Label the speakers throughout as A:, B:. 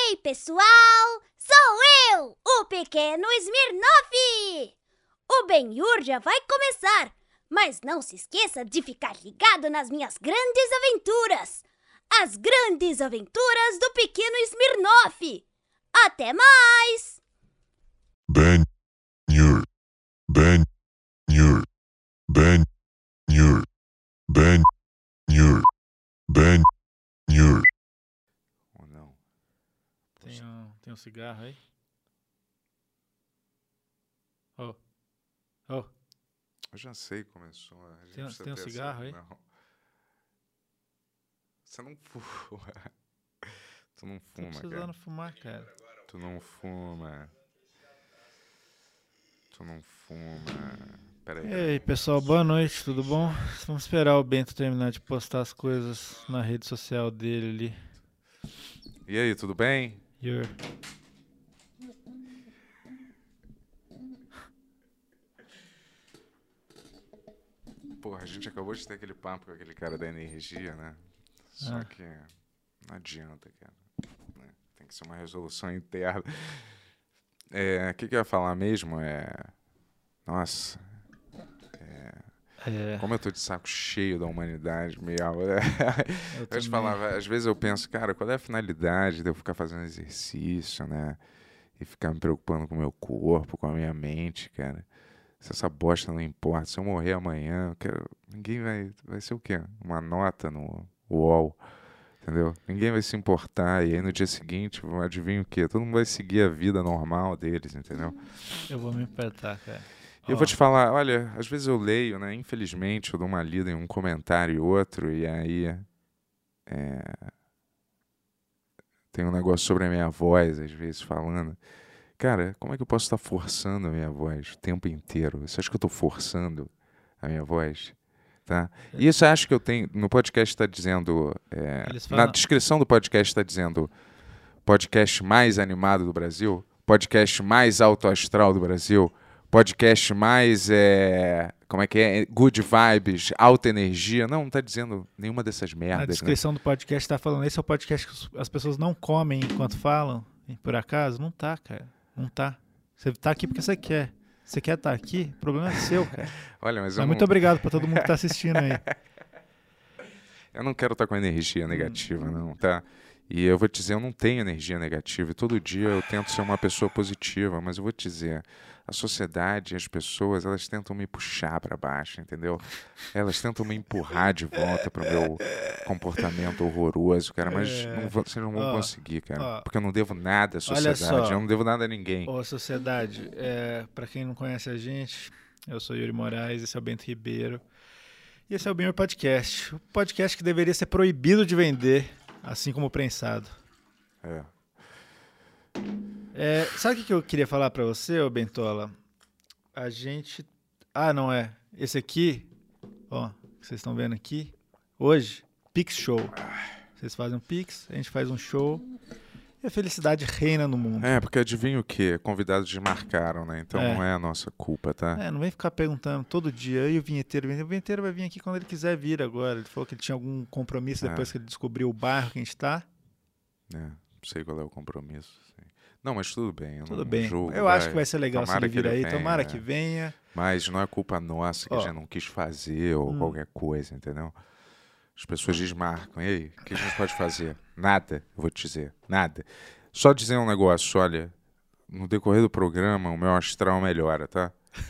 A: Ei, pessoal! Sou eu, o pequeno Smirnoff! O Ben-Hur já vai começar, mas não se esqueça de ficar ligado nas minhas grandes aventuras! As grandes aventuras do pequeno Smirnoff! Até mais!
B: Ben-Hur, Ben-Hur, Ben-Hur, Ben-Hur, Ben-Hur.
C: Ou não?
D: Tem um cigarro aí?
C: Eu já sei que começou. A gente
D: Tem um
C: precisa ter
D: cigarro aí?
C: Não. Você não fuma. Tu não
D: Tô
C: fuma, cara.
D: precisando fumar, cara.
C: Tu não fuma. Tu não fuma. Pera aí.
D: E aí, pessoal, boa noite, tudo bom? Vamos esperar o Bento terminar de postar as coisas na rede social dele ali.
C: E aí, tudo bem?
D: Hur.
C: Porra, a gente acabou de ter aquele papo com aquele cara da energia, né? Só que não adianta, cara. Né? Tem que ser uma resolução interna. O que eu ia falar mesmo Nossa, como eu tô de saco cheio da humanidade mesmo. Eu te falava, às vezes eu penso, cara, qual é a finalidade de eu ficar fazendo exercício, né? E ficar me preocupando com o meu corpo, com a minha mente, cara. Se essa bosta não importa, se eu morrer amanhã, ninguém vai ser o quê? Uma nota no UOL, entendeu? Ninguém vai se importar, e aí no dia seguinte, adivinha o quê? Todo mundo vai seguir a vida normal deles, entendeu?
D: Eu vou me apertar, cara.
C: Eu vou te falar, olha, às vezes eu leio, né? Infelizmente, eu dou uma lida em um comentário e outro, e aí tem um negócio sobre a minha voz, às vezes, falando. Cara, como é que eu posso estar forçando a minha voz o tempo inteiro? Você acha que eu estou forçando a minha voz? Tá? E isso acho que eu tenho. No podcast está dizendo. Na descrição do podcast está dizendo podcast mais animado do Brasil, podcast mais alto astral do Brasil, podcast mais. Como é que é? Good vibes, alta energia. Não está dizendo nenhuma dessas merdas.
D: Na descrição do podcast está falando, esse é o podcast que as pessoas não comem enquanto falam, por acaso? Não tá, cara. Não tá. Você tá aqui porque você quer. Você quer estar aqui? O problema é seu, cara.
C: Olha, mas
D: muito obrigado para todo mundo que tá assistindo aí.
C: Eu não quero estar com energia negativa, não, tá? E eu vou te dizer, eu não tenho energia negativa. E todo dia eu tento ser uma pessoa positiva. Mas eu vou te dizer, a sociedade, as pessoas, elas tentam me puxar para baixo, entendeu? Elas tentam me empurrar de volta para o meu comportamento horroroso, cara. Mas vocês não vão conseguir, cara. Porque eu não devo nada à sociedade. Eu não devo nada a ninguém.
D: Ô, sociedade, para quem não conhece a gente, eu sou Yuri Moraes, esse é o Bento Ribeiro. E esse é o Ben-Hur Podcast. O podcast que deveria ser proibido de vender, assim como o prensado. Sabe o que eu queria falar pra você, ô Bentola? A gente... não é. Esse aqui, ó, que vocês estão vendo aqui, hoje, Pix Show. Vocês fazem um Pix, a gente faz um show e a felicidade reina no mundo.
C: Porque adivinha o quê? Convidados desmarcaram, né? Então não é a nossa culpa, tá?
D: Não vem ficar perguntando todo dia. E o vinheteiro vai vir aqui quando ele quiser vir agora. Ele falou que ele tinha algum compromisso depois que ele descobriu o bairro que a gente tá.
C: Não sei qual é o compromisso. Sei. Não, mas tudo bem.
D: Tudo bem. Eu acho que vai ser legal se ele vir aí. Tomara que venha.
C: Mas não é culpa nossa que a gente não quis fazer ou qualquer coisa, entendeu? As pessoas desmarcam. E aí, o que a gente pode fazer? Nada, eu vou te dizer. Nada. Só dizer um negócio, olha, no decorrer do programa, o meu astral melhora, tá?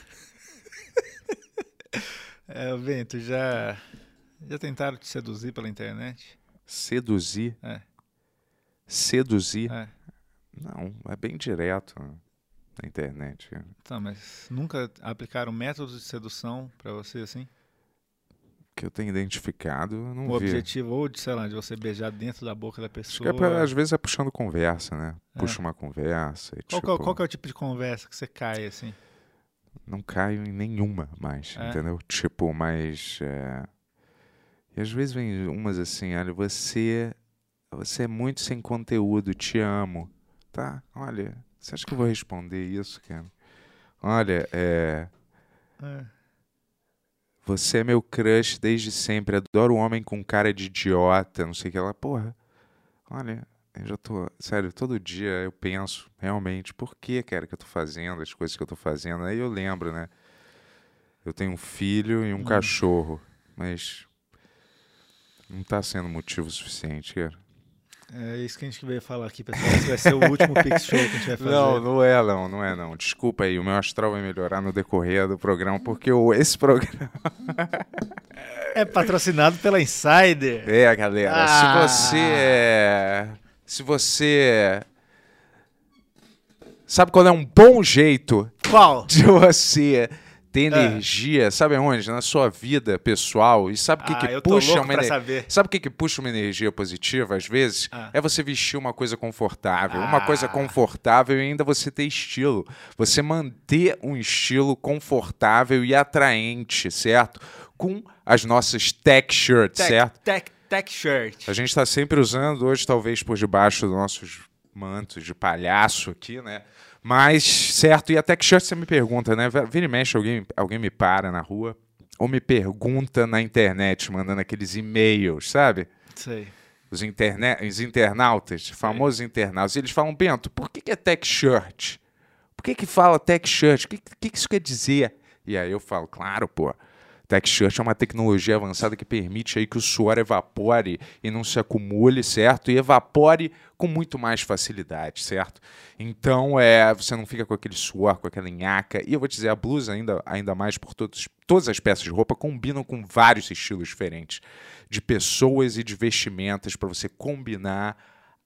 D: Bento, já tentaram te seduzir pela internet?
C: Seduzir? Seduzir? Não, é bem direto na internet.
D: Tá, mas nunca aplicaram métodos de sedução pra você assim?
C: Que eu tenho identificado, eu não vi.
D: O objetivo, ou de, sei lá, de você beijar dentro da boca da pessoa.
C: Acho que às vezes é puxando conversa, né? Puxa uma conversa. E,
D: qual que é o tipo de conversa que você cai, assim?
C: Não caio em nenhuma mais, entendeu? Tipo, mas... E às vezes vem umas assim, olha, você é muito sem conteúdo, te amo. Tá? Olha, você acha que eu vou responder isso, cara? Olha, você é meu crush desde sempre. Adoro homem com cara de idiota, não sei o que lá. Porra, olha, Eu já tô, sério, todo dia eu penso realmente por que, cara, que eu tô fazendo as coisas que eu tô fazendo. Aí eu lembro, né? Eu tenho um filho e um cachorro, mas não tá sendo motivo suficiente, cara.
D: É isso que a gente veio falar aqui, pessoal. Esse vai ser o último Pix Show que a gente vai fazer.
C: Não é não. Desculpa aí, o meu astral vai melhorar no decorrer do programa, porque esse programa...
D: É patrocinado pela Insider.
C: É, galera, se você... Sabe qual é um bom jeito
D: Qual?
C: de você ter energia, sabe aonde? Na sua vida pessoal. E sabe o que
D: eu tô
C: puxa
D: louco
C: uma
D: pra saber.
C: Sabe o que puxa uma energia positiva às vezes? É você vestir uma coisa confortável. Uma coisa confortável e ainda você ter estilo. Você manter um estilo confortável e atraente, certo? Com as nossas tech shirts, certo?
D: Tech shirt.
C: A gente está sempre usando, hoje talvez por debaixo dos nossos mantos de palhaço aqui, né? Mas, certo, e a tech shirt você me pergunta, né? Vira e mexe, alguém me para na rua ou me pergunta na internet, mandando aqueles e-mails, sabe?
D: Sei.
C: Os internautas, famosos internautas, eles falam, Bento, por que é tech shirt? Por que fala tech shirt? O que isso quer dizer? E aí eu falo, claro, pô, tech shirt é uma tecnologia avançada que permite aí que o suor evapore e não se acumule, certo? E evapore com muito mais facilidade, certo? Então, você não fica com aquele suor, com aquela nhaca. E eu vou te dizer, a blusa, ainda mais por todas as peças de roupa, combinam com vários estilos diferentes de pessoas e de vestimentas para você combinar,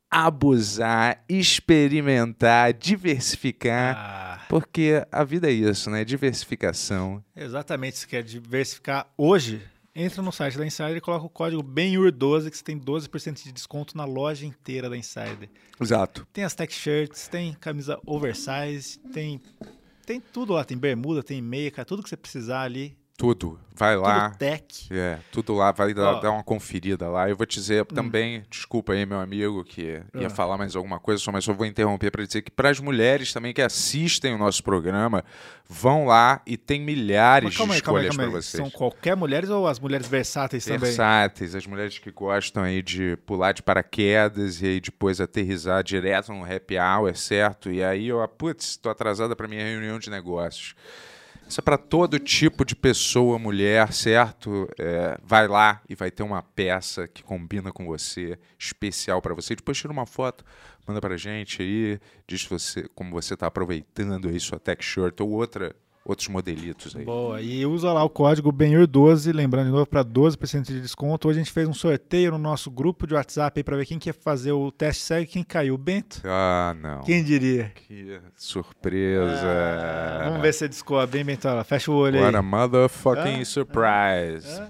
C: abusar, experimentar, diversificar, porque a vida é isso, né? Diversificação.
D: Exatamente, se quer diversificar hoje, entra no site da Insider e coloca o código BENHUR12 que você tem 12% de desconto na loja inteira da Insider.
C: Exato.
D: Tem as tech shirts, tem camisa oversize, tem tudo lá, tem bermuda, tem meia, cara, tudo que você precisar ali.
C: Tudo. Vai lá.
D: Tudo tech.
C: Tudo lá. Vai dar uma conferida lá. Eu vou te dizer também, desculpa aí, meu amigo, que ia falar mais alguma coisa, mas só vou interromper para dizer que para as mulheres também que assistem o nosso programa, vão lá e tem milhares de escolhas para vocês.
D: São qualquer mulheres ou as mulheres versáteis também?
C: Versáteis. As mulheres que gostam aí de pular de paraquedas e aí depois aterrissar direto no happy hour, certo? E aí tô atrasada para minha reunião de negócios. Isso é para todo tipo de pessoa, mulher, certo? Vai lá e vai ter uma peça que combina com você, especial para você. Depois tira uma foto, manda para a gente aí, diz como você está aproveitando aí sua tech shirt ou outros modelitos aí.
D: Boa, e usa lá o código BENHUR12, lembrando de novo, para 12% de desconto. Hoje a gente fez um sorteio no nosso grupo de WhatsApp aí para ver quem quer fazer o teste cego e quem caiu. O Bento?
C: Ah, não.
D: Quem diria?
C: Que surpresa.
D: Vamos ver se você descobre, hein, Bentola? Fecha o olho aí.
C: What a motherfucking surprise.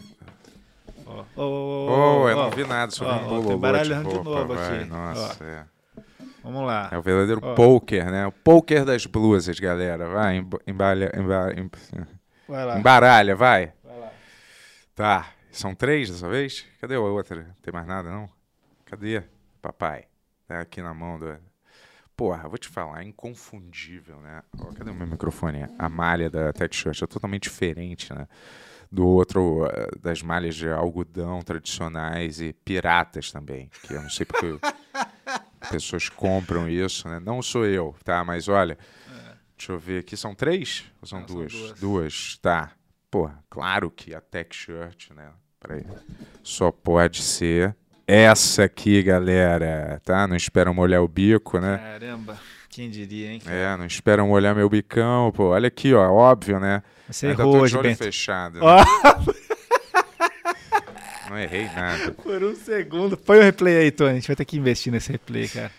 C: Eu não vi nada sobre um bolo.
D: Tem baralhando de novo aqui.
C: Nossa,
D: Vamos lá.
C: É o verdadeiro poker, né? O poker das blusas, galera. Vai,
D: Vai lá.
C: embaralha, vai.
D: Vai lá.
C: Tá, são 3 dessa vez? Cadê a outra? Não tem mais nada, não? Cadê, papai? Tá aqui na mão do... Porra, vou te falar, é inconfundível, né? Cadê o meu microfone? A malha da Tech Shirt é totalmente diferente, né? Do outro, das malhas de algodão tradicionais e piratas também, que eu não sei porque pessoas compram isso, né? Não sou eu, tá? Mas olha, deixa eu ver aqui, são 3? Ou são 2?
D: São
C: 2, tá. Pô, claro que a Tech Shirt, né? Peraí, só pode ser essa aqui, galera, tá? Não esperam molhar o bico, né?
D: Caramba, quem diria, hein? Cara?
C: Não esperam molhar meu bicão, pô. Olha aqui, ó, óbvio, né?
D: Você
C: ainda
D: errou
C: tô
D: hoje,
C: de olho
D: Bento.
C: fechado. Né? Não errei nada.
D: Por um segundo. Põe o replay aí, Tony. A gente vai ter que investir nesse replay, cara.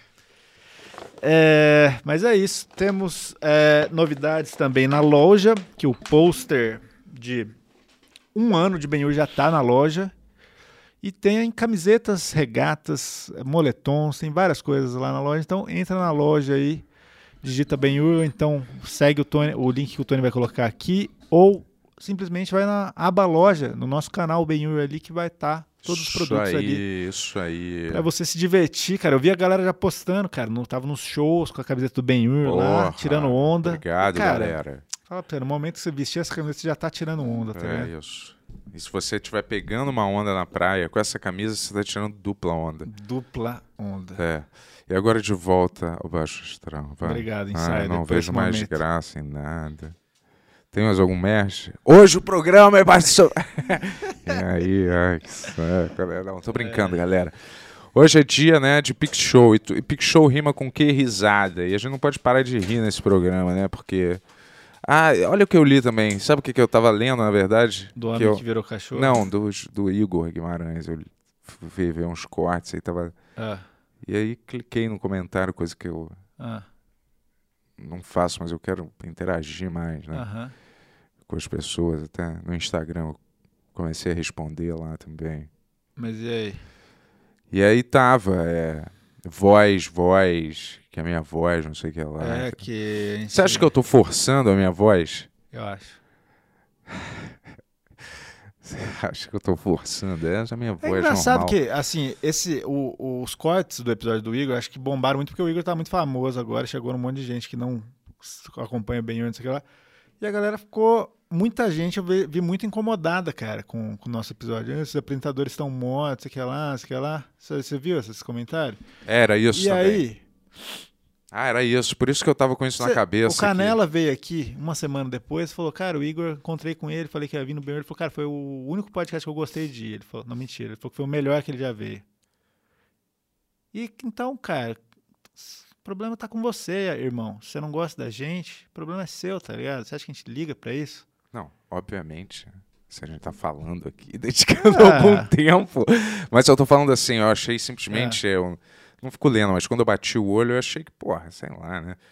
D: Mas é isso. Temos novidades também na loja, que o pôster de 1 ano de BenHur já está na loja. E tem camisetas, regatas, moletons, tem várias coisas lá na loja. Então entra na loja aí, digita BenHur, então segue o link que o Tony vai colocar aqui, ou simplesmente vai na aba loja, no nosso canal BenHur ali, que vai estar todos os produtos ali.
C: Isso aí.
D: Pra você se divertir, cara. Eu vi a galera já postando, cara. Tava nos shows com a camiseta do BenHur lá, tirando onda.
C: Obrigado,
D: cara,
C: galera.
D: Fala pra você, no momento que você vestir essa camiseta, você já tá tirando onda, tá vendo?
C: Isso. E se você estiver pegando uma onda na praia, com essa camisa você tá tirando dupla onda.
D: Dupla onda.
C: É. E agora de volta ao Baixo Astral. Vai.
D: Obrigado, Insider.
C: Não
D: por
C: vejo
D: esse
C: mais
D: momento.
C: graça em nada. Tem mais algum merch? Hoje o programa é baixo. E aí, ai, que saco. Não, tô brincando, galera. Hoje é dia, né, de Pix Show. E Pix Show rima com que? Risada. E a gente não pode parar de rir nesse programa, né? Porque... Ah, olha o que eu li também. Sabe o que eu tava lendo, na verdade?
D: Do homem que virou cachorro?
C: Não, do Igor Guimarães. Eu fui ver uns cortes aí, tava...
D: Ah,
C: E aí cliquei no comentário, coisa que eu
D: ah,
C: não faço, mas eu quero interagir mais, né?
D: aham.
C: Com as pessoas, até no Instagram eu comecei a responder lá também.
D: Mas e aí?
C: E aí tava, voz, que a minha voz, não sei o que lá.
D: É que... a gente-
C: Você acha que eu tô forçando a minha voz?
D: Eu acho.
C: Você acha que eu tô forçando? Essa é a minha
D: É
C: voz
D: engraçado
C: normal.
D: que, assim, os cortes do episódio do Igor, acho que bombaram muito porque o Igor tá muito famoso agora, chegou num monte de gente que não acompanha bem antes, sei lá. E a galera ficou, muita gente, eu vi muito incomodada, cara, com o nosso episódio. Esses apresentadores estão mortos, sei que lá. Você viu esses comentários?
C: Era isso
D: E
C: também.
D: aí,
C: Ah, era isso. Por isso que eu tava com isso na cabeça.
D: o Canela veio aqui uma semana depois, falou, cara, o Igor, encontrei com ele, falei que ia vir no Bem, ele falou, cara, foi o único podcast que eu gostei de ir. Ele falou, não, mentira, ele falou que foi o melhor que ele já veio. E então, cara, o problema tá com você, irmão. Se você não gosta da gente, o problema é seu, tá ligado? Você acha que a gente liga pra isso?
C: Não, obviamente. Se a gente tá falando aqui, dedicando
D: Ah.
C: algum tempo. Mas eu tô falando assim, eu achei simplesmente. Eu não fico lendo, mas quando eu bati o olho, eu achei que, porra, sei lá, né?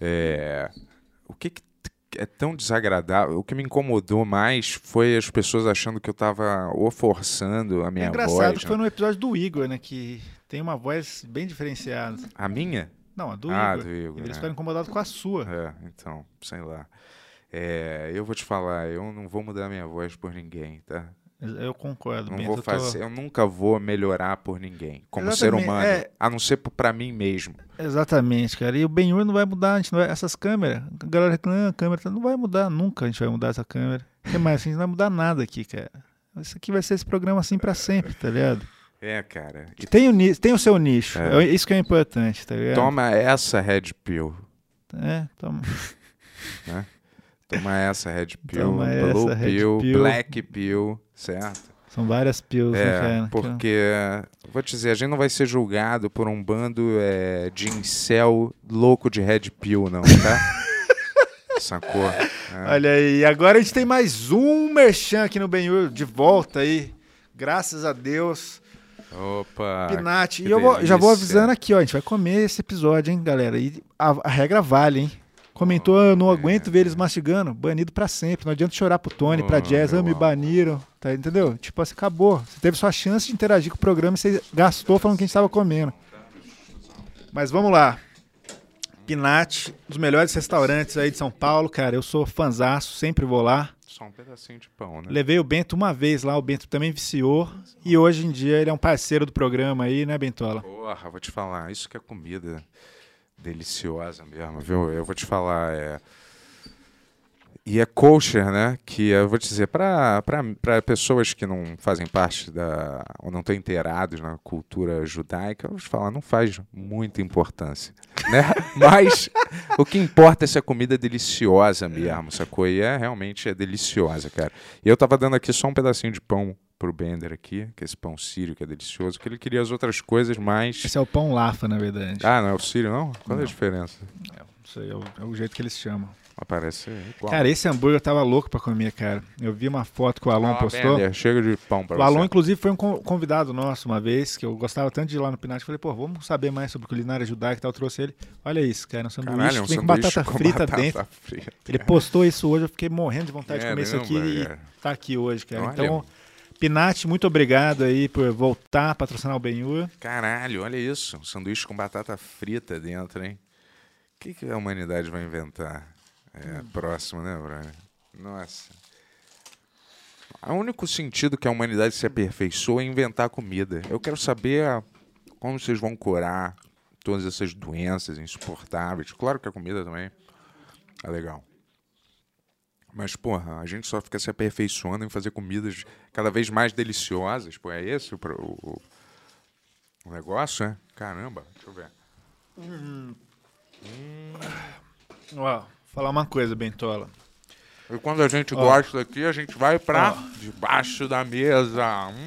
C: O que é tão desagradável? O que me incomodou mais foi as pessoas achando que eu tava ou forçando a minha
D: É engraçado
C: voz.
D: que foi no episódio do Igor, né? Que tem uma voz bem diferenciada.
C: A minha?
D: Não, a do
C: Ah,
D: Igor.
C: do Igor,
D: Eles
C: né?
D: ficaram incomodados com a sua.
C: Então, sei lá. Eu vou te falar, eu não vou mudar minha voz por ninguém, tá?
D: Eu concordo.
C: Não
D: Bento,
C: vou
D: eu tô-
C: fazer, eu nunca vou melhorar por ninguém, como
D: Exatamente,
C: ser humano,
D: é.
C: a não ser pra mim mesmo.
D: Exatamente, cara. E o Ben-Hur não vai mudar, a gente não vai... essas câmeras, a galera reclama, a câmera não vai mudar, nunca a gente vai mudar essa câmera. O que mais? A gente não vai mudar nada aqui, cara. Isso aqui vai ser esse programa assim pra sempre, tá ligado?
C: Cara. E
D: Tem o seu nicho,
C: É.
D: isso que é importante, tá ligado?
C: toma essa Red Pill,
D: Toma.
C: né? Toma essa Red Pill,
D: Toma
C: Blue
D: essa Red
C: Pill,
D: Pill.
C: Black Pill, certo?
D: São várias pills, né, cara?
C: Porque, vou te dizer, a gente não vai ser julgado por um bando de incel louco de Red Pill, não, tá? Sacou?
D: Olha aí, agora a gente tem mais um merchan aqui no Ben-Hur, de volta aí. Graças a Deus.
C: Opa!
D: Pinati.
C: que
D: E eu já vou
C: delícia.
D: avisando aqui, ó. A gente vai comer esse episódio, hein, galera. E a regra vale, hein? Comentou, eu não aguento ver eles mastigando. Banido pra sempre. Não adianta chorar pro Tony, pra Jazz.
C: meu
D: Me
C: amor.
D: baniram. Tá, entendeu? Tipo assim, acabou. Você teve sua chance de interagir com o programa e você gastou falando que a gente tava comendo. Mas vamos lá. Pinati, um dos melhores restaurantes aí de São Paulo, cara. Eu sou fanzaço, sempre vou lá.
C: Só um pedacinho de pão, né?
D: Levei o Bento uma vez lá, o Bento também viciou. E hoje em dia ele é um parceiro do programa aí, né, Bentola?
C: Porra, vou te falar, isso que é comida deliciosa mesmo, viu? Eu vou te falar, E é kosher, né? Que eu vou te dizer, para pessoas que não fazem parte ou não estão inteirados na cultura judaica, eu vou te falar, não faz muita importância, né? Mas o que importa é se a comida é deliciosa mesmo, sacou? E realmente é deliciosa, cara. E eu tava dando aqui só um pedacinho de pão pro Bender aqui, que é esse pão sírio que é delicioso, que ele queria as outras coisas, mas...
D: Esse é o pão Lafa, na verdade.
C: Ah, não é o sírio, não? Qual é a diferença?
D: Isso aí é o jeito que eles chamam.
C: Parece igual.
D: Cara, esse hambúrguer eu tava louco pra comer, cara. Eu vi uma foto que o Alon postou.
C: Bender, chega de pão pra
D: O Alon,
C: você.
D: inclusive, foi um convidado nosso uma vez, que eu gostava tanto de ir lá no Pinati. Falei, pô, vamos saber mais sobre culinária judaica e tal. Eu trouxe ele. Olha isso, cara, um sanduíche
C: Caralho,
D: que vem com batata frita dentro.
C: frita.
D: Ele postou isso hoje, eu fiquei morrendo de vontade de comer isso aqui
C: Caramba,
D: e
C: cara.
D: tá aqui hoje, cara.
C: Olha.
D: Então, Pinati, muito obrigado aí por voltar a patrocinar o Ben-Hur.
C: Caralho, olha isso. Um sanduíche com batata frita dentro, hein? O que a humanidade vai inventar? Próximo, né, Brian? Nossa. O único sentido que a humanidade se aperfeiçoa é inventar comida. Eu quero saber como vocês vão curar todas essas doenças insuportáveis. Claro que a comida também é legal. Mas, porra, a gente só fica se aperfeiçoando em fazer comidas cada vez mais deliciosas. Pô, é esse o negócio, né? Caramba, deixa eu ver.
D: Ó, falar uma coisa, Bentola.
C: E quando a gente gosta aqui, a gente vai pra debaixo da mesa.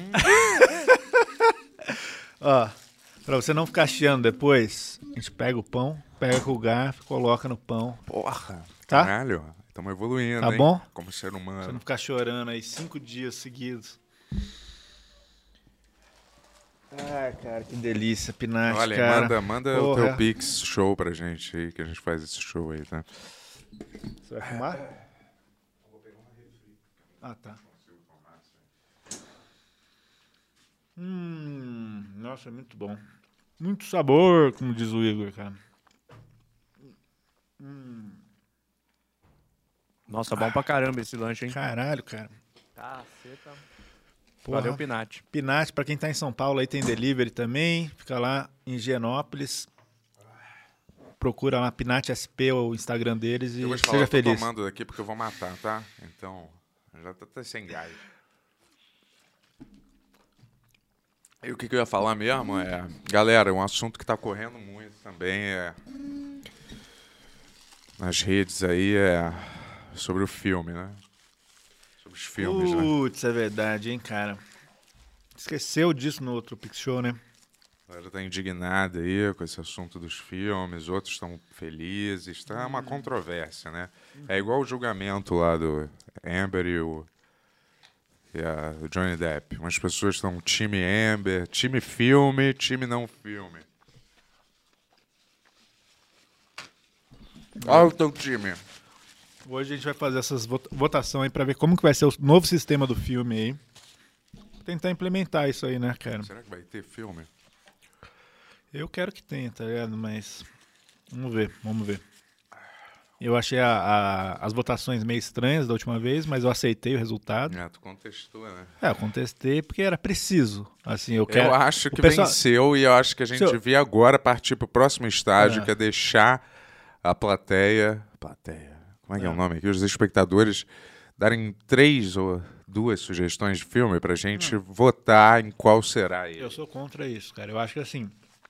D: Ó, pra você não ficar chiando depois, a gente pega o pão, pega com o garfo, coloca no pão.
C: Porra,
D: Tá?
C: caralho. Estamos evoluindo,
D: Tá
C: hein?
D: bom?
C: Como ser
D: Pra você
C: humano.
D: não ficar chorando aí 5 dias seguidos. Ai, cara, que delícia, Pinati,
C: Olha,
D: cara.
C: manda o
D: Porra.
C: teu Pix show pra gente aí, que a gente faz esse show aí, tá?
D: Você vai fumar? Ah, tá. Nossa, é muito bom. Muito sabor, como diz o Igor, cara.
E: Nossa, bom pra caramba esse lanche, hein?
D: Caralho, cara.
E: Caceta.
D: Porra.
E: Valeu, Pinati.
D: Pinati, pra quem tá em São Paulo, aí tem delivery também. Fica lá em Higienópolis. Procura lá Pinati SP, o Instagram deles, e
C: Eu vou te falar,
D: seja
C: eu tô
D: feliz.
C: tomando daqui porque eu vou matar, tá? Então, já tá até sem gás. E o que eu ia falar mesmo é... Galera, um assunto que tá correndo muito também é... Nas redes aí é... Sobre o filme, né? Sobre os filmes, né?
D: Putz, é verdade, hein, cara. Esqueceu disso no outro Pix Show, né?
C: A galera tá indignada aí com esse assunto dos filmes, outros estão felizes, tá uma controvérsia, né? É igual o julgamento lá do Amber e o Johnny Depp. Umas pessoas estão time Amber, time filme, time não filme. Olha o teu time.
D: Hoje a gente vai fazer essas votação aí pra ver como que vai ser o novo sistema do filme aí. Tentar implementar isso aí, né, cara?
C: Será que vai ter filme?
D: Eu quero que tenha, tá ligado? Mas vamos ver. Eu achei as votações meio estranhas da última vez, mas eu aceitei o resultado.
C: É, tu contestou, né?
D: Eu contestei porque era preciso. Assim, eu quero.
C: Eu acho que
D: pessoal-
C: venceu e eu acho que a gente
D: Seu-
C: devia agora partir pro próximo estágio,
D: É.
C: que é deixar a plateia... Como é que é o nome aqui? Os espectadores darem 3 ou 2 sugestões de filme pra gente votar em qual será ele.
D: Eu sou contra isso, cara. Eu acho que assim.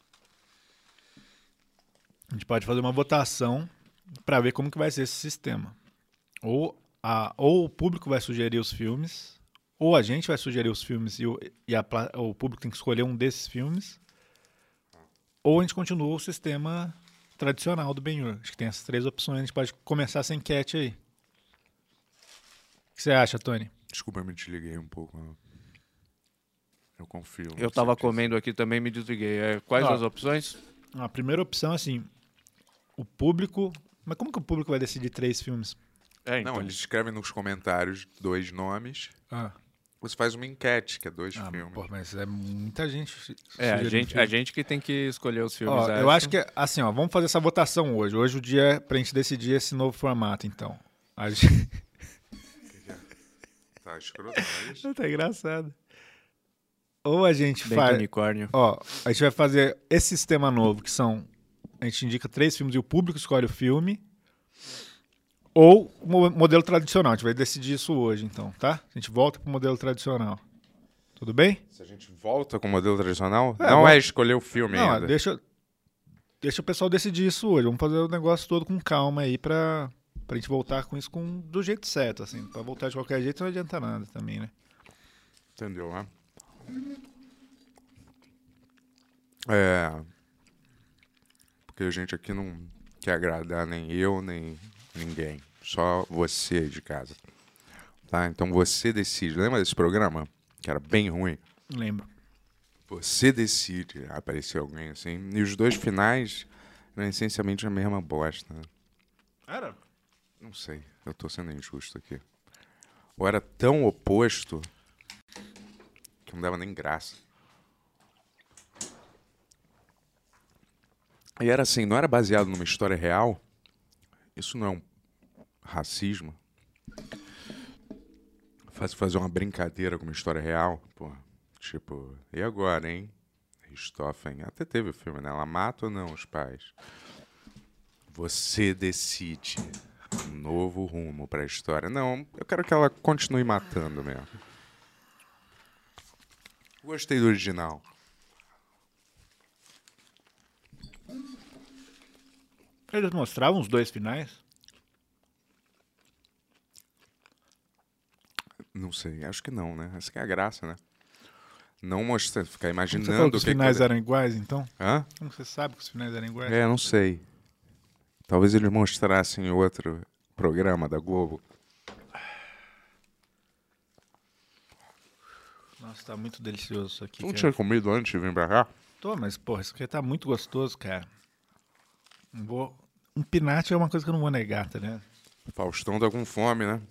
D: A gente pode fazer uma votação pra ver como que vai ser esse sistema. Ou o público vai sugerir os filmes, ou a gente vai sugerir os filmes e o público tem que escolher um desses filmes, ou a gente continua o sistema tradicional do Ben-Hur. Acho que tem essas 3 opções. A gente pode começar essa enquete aí. O que você acha, Tony?
C: Desculpa, eu me desliguei um pouco. Eu confio. no
E: Eu
C: que
E: tava
C: você disse.
E: comendo aqui também, me desliguei. Quais
D: Ó.
E: as opções?
D: A primeira opção, assim, o público... Mas como que o público vai decidir 3 filmes?
C: Não, eles escrevem nos comentários 2 nomes.
D: Ah,
C: Você faz uma enquete, que é 2 filmes.
D: pô, mas é muita gente.
E: A
D: sugerindo filme.
E: gente que tem que escolher os filmes.
D: Ó, eu acho que, assim, ó, vamos fazer essa votação hoje. Hoje o dia é pra gente decidir esse novo formato, então. A gente...
C: Tá escroto, não é isso?
D: Tá engraçado. Ou a gente
E: Bem
D: faz...
E: unicórnio.
D: Ó, a gente vai fazer esse sistema novo, que são... A gente indica 3 filmes e o público escolhe o filme. Ou o modelo tradicional. A gente vai decidir isso hoje, então, tá? A gente volta pro modelo tradicional. Tudo bem?
C: Se a gente volta com o modelo tradicional,
D: É,
C: não
D: vamos-
C: é escolher o filme
D: Não,
C: ainda.
D: deixa o pessoal decidir isso hoje. Vamos fazer o negócio todo com calma aí pra gente voltar com isso do jeito certo, assim. Pra voltar de qualquer jeito não adianta nada também, né?
C: Entendeu, né? Porque a gente aqui não quer agradar nem eu, nem ninguém. Só você aí de casa. Tá? Então você decide. Lembra desse programa? Que era bem ruim.
D: Lembro.
C: Você decide. Aparecer alguém assim. E os 2 finais eram essencialmente a mesma bosta. Né?
D: Era?
C: Não sei. Eu tô sendo injusto aqui. Ou era tão oposto que não dava nem graça. E era assim, não era baseado numa história real. Isso não é um racismo. Fazer uma brincadeira com uma história real. Pô, tipo, e agora, hein? Richthofen. Até teve o filme, né? Ela mata ou não os pais? Você decide. Um novo rumo pra história. Não, eu quero que ela continue matando mesmo. Gostei do original.
D: Eles mostravam os 2 finais?
C: Não sei, acho que não, né? Essa que é a graça, né? Não mostrar, ficar
D: Como você falou
C: imaginando
D: que
C: o
D: os
C: que
D: finais
C: que...
D: eram iguais, então?
C: Hã?
D: Como você sabe que os finais eram iguais?
C: É, não sei. Talvez eles mostrassem outro programa da Globo.
D: Nossa, tá muito delicioso isso aqui,
C: Tu não
D: cara.
C: tinha comido antes de vir pra cá?
D: Tô, mas, porra, isso aqui tá muito gostoso, cara. Não vou... Um pinate é uma coisa que eu não vou negar, tá ligado?
C: Faustão tá com fome, né?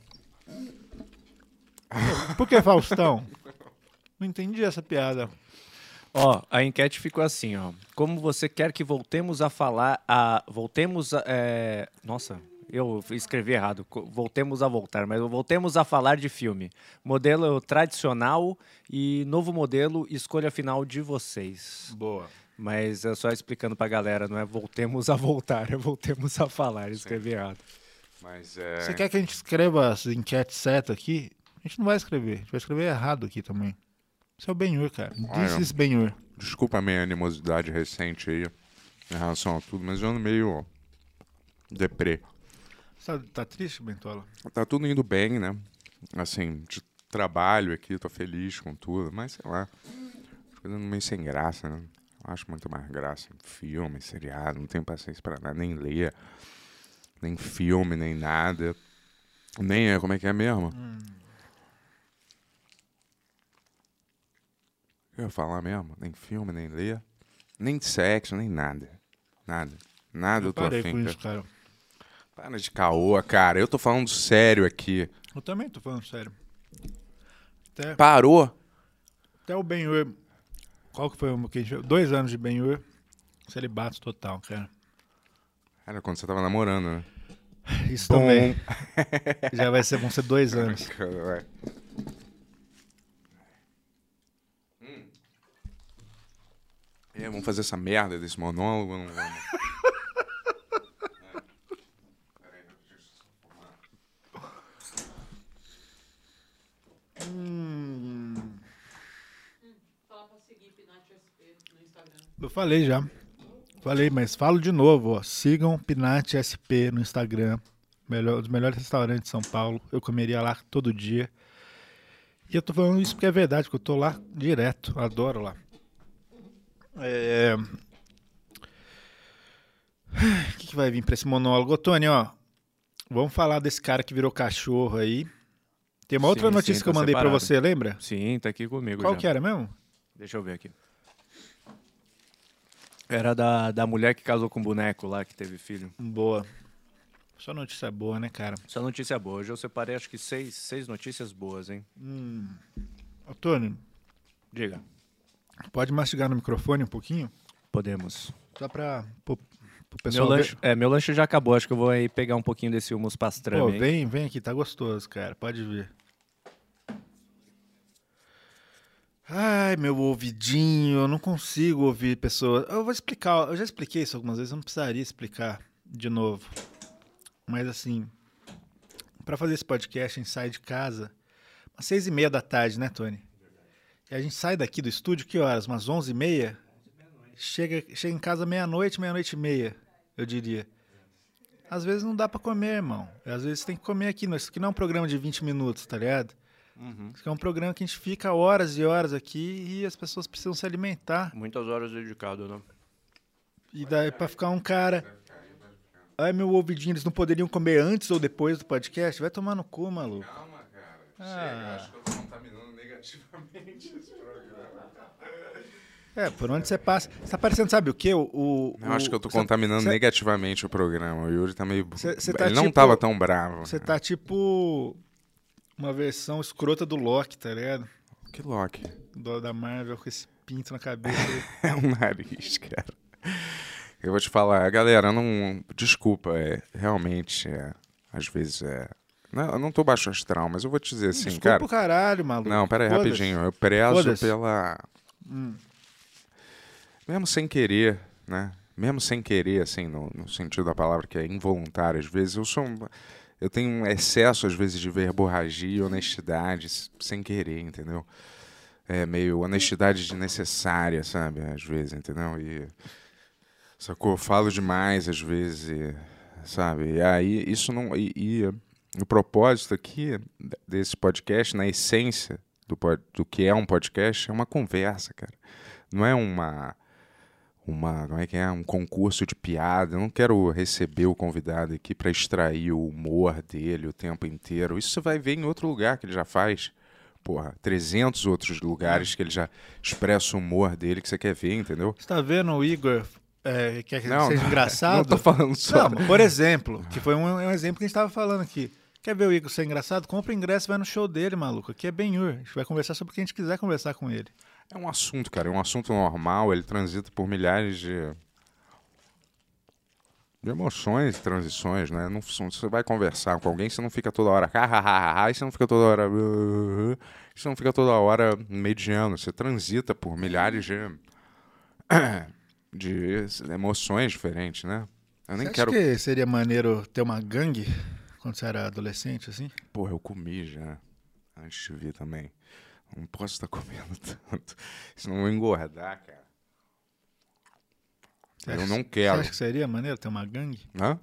D: Por que Faustão? Não entendi essa piada.
E: Ó, a enquete ficou assim, ó. Como você quer que voltemos a falar Nossa, eu escrevi errado. Voltemos a voltar, mas voltemos a falar de filme. Modelo tradicional e novo modelo, escolha final de vocês.
D: Boa.
E: Mas é só explicando pra galera, não é voltemos a voltar, é voltemos a falar. Eu escrevi errado.
C: Mas é...
D: Você quer que a gente escreva as enquetes certas aqui? A gente não vai escrever. A gente vai escrever errado aqui também. Isso é o Ben-Hur, cara. This is Ben-Hur.
C: Desculpa a minha animosidade recente aí em relação a tudo, mas eu ando meio deprê.
D: Você tá triste, Bentola?
C: Tá tudo indo bem, né? Assim, de trabalho aqui, tô feliz com tudo, mas sei lá, as coisas meio sem graça, né? Eu acho muito mais graça em filme, seriado, não tenho paciência pra nada, nem ler, nem filme, nem nada. Nem como é que é mesmo? Eu ia falar mesmo, nem filme, nem ler, nem sexo, nem nada. Nada eu tô
D: Parei
C: afim.
D: com
C: cara.
D: isso, cara.
C: Para de caô, cara. Eu tô falando sério aqui.
D: Eu também tô falando sério.
C: Parou?
D: Até o Ben-Hur. Qual que foi o que a gente... 2 anos de Ben-Hur. Celibato total, cara.
C: Era quando você tava namorando, né?
D: Isso também. Já vão ser 2 anos.
C: Ué. Vamos fazer essa merda desse monólogo? Ou não vamos?
F: Fala pra seguir Pinati SP no Instagram.
D: Eu falei já. Falei, mas falo de novo, ó. Sigam Pinati SP no Instagram. Um dos melhores restaurantes de São Paulo. Eu comeria lá todo dia. E eu tô falando isso porque é verdade, porque eu tô lá direto. Adoro lá. O que vai vir pra esse monólogo? Ô, Tony, ó. Vamos falar desse cara que virou cachorro aí. Tem uma outra
E: Sim,
D: notícia
E: sim,
D: que eu
E: tá
D: mandei pra
E: separado.
D: você, lembra?
E: Sim, tá aqui comigo
D: Qual
E: já.
D: que era mesmo?
E: Deixa eu ver aqui. Era da mulher que casou com o boneco lá, que teve filho.
D: Boa. Só notícia boa, né, cara?
E: Essa notícia é boa. Hoje eu separei acho que seis notícias boas, hein?
D: Ô, Tony,
E: Diga.
D: pode mastigar no microfone um pouquinho?
E: Podemos.
D: Só pra pro
E: Meu
D: pessoal
E: lanche,
D: ver.
E: meu lanche já acabou. Acho que eu vou aí pegar um pouquinho desse humus
D: Pô,
E: pastrame. aí.
D: vem aqui, tá gostoso, cara. Pode ver. Ai, meu ouvidinho, eu não consigo ouvir pessoas. Eu vou explicar, eu já expliquei isso algumas vezes, eu não precisaria explicar de novo. Mas assim, pra fazer esse podcast, a gente sai de casa umas 6:30 da tarde, né, Tony? E a gente sai daqui do estúdio, que horas? Umas 11:30? Chega em casa meia-noite, meia-noite e meia, eu diria. Às vezes não dá pra comer, irmão. Às vezes tem que comer aqui. Isso aqui não é um programa de 20 minutos, tá ligado? Isso aqui é um programa que a gente fica horas e horas aqui e as pessoas precisam se alimentar.
E: Muitas horas dedicado, né?
D: E daí pra ficar um cara... Ai, meu ouvidinho, eles não poderiam comer antes ou depois do podcast? Vai tomar no cu, maluco.
C: Calma, cara.
D: Ah.
C: Acho que eu tô contaminando negativamente esse programa.
D: Por onde você passa... Você tá parecendo, sabe o quê?
C: Eu acho que eu tô contaminando negativamente o programa. O Yuri tá meio...
D: Cê tá
C: Ele não
D: tipo-
C: tava tão bravo.
D: Você tá tipo... Uma versão escrota do Loki, tá ligado?
C: Que Loki?
D: Da Marvel com esse pinto na cabeça.
C: É um nariz, cara. Eu vou te falar, galera, não... Desculpa, realmente, às vezes Não, eu não tô baixo astral, mas eu vou te dizer assim,
D: Desculpa
C: cara...
D: o caralho, maluco.
C: Não, pera aí,
D: Foda-se.
C: rapidinho. Eu prezo
D: Foda-se.
C: pela... Mesmo sem querer, né? Mesmo sem querer, assim, no sentido da palavra que é involuntário, às vezes, Eu tenho um excesso, às vezes, de verborragia e honestidade sem querer, entendeu? É meio honestidade desnecessária, sabe? Às vezes, entendeu? E, sacou? Eu falo demais, às vezes, sabe? E aí, isso não... E o propósito aqui desse podcast, na essência do que é um podcast, é uma conversa, cara. Não é como é que é? Um concurso de piada. Eu não quero receber o convidado aqui para extrair o humor dele o tempo inteiro. Isso você vai ver em outro lugar que ele já faz. Porra, 300 outros lugares que ele já expressa o humor dele que você quer ver, entendeu?
D: Você tá vendo o Igor, quer que
C: Não,
D: seja
C: não,
D: engraçado?
C: Não tô falando só.
D: Não, por exemplo, que foi um exemplo que a gente tava falando aqui. Quer ver o Igor ser engraçado? Compra o ingresso e vai no show dele, maluco. Aqui é Ben-Hur. A gente vai conversar sobre o que a gente quiser conversar com ele.
C: É um assunto, cara. É um assunto normal. Ele transita por milhares de emoções e transições, né? Não, você vai conversar com alguém, você não fica toda hora e você não fica toda hora você não fica toda hora mediano. Você transita por milhares de emoções diferentes, né? Eu nem
D: Você
C: quero...
D: acha que seria maneiro ter uma gangue quando você era adolescente, assim?
C: Porra, eu comi já. Antes de vir também. Não posso estar comendo tanto. Senão eu vou engordar, cara. Eu não quero.
D: Você acha que seria maneiro ter uma gangue?
C: Hã?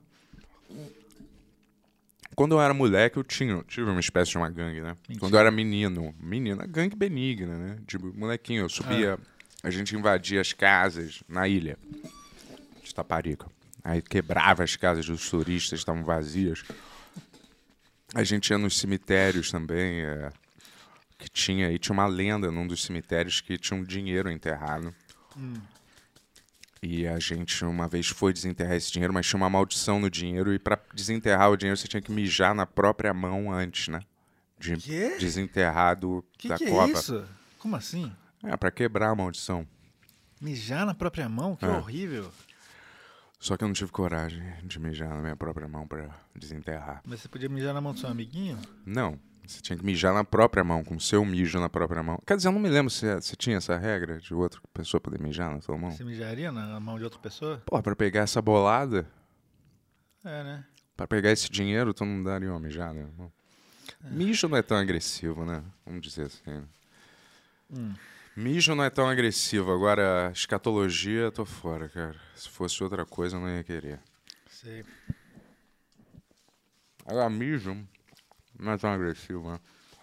C: Quando eu era moleque, eu tive uma espécie de uma gangue, né?
D: Mentira.
C: Quando eu era menina, gangue benigna, né? De molequinho, eu subia, a gente invadia as casas na ilha de Taparica. Aí quebrava as casas dos turistas, estavam vazias. A gente ia nos cemitérios também, que tinha uma lenda num dos cemitérios que tinha um dinheiro enterrado. E a gente uma vez foi desenterrar esse dinheiro, mas tinha uma maldição no dinheiro. E para desenterrar o dinheiro, você tinha que mijar na própria mão antes, né? De
D: Quê?
C: desenterrar da
D: Que
C: cova.
D: é isso? Como assim?
C: Para quebrar a maldição.
D: Mijar na própria mão? Que horrível.
C: Só que eu não tive coragem de mijar na minha própria mão para desenterrar.
D: Mas você podia mijar na mão do seu amiguinho?
C: Não, você tinha que mijar na própria mão, com o seu mijo na própria mão. Quer dizer, eu não me lembro se tinha essa regra de outra pessoa poder mijar na sua mão.
D: Você mijaria na mão de outra pessoa?
C: Pô, pra pegar essa bolada,
D: É, né?
C: pra pegar esse dinheiro, tu não daria uma mijada, irmão. Mijo não é tão agressivo, né? Vamos dizer assim. Mijo não é tão agressivo. Agora, escatologia, eu tô fora, cara. Se fosse outra coisa, eu não ia querer.
D: Sei.
C: Agora, mijo não é tão agressivo, né?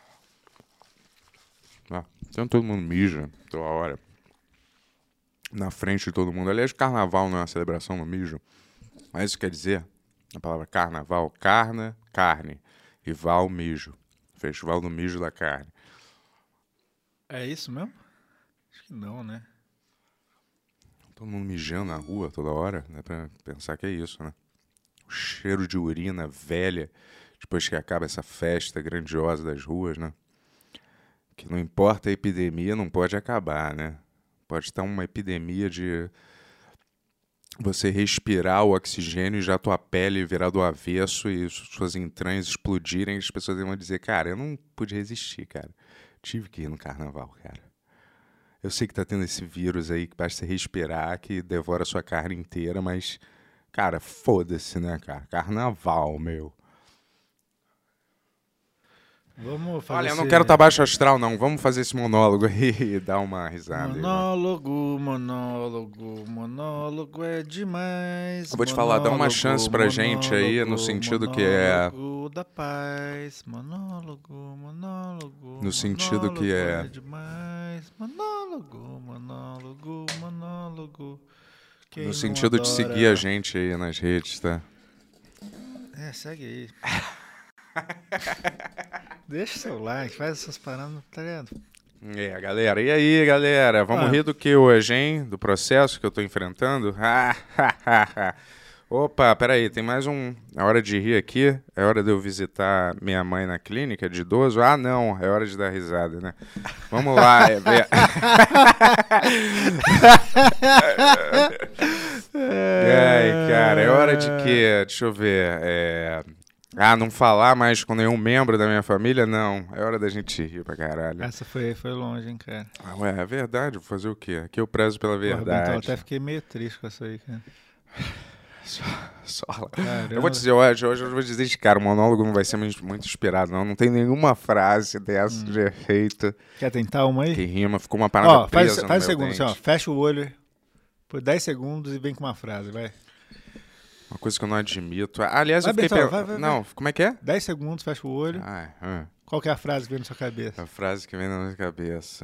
C: Então todo mundo mija toda hora. Na frente de todo mundo. Aliás, carnaval não é uma celebração no mijo. Mas isso quer dizer, a palavra carnaval, carne. E val, mijo. Festival do mijo da carne.
D: É isso mesmo? Acho que não, né?
C: Todo mundo mijando na rua toda hora. Dá pra pensar que é isso, né? O cheiro de urina velha. Depois que acaba essa festa grandiosa das ruas, né? Que não importa a epidemia, não pode acabar, né? Pode estar uma epidemia de você respirar o oxigênio e já tua pele virar do avesso e suas entranhas explodirem e as pessoas vão dizer, cara, eu não pude resistir, cara. Tive que ir no carnaval, cara. Eu sei que tá tendo esse vírus aí que basta respirar, que devora a sua carne inteira, mas, cara, foda-se, né, cara? Carnaval, meu.
D: Vamos fazer
C: Olha, eu não quero estar baixo astral, não. Vamos fazer esse monólogo aí e dar uma risada.
D: Monólogo é demais.
C: Eu vou te falar, dá uma chance pra gente aí, no sentido que é...
D: Monólogo da paz, monólogo.
C: No sentido que é...
D: demais. Monólogo. Quem
C: No
D: não
C: sentido de
D: adora-
C: seguir a gente aí nas redes, tá?
D: Segue aí. Deixa o seu like, faz essas paradas, tá ligado?
C: Galera. E aí, galera? Vamos rir do que hoje, hein? Do processo que eu tô enfrentando? Opa, peraí, tem mais um... É hora de rir aqui? É hora de eu visitar minha mãe na clínica de idoso? Ah, não, é hora de dar risada, né? Vamos lá. Ai, cara, é hora de quê? Deixa eu ver. Não falar mais com nenhum membro da minha família? Não, é hora da gente rir pra caralho.
D: Essa foi longe, hein, cara.
C: Ué, é verdade, vou fazer o quê? Aqui eu prezo pela
D: Porra, Bentão,
C: verdade.
D: até fiquei meio triste com essa aí, cara.
C: Sola.
D: Caramba.
C: Eu vou dizer, hoje eu vou dizer de cara, o monólogo não vai ser muito inspirado, não. Não tem nenhuma frase dessa de efeito
D: Quer tentar uma aí?
C: que rima. Ficou uma parada
D: Ó,
C: presa
D: faz
C: no
D: segundos,
C: meu
D: assim, ó.
C: dente.
D: Fecha o olho por 10 segundos e vem com uma frase, vai.
C: Uma coisa que eu não admito. Aliás,
D: Vai,
C: eu fiquei
D: Bentão,
C: pensando...
D: vai.
C: Não, como é que é?
D: 10 segundos, fecha o olho. Qual que é a frase que vem na sua cabeça?
C: A frase que vem na minha cabeça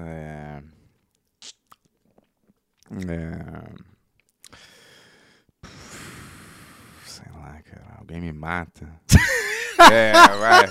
C: sei lá, cara. Alguém me mata. Vai.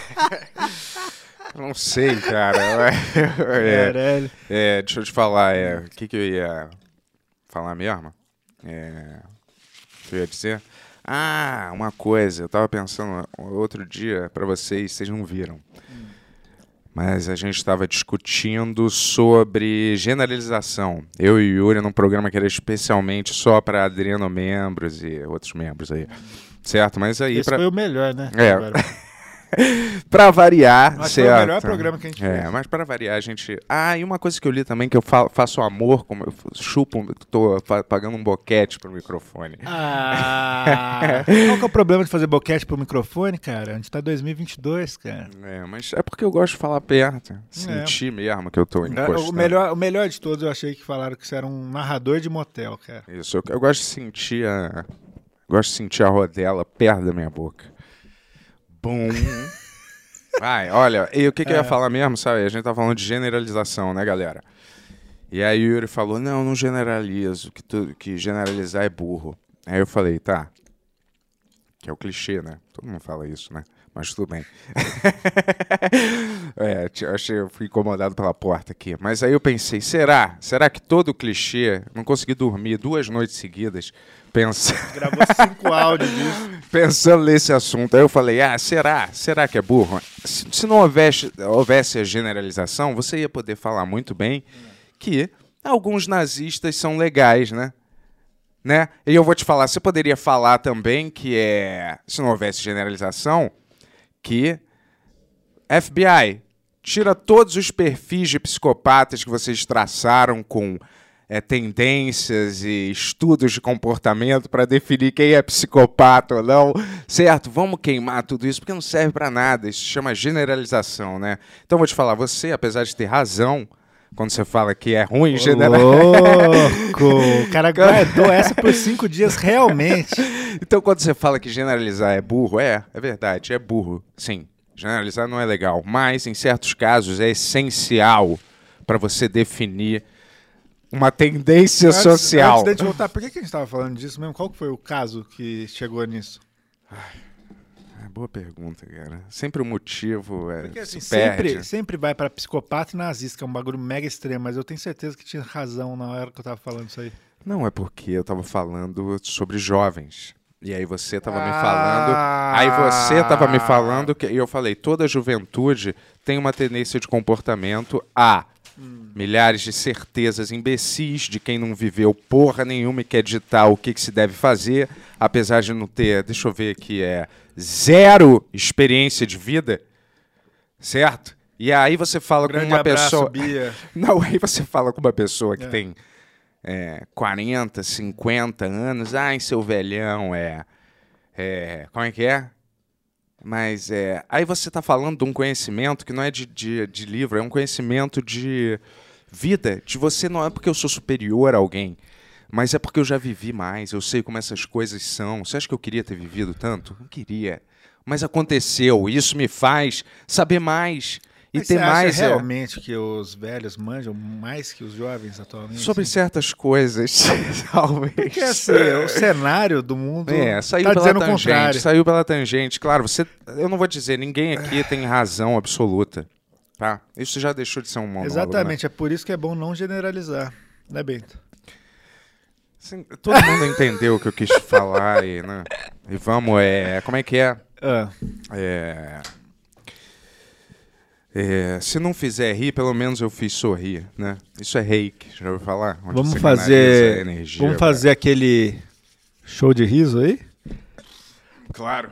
C: Não sei, cara.
D: Caralho.
C: Deixa eu te falar. O que eu ia falar mesmo? O que eu ia dizer? Ah, uma coisa. Eu tava pensando outro dia pra vocês não viram. Mas a gente estava discutindo sobre generalização. Eu e o Yuri num programa que era especialmente só para Adriano membros e outros membros aí. Certo? Mas aí...
D: Esse foi o melhor, né?
C: É. Pra variar,
D: Mas
C: certo?
D: foi o melhor programa que a gente fez.
C: Mas para variar, a gente... Ah, e uma coisa que eu li também, que eu faço amor, como eu chupo, tô pagando um boquete pro microfone.
D: Qual que é o problema de fazer boquete pro microfone, cara? A gente tá em 2022, cara.
C: Mas é porque eu gosto de falar perto. Sentir mesmo que eu tô encostando.
D: O melhor de todos, eu achei que falaram que você era um narrador de motel, cara.
C: Isso, eu gosto de sentir a rodela perto da minha boca. Bum. Vai, olha, e o que eu ia falar mesmo, sabe? A gente tá falando de generalização, né, galera? E aí o Yuri falou, não generalizo, que generalizar é burro. Aí eu falei, tá, que é o clichê, né? Todo mundo fala isso, né? Mas tudo bem. Eu fui incomodado pela porta aqui. Mas aí eu pensei, será que todo clichê, não consegui dormir 2 noites seguidas,
D: Gravou 5 áudios disso.
C: pensando nesse assunto. Aí eu falei, será que é burro? Se não houvesse a generalização, você ia poder falar muito bem que alguns nazistas são legais, né? E eu vou te falar, você poderia falar também que se não houvesse generalização, que FBI, tira todos os perfis de psicopatas que vocês traçaram com tendências e estudos de comportamento para definir quem é psicopata ou não, certo? Vamos queimar tudo isso, porque não serve para nada, isso se chama generalização, né? Então eu vou te falar, você, apesar de ter razão, quando você fala que é ruim generalizar...
D: Louco! O cara guardou essa por 5 dias, realmente.
C: Então quando você fala que generalizar é burro, é verdade, é burro, sim. Generalizar não é legal, mas em certos casos é essencial para você definir uma tendência social.
D: Antes da gente voltar, por que a gente estava falando disso mesmo? Qual que foi o caso que chegou nisso?
C: Boa pergunta, cara. Sempre o motivo
D: Porque assim,
C: se perde.
D: sempre vai para psicopata e nazista, que é um bagulho mega extremo, mas eu tenho certeza que tinha razão na hora que eu tava falando isso aí.
C: Não, é porque eu tava falando sobre jovens. E aí você tava me falando... Aí você tava me falando... E eu falei, toda juventude tem uma tendência de comportamento a... milhares de certezas imbecis de quem não viveu porra nenhuma e quer ditar o que se deve fazer, apesar de não ter, deixa eu ver aqui, 0 experiência de vida, certo? E aí você fala com uma pessoa...
D: Bia.
C: Não, aí você fala com uma pessoa que tem 40, 50 anos, ai, seu velhão, como é que é? Mas aí você está falando de um conhecimento que não é de livro, é um conhecimento de vida. De você não é porque eu sou superior a alguém, mas é porque eu já vivi mais, eu sei como essas coisas são. Você acha que eu queria ter vivido tanto? Não queria. Mas aconteceu, e isso me faz saber mais. E
D: Mas
C: ter
D: você acha
C: mais
D: realmente que os velhos manjam mais que os jovens atualmente?
C: sobre certas coisas, talvez.
D: Porque assim, o cenário do mundo
C: saiu
D: tá
C: pela
D: dizendo o
C: tangente,
D: contrário.
C: saiu pela tangente. Claro, eu não vou dizer, ninguém aqui tem razão absoluta, tá? Isso já deixou de ser um monólogo.
D: Exatamente, é por isso que é bom não generalizar, né, Bento?
C: Sim, todo mundo entendeu o que eu quis falar e, né? E vamos, como é que é? Se não fizer rir, pelo menos eu fiz sorrir, né? Isso é reiki, já ouviu falar? Onde
D: Vamos
C: você
D: fazer,
C: canaliza a energia,
D: vamos fazer aquele show de riso aí?
C: Claro.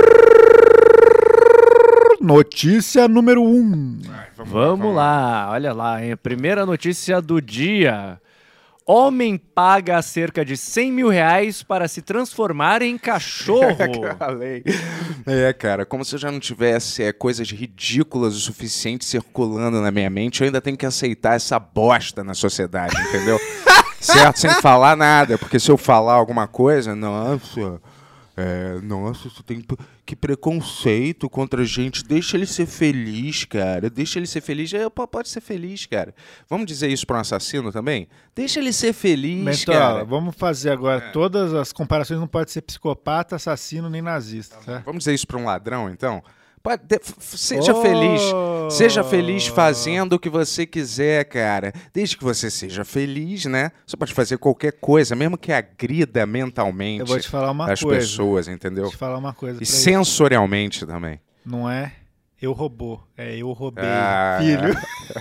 D: Notícia número 1.
E: Vamos lá, olha lá, hein? Primeira notícia do dia. Homem paga cerca de 100 mil reais para se transformar em cachorro.
C: Falei. Cara, como se eu já não tivesse coisas ridículas o suficiente circulando na minha mente, eu ainda tenho que aceitar essa bosta na sociedade, entendeu? Certo? Sem falar nada, porque se eu falar alguma coisa, nossa, isso tem que preconceito contra a gente. Deixa ele ser feliz, cara. Deixa ele ser feliz. Pode ser feliz, cara. Vamos dizer isso para um assassino também? Deixa ele ser feliz,
D: Mentola,
C: cara.
D: vamos fazer agora. Todas as comparações não pode ser psicopata, assassino nem nazista, tá?
C: Vamos dizer isso para um ladrão, então? Seja feliz. Seja feliz fazendo o que você quiser, cara. Desde que você seja feliz, né? Você pode fazer qualquer coisa, mesmo que agrida mentalmente
D: Eu vou te falar uma
C: as
D: coisa.
C: pessoas, entendeu?
D: Vou te falar uma coisa.
C: E
D: pra isso.
C: sensorialmente também.
D: Não é eu robô, é eu roubei.
C: Ah,
D: Filho,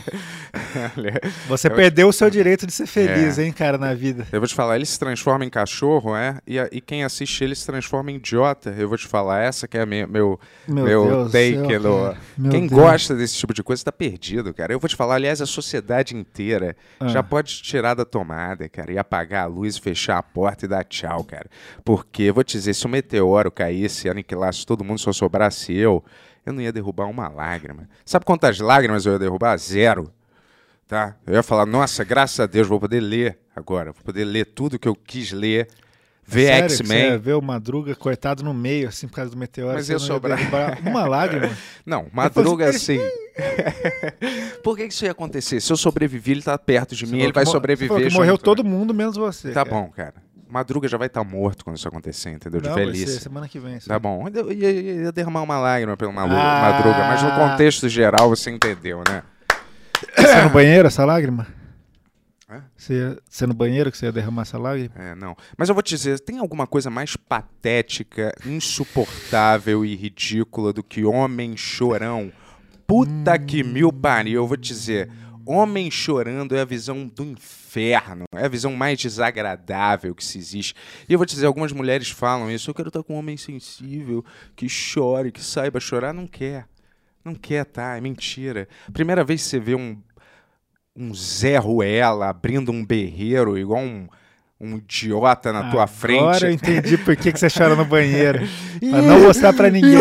D: você perdeu o seu direito de ser feliz, hein, cara, na vida.
C: Eu vou te falar, ele se transforma em cachorro, e quem assiste ele se transforma em idiota. Eu vou te falar, essa que é meu
D: Deus
C: take.
D: do céu, cara. Meu
C: Quem
D: Deus.
C: gosta desse tipo de coisa tá perdido, cara. Eu vou te falar, aliás, a sociedade inteira já pode te tirar da tomada, cara, e apagar a luz, fechar a porta e dar tchau, cara. Porque, eu vou te dizer, se um meteoro caísse e aniquilasse todo mundo, só sobrasse eu não ia derrubar uma lágrima. Sabe quantas lágrimas eu ia derrubar? 0. Tá? Eu ia falar, nossa, graças a Deus, vou poder ler agora. Vou poder ler tudo que eu quis ler. Ver
D: Sério que
C: X-Men.
D: Você ia ver o Madruga cortado no meio, assim, por causa do meteoro.
C: Mas
D: você
C: ia
D: não
C: sobrar.
D: derrubar uma lágrima.
C: Não, Madruga
D: Ele
C: assim. Por que isso ia acontecer? Se eu sobreviver, ele tá perto de mim, ele vai
D: Você
C: sobreviver.
D: falou que morreu
C: junto.
D: todo mundo, menos você.
C: Tá
D: cara.
C: bom, cara. Madruga já vai estar morto quando isso acontecer, entendeu? De
D: Não, vai
C: velhice.
D: ser semana que vem.
C: Tá bom. Eu ia derramar uma lágrima pelo Madruga, mas no contexto geral você entendeu, né?
D: Você ia no banheiro, essa lágrima?
C: Hã?
D: Você ia no banheiro que você ia derramar essa lágrima?
C: Não. Mas eu vou te dizer, tem alguma coisa mais patética, insuportável e ridícula do que homem chorão? Puta que mil pariu, eu vou te dizer. Homem chorando é a visão do inferno, é a visão mais desagradável que se existe. E eu vou te dizer, algumas mulheres falam isso, eu quero estar com um homem sensível, que chore, que saiba chorar. Não quer. Não quer, tá? É mentira. Primeira vez que você vê um Zé Ruela abrindo um berreiro igual um idiota na tua frente.
D: Agora eu entendi por que você chora no banheiro. Pra não mostrar pra ninguém.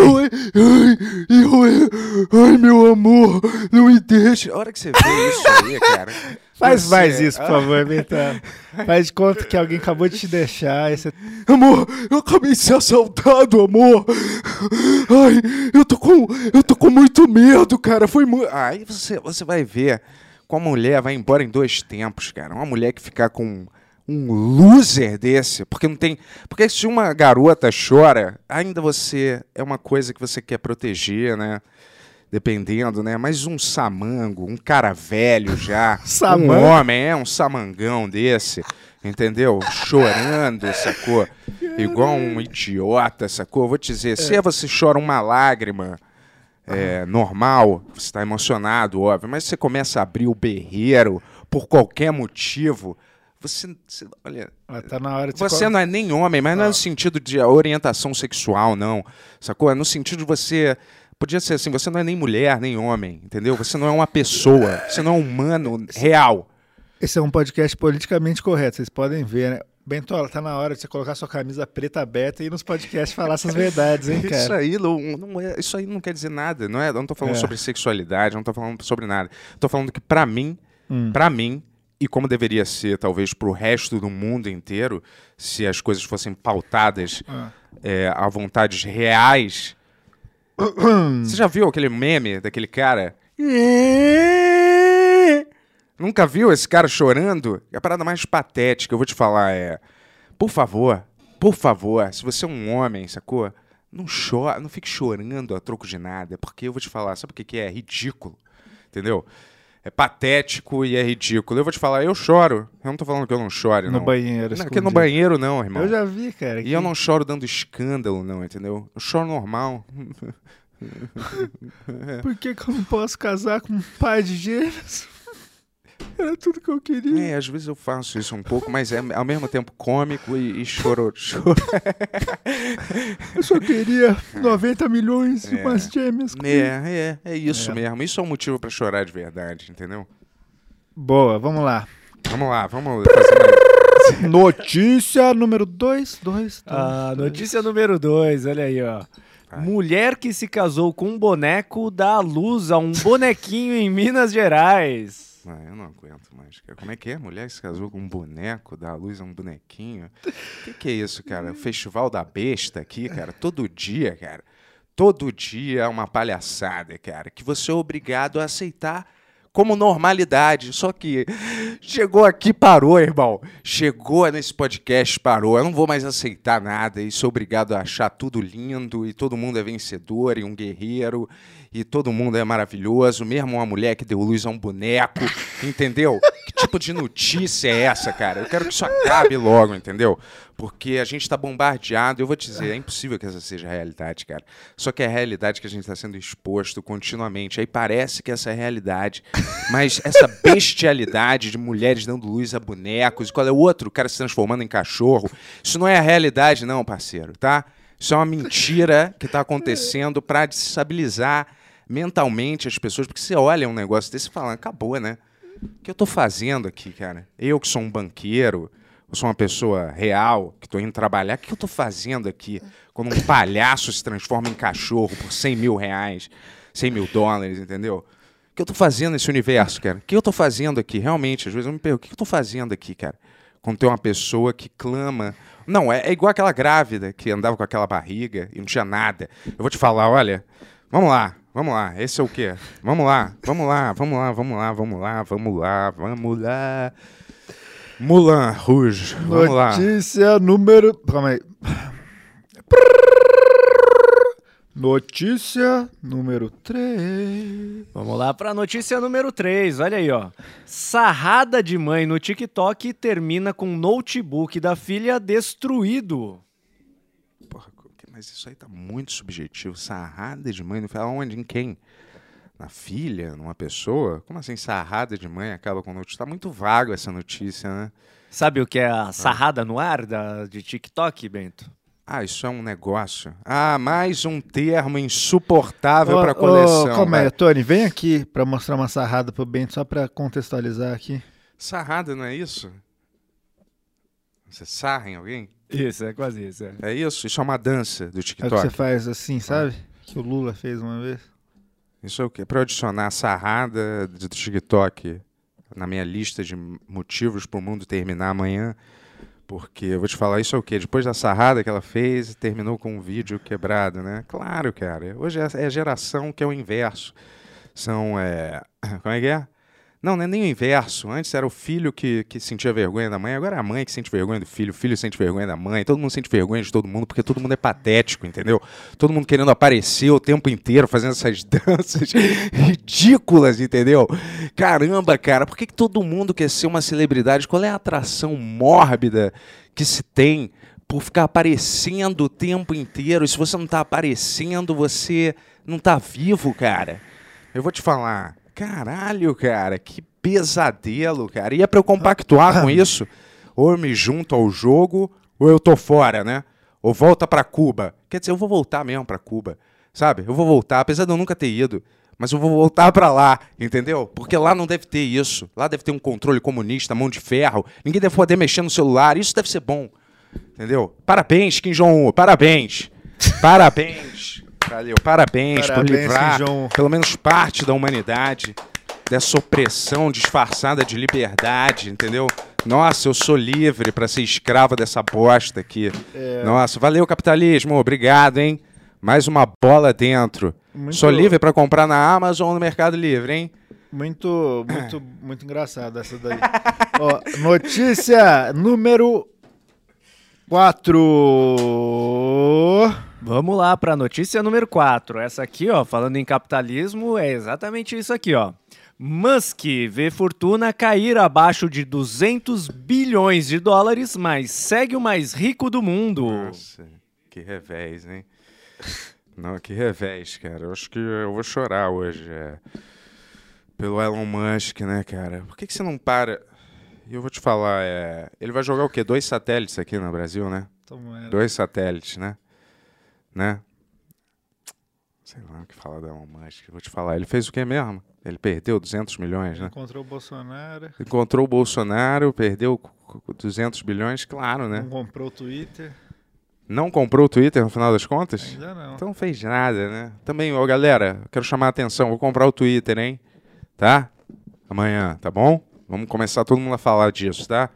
C: Ai, meu amor, não me deixa. A hora que você vê isso aí, cara...
D: Faz mais isso, por favor, Betão. Faz de conta que alguém acabou de te deixar. Aí você...
C: Amor, eu acabei de ser assaltado, amor. Ai, eu tô com muito medo, cara. Foi muito... Aí você vai ver como a mulher vai embora em 2 tempos, cara. Uma mulher que ficar com um loser desse, porque se uma garota chora, ainda você é uma coisa que você quer proteger, né? Dependendo, né? Mas um samango, um cara velho já, um homem, um samangão desse, entendeu? Chorando, sacou? Igual um idiota, sacou? Vou te dizer, se você chora uma lágrima normal, você está emocionado, óbvio, mas você começa a abrir o berreiro por qualquer motivo, você olha,
D: tá na hora de
C: você não é nem homem, mas não é no sentido de orientação sexual, não, sacou? É no sentido de você... Podia ser assim, você não é nem mulher, nem homem, entendeu? Você não é uma pessoa, você não é um humano real.
D: Esse é um podcast politicamente correto, vocês podem ver, né? Bentola, tá na hora de você colocar sua camisa preta aberta e ir nos podcasts falar essas verdades, hein, cara?
C: Isso aí não quer dizer nada, não é? Eu não tô falando sobre sexualidade, não tô falando sobre nada. Tô falando que pra mim, e como deveria ser, talvez, pro resto do mundo inteiro, se as coisas fossem pautadas a vontades reais... Você já viu aquele meme daquele cara? Nunca viu esse cara chorando? A parada mais patética, eu vou te falar, por favor, se você é um homem, sacou? Não chora, não fique chorando a troco de nada, porque eu vou te falar, sabe o que é? É ridículo, entendeu? É patético e é ridículo. Eu vou te falar, eu choro. Eu não tô falando que eu não chore, não.
D: No banheiro,
C: não, que no banheiro não, irmão.
D: Eu já vi, cara.
C: E eu não choro dando escândalo, não, entendeu? Eu choro normal.
D: Por que eu não posso casar com um pai de gêmeos? Era tudo que eu queria.
C: Às vezes eu faço isso um pouco, mas é ao mesmo tempo cômico e choro.
D: Eu só queria 90 milhões e umas gêmeas.
C: É isso mesmo. Isso é um motivo pra chorar de verdade, entendeu?
D: Boa, vamos lá.
C: Vamos lá, vamos fazer mais.
D: Notícia número 2.
E: Notícia número 2, olha aí, ó.
C: Vai.
E: Mulher que se casou com um boneco dá à luz a um bonequinho em Minas Gerais.
C: Ah, eu não aguento mais, cara. Como é que é? Mulher que se casou com um boneco, dá a luz a um bonequinho. O que é isso, cara? O Festival da Besta aqui, cara. Todo dia, cara. Todo dia é uma palhaçada, cara. Que você é obrigado a aceitar como normalidade. Só que chegou aqui, parou, irmão. Chegou nesse podcast, parou. Eu não vou mais aceitar nada e sou obrigado a achar tudo lindo e todo mundo é vencedor e um guerreiro e todo mundo é maravilhoso, mesmo uma mulher que deu luz a um boneco, entendeu? Que tipo de notícia é essa, cara? Eu quero que isso acabe logo, entendeu? Porque a gente está bombardeado, eu vou te dizer, é impossível que essa seja a realidade, cara. Só que é a realidade que a gente está sendo exposto continuamente. Aí parece que essa é a realidade, mas essa bestialidade de mulheres dando luz a bonecos, e qual é o outro? O cara se transformando em cachorro. Isso não é a realidade não, parceiro, tá? Isso é uma mentira que está acontecendo para desestabilizar mentalmente as pessoas, porque você olha um negócio desse e fala, acabou, né? O que eu tô fazendo aqui, cara? Eu que sou um banqueiro, eu sou uma pessoa real, que tô indo trabalhar, o que eu tô fazendo aqui? Quando um palhaço se transforma em cachorro por 100 mil reais, 100 mil dólares, entendeu? O que eu tô fazendo nesse universo, cara? O que eu tô fazendo aqui? Realmente, às vezes eu me pergunto, o que eu tô fazendo aqui, cara? Quando tem uma pessoa que clama... Não, é igual aquela grávida que andava com aquela barriga e não tinha nada. Eu vou te falar, olha, vamos lá, esse é o quê? Vamos lá. Moulin Rouge, vamos lá.
D: Notícia número... Calma aí. Notícia número 3.
E: Vamos lá pra notícia número 3, olha aí, ó. Sarrada de mãe no TikTok termina com notebook da filha destruído.
C: Porra, mas isso aí tá muito subjetivo. Sarrada de mãe, não fala onde, em quem? Na filha, numa pessoa? Como assim sarrada de mãe acaba com notícia? Tá muito vago essa notícia, né?
E: Sabe o que é a sarrada no ar de TikTok, Bento?
C: Ah, isso é um negócio. Ah, mais um termo insuportável pra coleção.
D: Calma aí,
C: vai.
D: Tony, vem aqui pra mostrar uma sarrada pro Bento, só pra contextualizar aqui.
C: Sarrada, não é isso? Você sarra em alguém?
E: Isso, é quase isso. É.
C: É isso? Isso é uma dança do
D: É o que
C: TikTok.
D: você faz assim, sabe? Que o Lula fez uma vez.
C: Isso é o quê? Para eu adicionar a sarrada do TikTok na minha lista de motivos para o mundo terminar amanhã, porque eu vou te falar, isso é o quê? Depois da sarrada que ela fez, terminou com um vídeo quebrado, né? Claro, cara. Hoje é a geração que é o inverso. São, como é que é? Não é nem o inverso. Antes era o filho que sentia vergonha da mãe, agora é a mãe que sente vergonha do filho, o filho sente vergonha da mãe, todo mundo sente vergonha de todo mundo, porque todo mundo é patético, entendeu? Todo mundo querendo aparecer o tempo inteiro, fazendo essas danças ridículas, entendeu? Caramba, cara, por que todo mundo quer ser uma celebridade? Qual é a atração mórbida que se tem por ficar aparecendo o tempo inteiro? E se você não tá aparecendo, você não tá vivo, cara. Eu vou te falar... Caralho, cara, que pesadelo, cara. E é pra eu compactuar com isso? Ou eu me junto ao jogo, ou eu tô fora, né? Ou volta pra Cuba. Quer dizer, eu vou voltar mesmo pra Cuba, sabe? Eu vou voltar, apesar de eu nunca ter ido. Mas eu vou voltar pra lá, entendeu? Porque lá não deve ter isso. Lá deve ter um controle comunista, mão de ferro. Ninguém deve poder mexer no celular. Isso deve ser bom, entendeu? Parabéns, Kim Jong-un. Parabéns. Parabéns. Valeu, parabéns por livrar pelo menos parte da humanidade dessa opressão disfarçada de liberdade, entendeu? Nossa, eu sou livre para ser escravo dessa bosta aqui. Nossa, valeu capitalismo, obrigado, hein? Mais uma bola dentro. Sou livre para comprar na Amazon ou no Mercado Livre, hein?
D: Muito engraçado essa daí. Ó, notícia número 4.
E: Vamos lá para a notícia número 4. Essa aqui, ó, falando em capitalismo, é exatamente isso aqui, ó. Musk vê fortuna cair abaixo de 200 bilhões de dólares, mas segue o mais rico do mundo.
C: Nossa, que revés, hein? Não, que revés, cara. Eu acho que eu vou chorar hoje. Pelo Elon Musk, né, cara? Por que você não para... Eu vou te falar, ele vai jogar o quê? 2 satélites aqui no Brasil, né? 2 satélites, né? Sei lá o que falar da Elon Musk. Vou te falar, ele fez o que mesmo? Ele perdeu 200 milhões, né?
D: Encontrou o Bolsonaro.
C: Encontrou o Bolsonaro, perdeu 200 bilhões, claro, né?
D: Não comprou o Twitter.
C: Não comprou o Twitter no final das contas?
D: Ainda não.
C: Então não fez nada, né? Também, ó, galera, quero chamar a atenção, vou comprar o Twitter, hein? Tá? Amanhã, tá bom? Vamos começar todo mundo a falar disso, tá?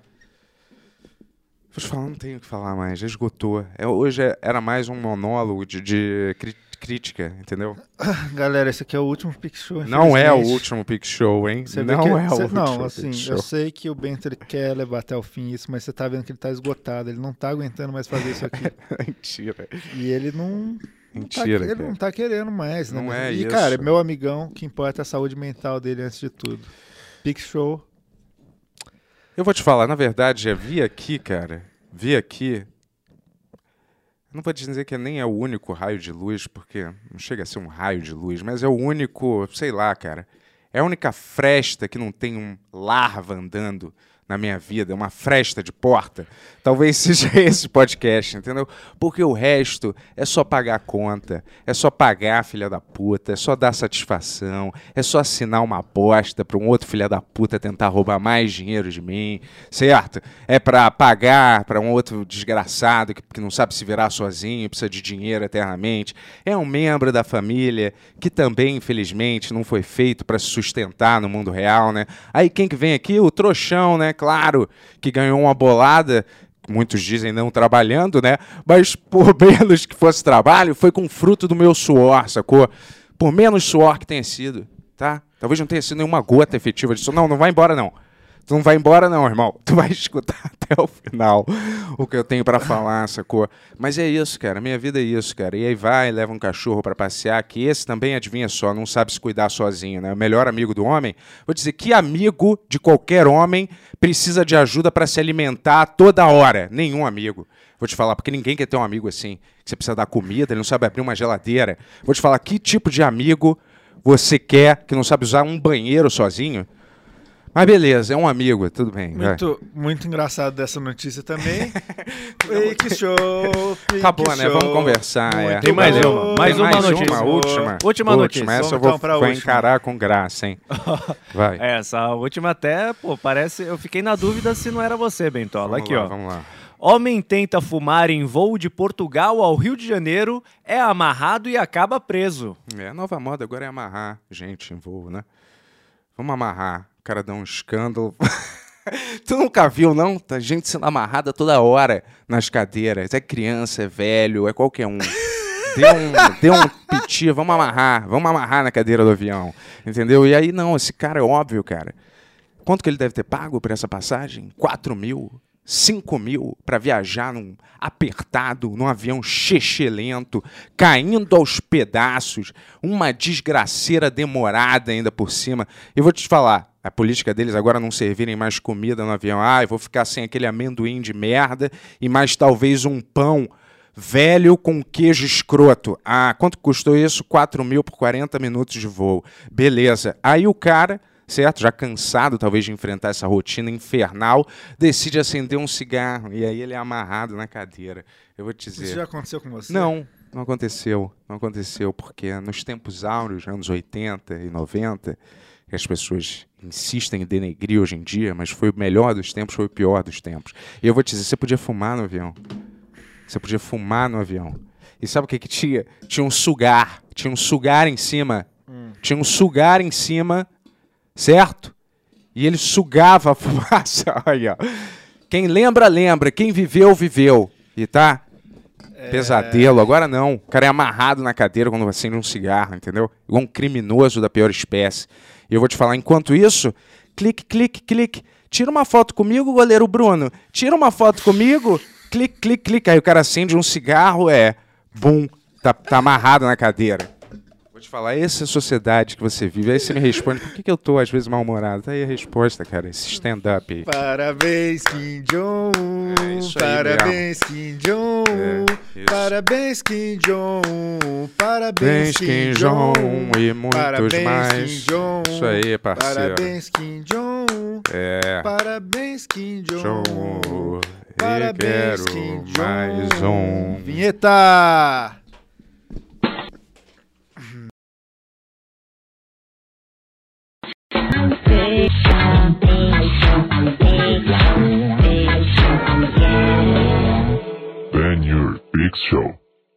C: Vou te falar, não tenho o que falar mais, já esgotou. Hoje era mais um monólogo de crítica, entendeu?
D: Galera, esse aqui é o último Pix Show.
C: Não é o
D: infelizmente.
C: último Pix Show, hein?
D: Você vê
C: Não
D: que-
C: é o
D: cê-
C: último
D: Não, assim,
C: Pix Show.
D: eu sei que o Bento ele quer levar até o fim isso, mas você tá vendo que ele tá esgotado. Ele não tá aguentando mais fazer isso aqui.
C: Mentira.
D: E ele não.
C: Mentira,
D: Ele
C: cara.
D: não tá querendo mais, né?
C: Não é
D: e,
C: isso.
D: cara, meu amigão, o que importa é a saúde mental dele antes de tudo. Pix Show.
C: Eu vou te falar, na verdade, já vi aqui, cara. Vi aqui. Eu não vou te dizer que nem é o único raio de luz, porque não chega a ser um raio de luz, mas é o único, sei lá, cara. É a única fresta que não tem um larva andando na minha vida, uma fresta de porta. Talvez seja esse podcast, entendeu? Porque o resto é só pagar a conta, é só pagar, filha da puta, é só dar satisfação, é só assinar uma bosta para um outro filha da puta tentar roubar mais dinheiro de mim, certo? É para pagar para um outro desgraçado que não sabe se virar sozinho, precisa de dinheiro eternamente. É um membro da família que também, infelizmente, não foi feito para se sustentar no mundo real, né? Aí quem que vem aqui? O trouxão, né? Claro, que ganhou uma bolada, muitos dizem não trabalhando, né? Mas por menos que fosse trabalho, foi com fruto do meu suor, sacou? Por menos suor que tenha sido, tá? Talvez não tenha sido nenhuma gota efetiva disso. Não vai embora não. Tu não vai embora não, irmão. Tu vai escutar até o final o que eu tenho pra falar, sacou? Mas é isso, cara. Minha vida é isso, cara. E aí vai, leva um cachorro pra passear, que esse também, adivinha só, não sabe se cuidar sozinho, né? O melhor amigo do homem. Vou dizer, que amigo de qualquer homem precisa de ajuda pra se alimentar toda hora? Nenhum amigo. Vou te falar, porque ninguém quer ter um amigo assim, que você precisa dar comida, ele não sabe abrir uma geladeira. Vou te falar, que tipo de amigo você quer que não sabe usar um banheiro sozinho? Mas beleza, é um amigo, tudo bem. vai.
D: Muito engraçado dessa notícia também. Pix Show. Pix
C: Acabou, né?
D: Show.
C: Vamos conversar.
D: Muito
E: Tem mais
D: bom.
E: uma, mais
C: Tem
E: uma notícia.
C: Última
E: notícia.
C: Essa
D: Vamos
C: eu vou,
D: então pra
C: vou
D: última.
C: encarar com graça, hein? Vai.
E: Essa última até, pô, parece... Eu fiquei na dúvida se não era você, Bentola.
C: Vamos
E: Aqui,
C: lá,
E: ó.
C: Vamos lá.
E: Homem tenta fumar em voo de Portugal ao Rio de Janeiro, é amarrado e acaba preso.
C: A nova moda agora é amarrar gente em voo, né? Vamos amarrar. O cara dá um escândalo. Tu nunca viu, não? Tá gente sendo amarrada toda hora nas cadeiras. É criança, é velho, é qualquer um. Deu um piti, vamos amarrar na cadeira do avião. Entendeu? E aí, não, esse cara é óbvio, cara. Quanto que ele deve ter pago por essa passagem? 4 mil? 5 mil para viajar num apertado, num avião lento, caindo aos pedaços, uma desgraceira demorada ainda por cima. Eu vou te falar, a política deles agora não servirem mais comida no avião. Eu vou ficar sem aquele amendoim de merda e mais talvez um pão velho com queijo escroto. Quanto custou isso? 4 mil por 40 minutos de voo. Beleza. Aí o cara... certo? Já cansado, talvez, de enfrentar essa rotina infernal, decide acender um cigarro. E aí ele é amarrado na cadeira. Eu vou te dizer...
D: Isso já aconteceu com você?
C: Não aconteceu. Não aconteceu, porque nos tempos áureos, anos 80 e 90, que as pessoas insistem em denegrir hoje em dia, mas foi o melhor dos tempos, foi o pior dos tempos. E eu vou te dizer, você podia fumar no avião. Você podia fumar no avião. E sabe o que tinha? Tinha um sugar. Tinha um sugar em cima. Tinha um sugar em cima... certo? E ele sugava a fumaça. Olha, ó. Quem lembra, lembra. Quem viveu, viveu. E tá? Pesadelo. Agora não. O cara é amarrado na cadeira quando acende um cigarro, entendeu? Igual um criminoso da pior espécie. E eu vou te falar, enquanto isso, clique, clique, clique. Tira uma foto comigo, goleiro Bruno. Tira uma foto comigo. Clique, clique, clique. Aí o cara acende um cigarro, bum, tá amarrado na cadeira. Te falar, essa sociedade que você vive, aí você me responde, por que eu tô às vezes mal-humorado? Tá aí a resposta, cara, esse stand-up aí.
D: Parabéns, Kim Jong-un.
C: É isso aí
D: Parabéns, Kim Jong-un.
C: Isso.
D: Parabéns, Kim Jong-un. Parabéns, Kim
C: Kim
D: Jong-un.
C: Jong-un e muitos
D: Parabéns,
C: mais.
D: Kim Jong-un.
C: Isso aí, parceiro.
D: Parabéns, Kim Jong-un. Parabéns, Kim Jong-un.
C: Jong-un. E
D: Parabéns,
C: quero
D: Kim
C: mais
D: Jong-un.
C: um.
D: Vinheta!
B: Pix Show.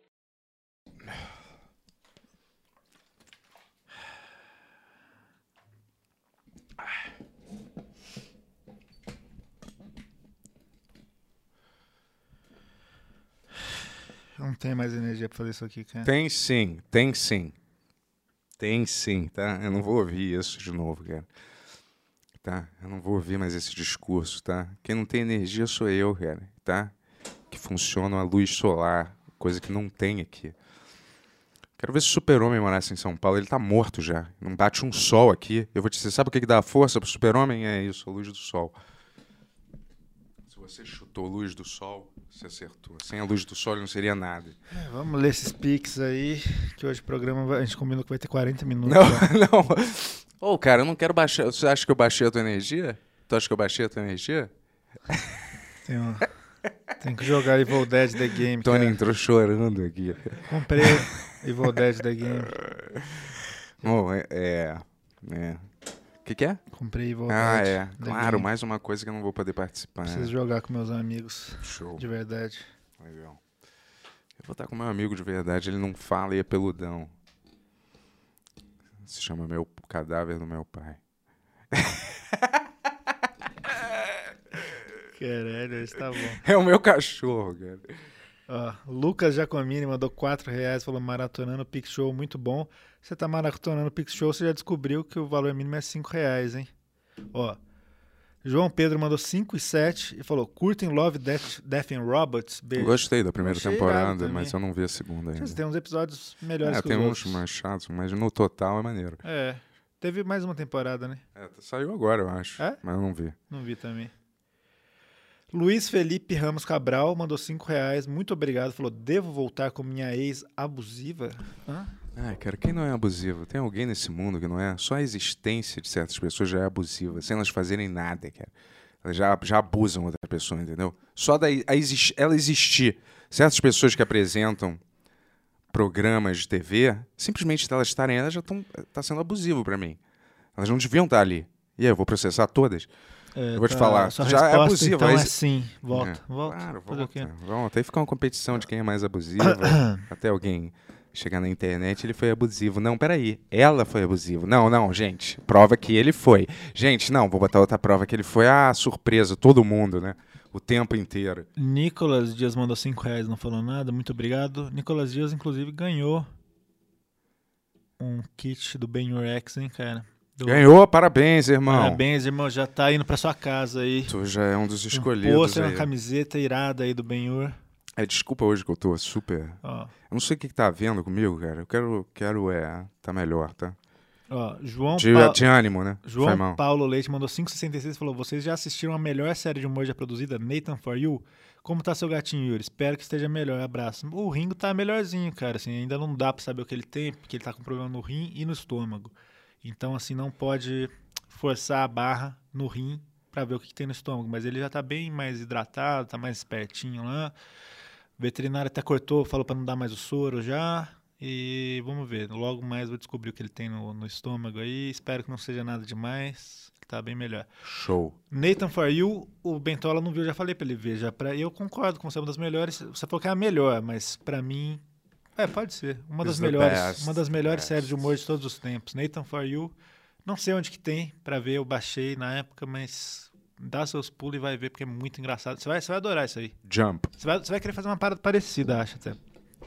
D: Eu não tenho mais energia pra fazer isso aqui, cara.
C: Tem sim, tem sim. Tem sim, tá? Eu não vou ouvir isso de novo, cara. Tá? Eu não vou ouvir mais esse discurso, tá? Quem não tem energia sou eu, cara, tá? Que funciona a luz solar, coisa que não tem aqui. Quero ver se o Super-Homem morasse em São Paulo. Ele tá morto já. Não bate um sol aqui. Eu vou te dizer, sabe o que dá força pro Super-Homem? É isso, a luz do sol. Se você chutou a luz do sol, você acertou. Sem a luz do sol, ele não seria nada.
D: Vamos ler esses pics aí, que hoje o programa a gente combinou que vai ter 40 minutos.
C: Não,
D: tá?
C: não. Ô, cara, eu não quero baixar. Você acha que eu baixei a tua energia? Tu acha que eu baixei a tua energia?
D: Tem que jogar Evil Dead The Game,
C: Tony
D: cara.
C: entrou chorando aqui.
D: Comprei Evil Dead The Game.
C: Bom, O que é?
D: Comprei Evil
C: Ah,
D: Dead
C: é.
D: The
C: Claro,
D: Game.
C: mais uma coisa que eu não vou poder participar.
D: Preciso jogar com meus amigos,
C: Show.
D: de verdade.
C: Legal. Eu vou estar com meu amigo de verdade, ele não fala e é peludão. Se chama meu cadáver do meu pai.
D: Caralho, esse tá bom.
C: É o meu cachorro, cara.
D: Ó, Lucas Giacomini mandou R$4, falou maratonando o Pix Show, muito bom. Você tá maratonando o Pix Show, você já descobriu que o valor mínimo é R$5, hein? Ó, João Pedro mandou 5 e 7 e falou, curtem Love, Death and Robots?
C: Eu
D: Beijo.
C: gostei da primeira
D: Achei irado
C: temporada,
D: também.
C: mas eu não vi a segunda ainda.
D: Tem uns episódios melhores que
C: Tem
D: os
C: uns
D: outros.
C: mais chatos, mas no total é maneiro.
D: É, teve mais uma temporada, né?
C: Saiu agora, eu acho.
D: É?
C: Mas eu não vi.
D: Não vi também. Luiz Felipe Ramos Cabral mandou R$5, muito obrigado. Falou, devo voltar com minha ex abusiva? Hã?
C: Ai, cara, quem não é abusivo? Tem alguém nesse mundo que não é? Só a existência de certas pessoas já é abusiva, sem elas fazerem nada, cara. Elas já abusam outra pessoa, entendeu? Só ela existir. Certas pessoas que apresentam programas de TV, simplesmente elas estarem, elas já estão sendo abusivo pra mim. Elas não deviam estar ali. E aí, eu vou processar todas? Eu vou te falar,
D: Sua
C: já é
D: resposta,
C: abusiva.
D: então,
C: mas-
D: é sim. Volta,
C: É,
D: volta.
C: Claro,
D: Fazer o quê?
C: volta. Aí fica uma competição de quem é mais abusiva. Até alguém chegar na internet, ele foi abusivo. Não, peraí, ela foi abusiva. Não, gente, prova que ele foi. Gente, não, vou botar outra prova que ele foi. Ah, surpresa, todo mundo, né? O tempo inteiro.
D: Nicolas Dias mandou R$5, não falou nada, muito obrigado. Nicolas Dias, inclusive, ganhou um kit do Ben-Hur X, hein, cara?
C: Ganhou, parabéns, irmão.
D: Parabéns, irmão, já tá indo pra sua casa aí.
C: Tu já é um dos
D: Um
C: escolhidos
D: pôster, uma
C: aí.
D: camiseta irada aí do Ben-Hur.
C: Desculpa hoje que eu tô super...
D: Ó,
C: Eu não sei o que tá havendo comigo, cara. Eu quero tá melhor, tá?
D: ó, João,
C: De ânimo, né? Foi
D: João
C: mal.
D: Paulo Leite mandou 5,66 e falou, vocês já assistiram a melhor série de humor já produzida, Nathan For You? Como tá seu gatinho, Yuri? Espero que esteja melhor. Abraço. O Ringo tá melhorzinho, cara. Assim, ainda não dá pra saber o que ele tem, porque ele tá com problema no rim e no estômago. Então, assim, não pode forçar a barra no rim pra ver o que tem no estômago. Mas ele já tá bem mais hidratado, tá mais espertinho lá. O veterinário até cortou, falou pra não dar mais o soro já. E vamos ver. Logo mais vou descobrir o que ele tem no estômago aí. Espero que não seja nada demais. Que tá bem melhor.
C: Show.
D: Nathan For You, o Bentola não viu, já falei pra ele ver. Eu concordo com você, é uma das melhores. Você falou que é a melhor, mas pra mim. Pode ser. Uma das
C: It's the
D: melhores.
C: best,
D: Uma das melhores
C: best.
D: séries de humor de todos os tempos. Nathan For You. Não sei onde que tem pra ver, eu baixei na época, mas dá seus pulos e vai ver, porque é muito engraçado. Você vai adorar isso aí.
C: Jump.
D: Você vai querer fazer uma parada parecida, acho até.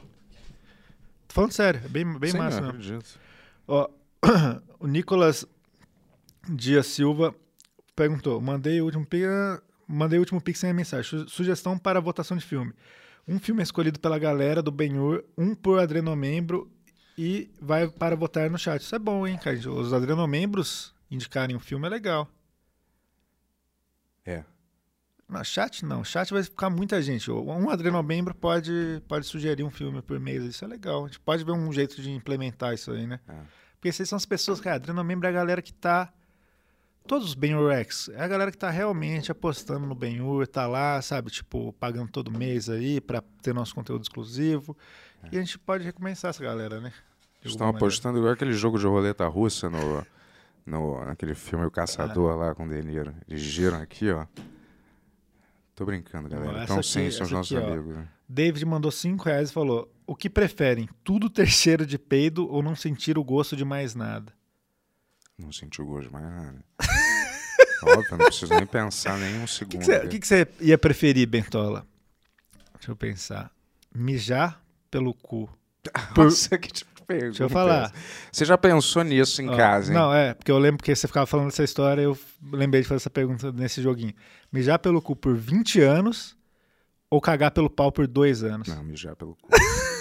D: Tô falando sério, é bem
C: Sim,
D: massa
C: eu
D: mesmo.
C: acredito.
D: Ó, o Nicolas Dias Silva perguntou: mandei o último pix sem a mensagem. Sugestão para votação de filme. Um filme é escolhido pela galera do Ben-Hur, um por adrenomembro e vai para votar no chat. Isso é bom, hein, cara? Os adrenomembros indicarem um filme é legal.
C: É.
D: Não, chat não. Chat vai ficar muita gente. Um adrenomembro pode sugerir um filme por mês. Isso é legal. A gente pode ver um jeito de implementar isso aí, né?
C: É.
D: Porque vocês são as pessoas, cara, adrenomembro é a galera que tá... Todos os Ben-Hur X, é a galera que tá realmente apostando no Ben-Hur, tá lá, sabe, tipo, pagando todo mês aí pra ter nosso conteúdo exclusivo. E a gente pode recomeçar essa galera, né? De
C: Estão
D: alguma maneira.
C: apostando igual aquele jogo de roleta russa naquele filme O Caçador lá com o De Niro. Eles giram aqui, ó. Tô brincando, galera.
D: Essa
C: Então
D: aqui-
C: sim, são os
D: essa
C: nossos
D: aqui, ó.
C: amigos. Né?
D: David mandou R$5 e falou: o que preferem? Tudo ter cheiro de peido ou não sentir o gosto de mais nada?
C: Não senti o gosto de mais nada. Óbvio, não preciso nem pensar nem um
D: O
C: segundo.
D: que você ia preferir, Bentola? Deixa eu pensar. Mijar pelo cu.
C: Nossa, que tipo de pergunta.
D: Deixa eu falar.
C: Você já pensou nisso em
D: Ó,
C: casa, hein?
D: Não, porque eu lembro que você ficava falando dessa história, eu lembrei de fazer essa pergunta nesse joguinho. Mijar pelo cu por 20 anos ou cagar pelo pau por 2 anos?
C: Não, mijar pelo cu.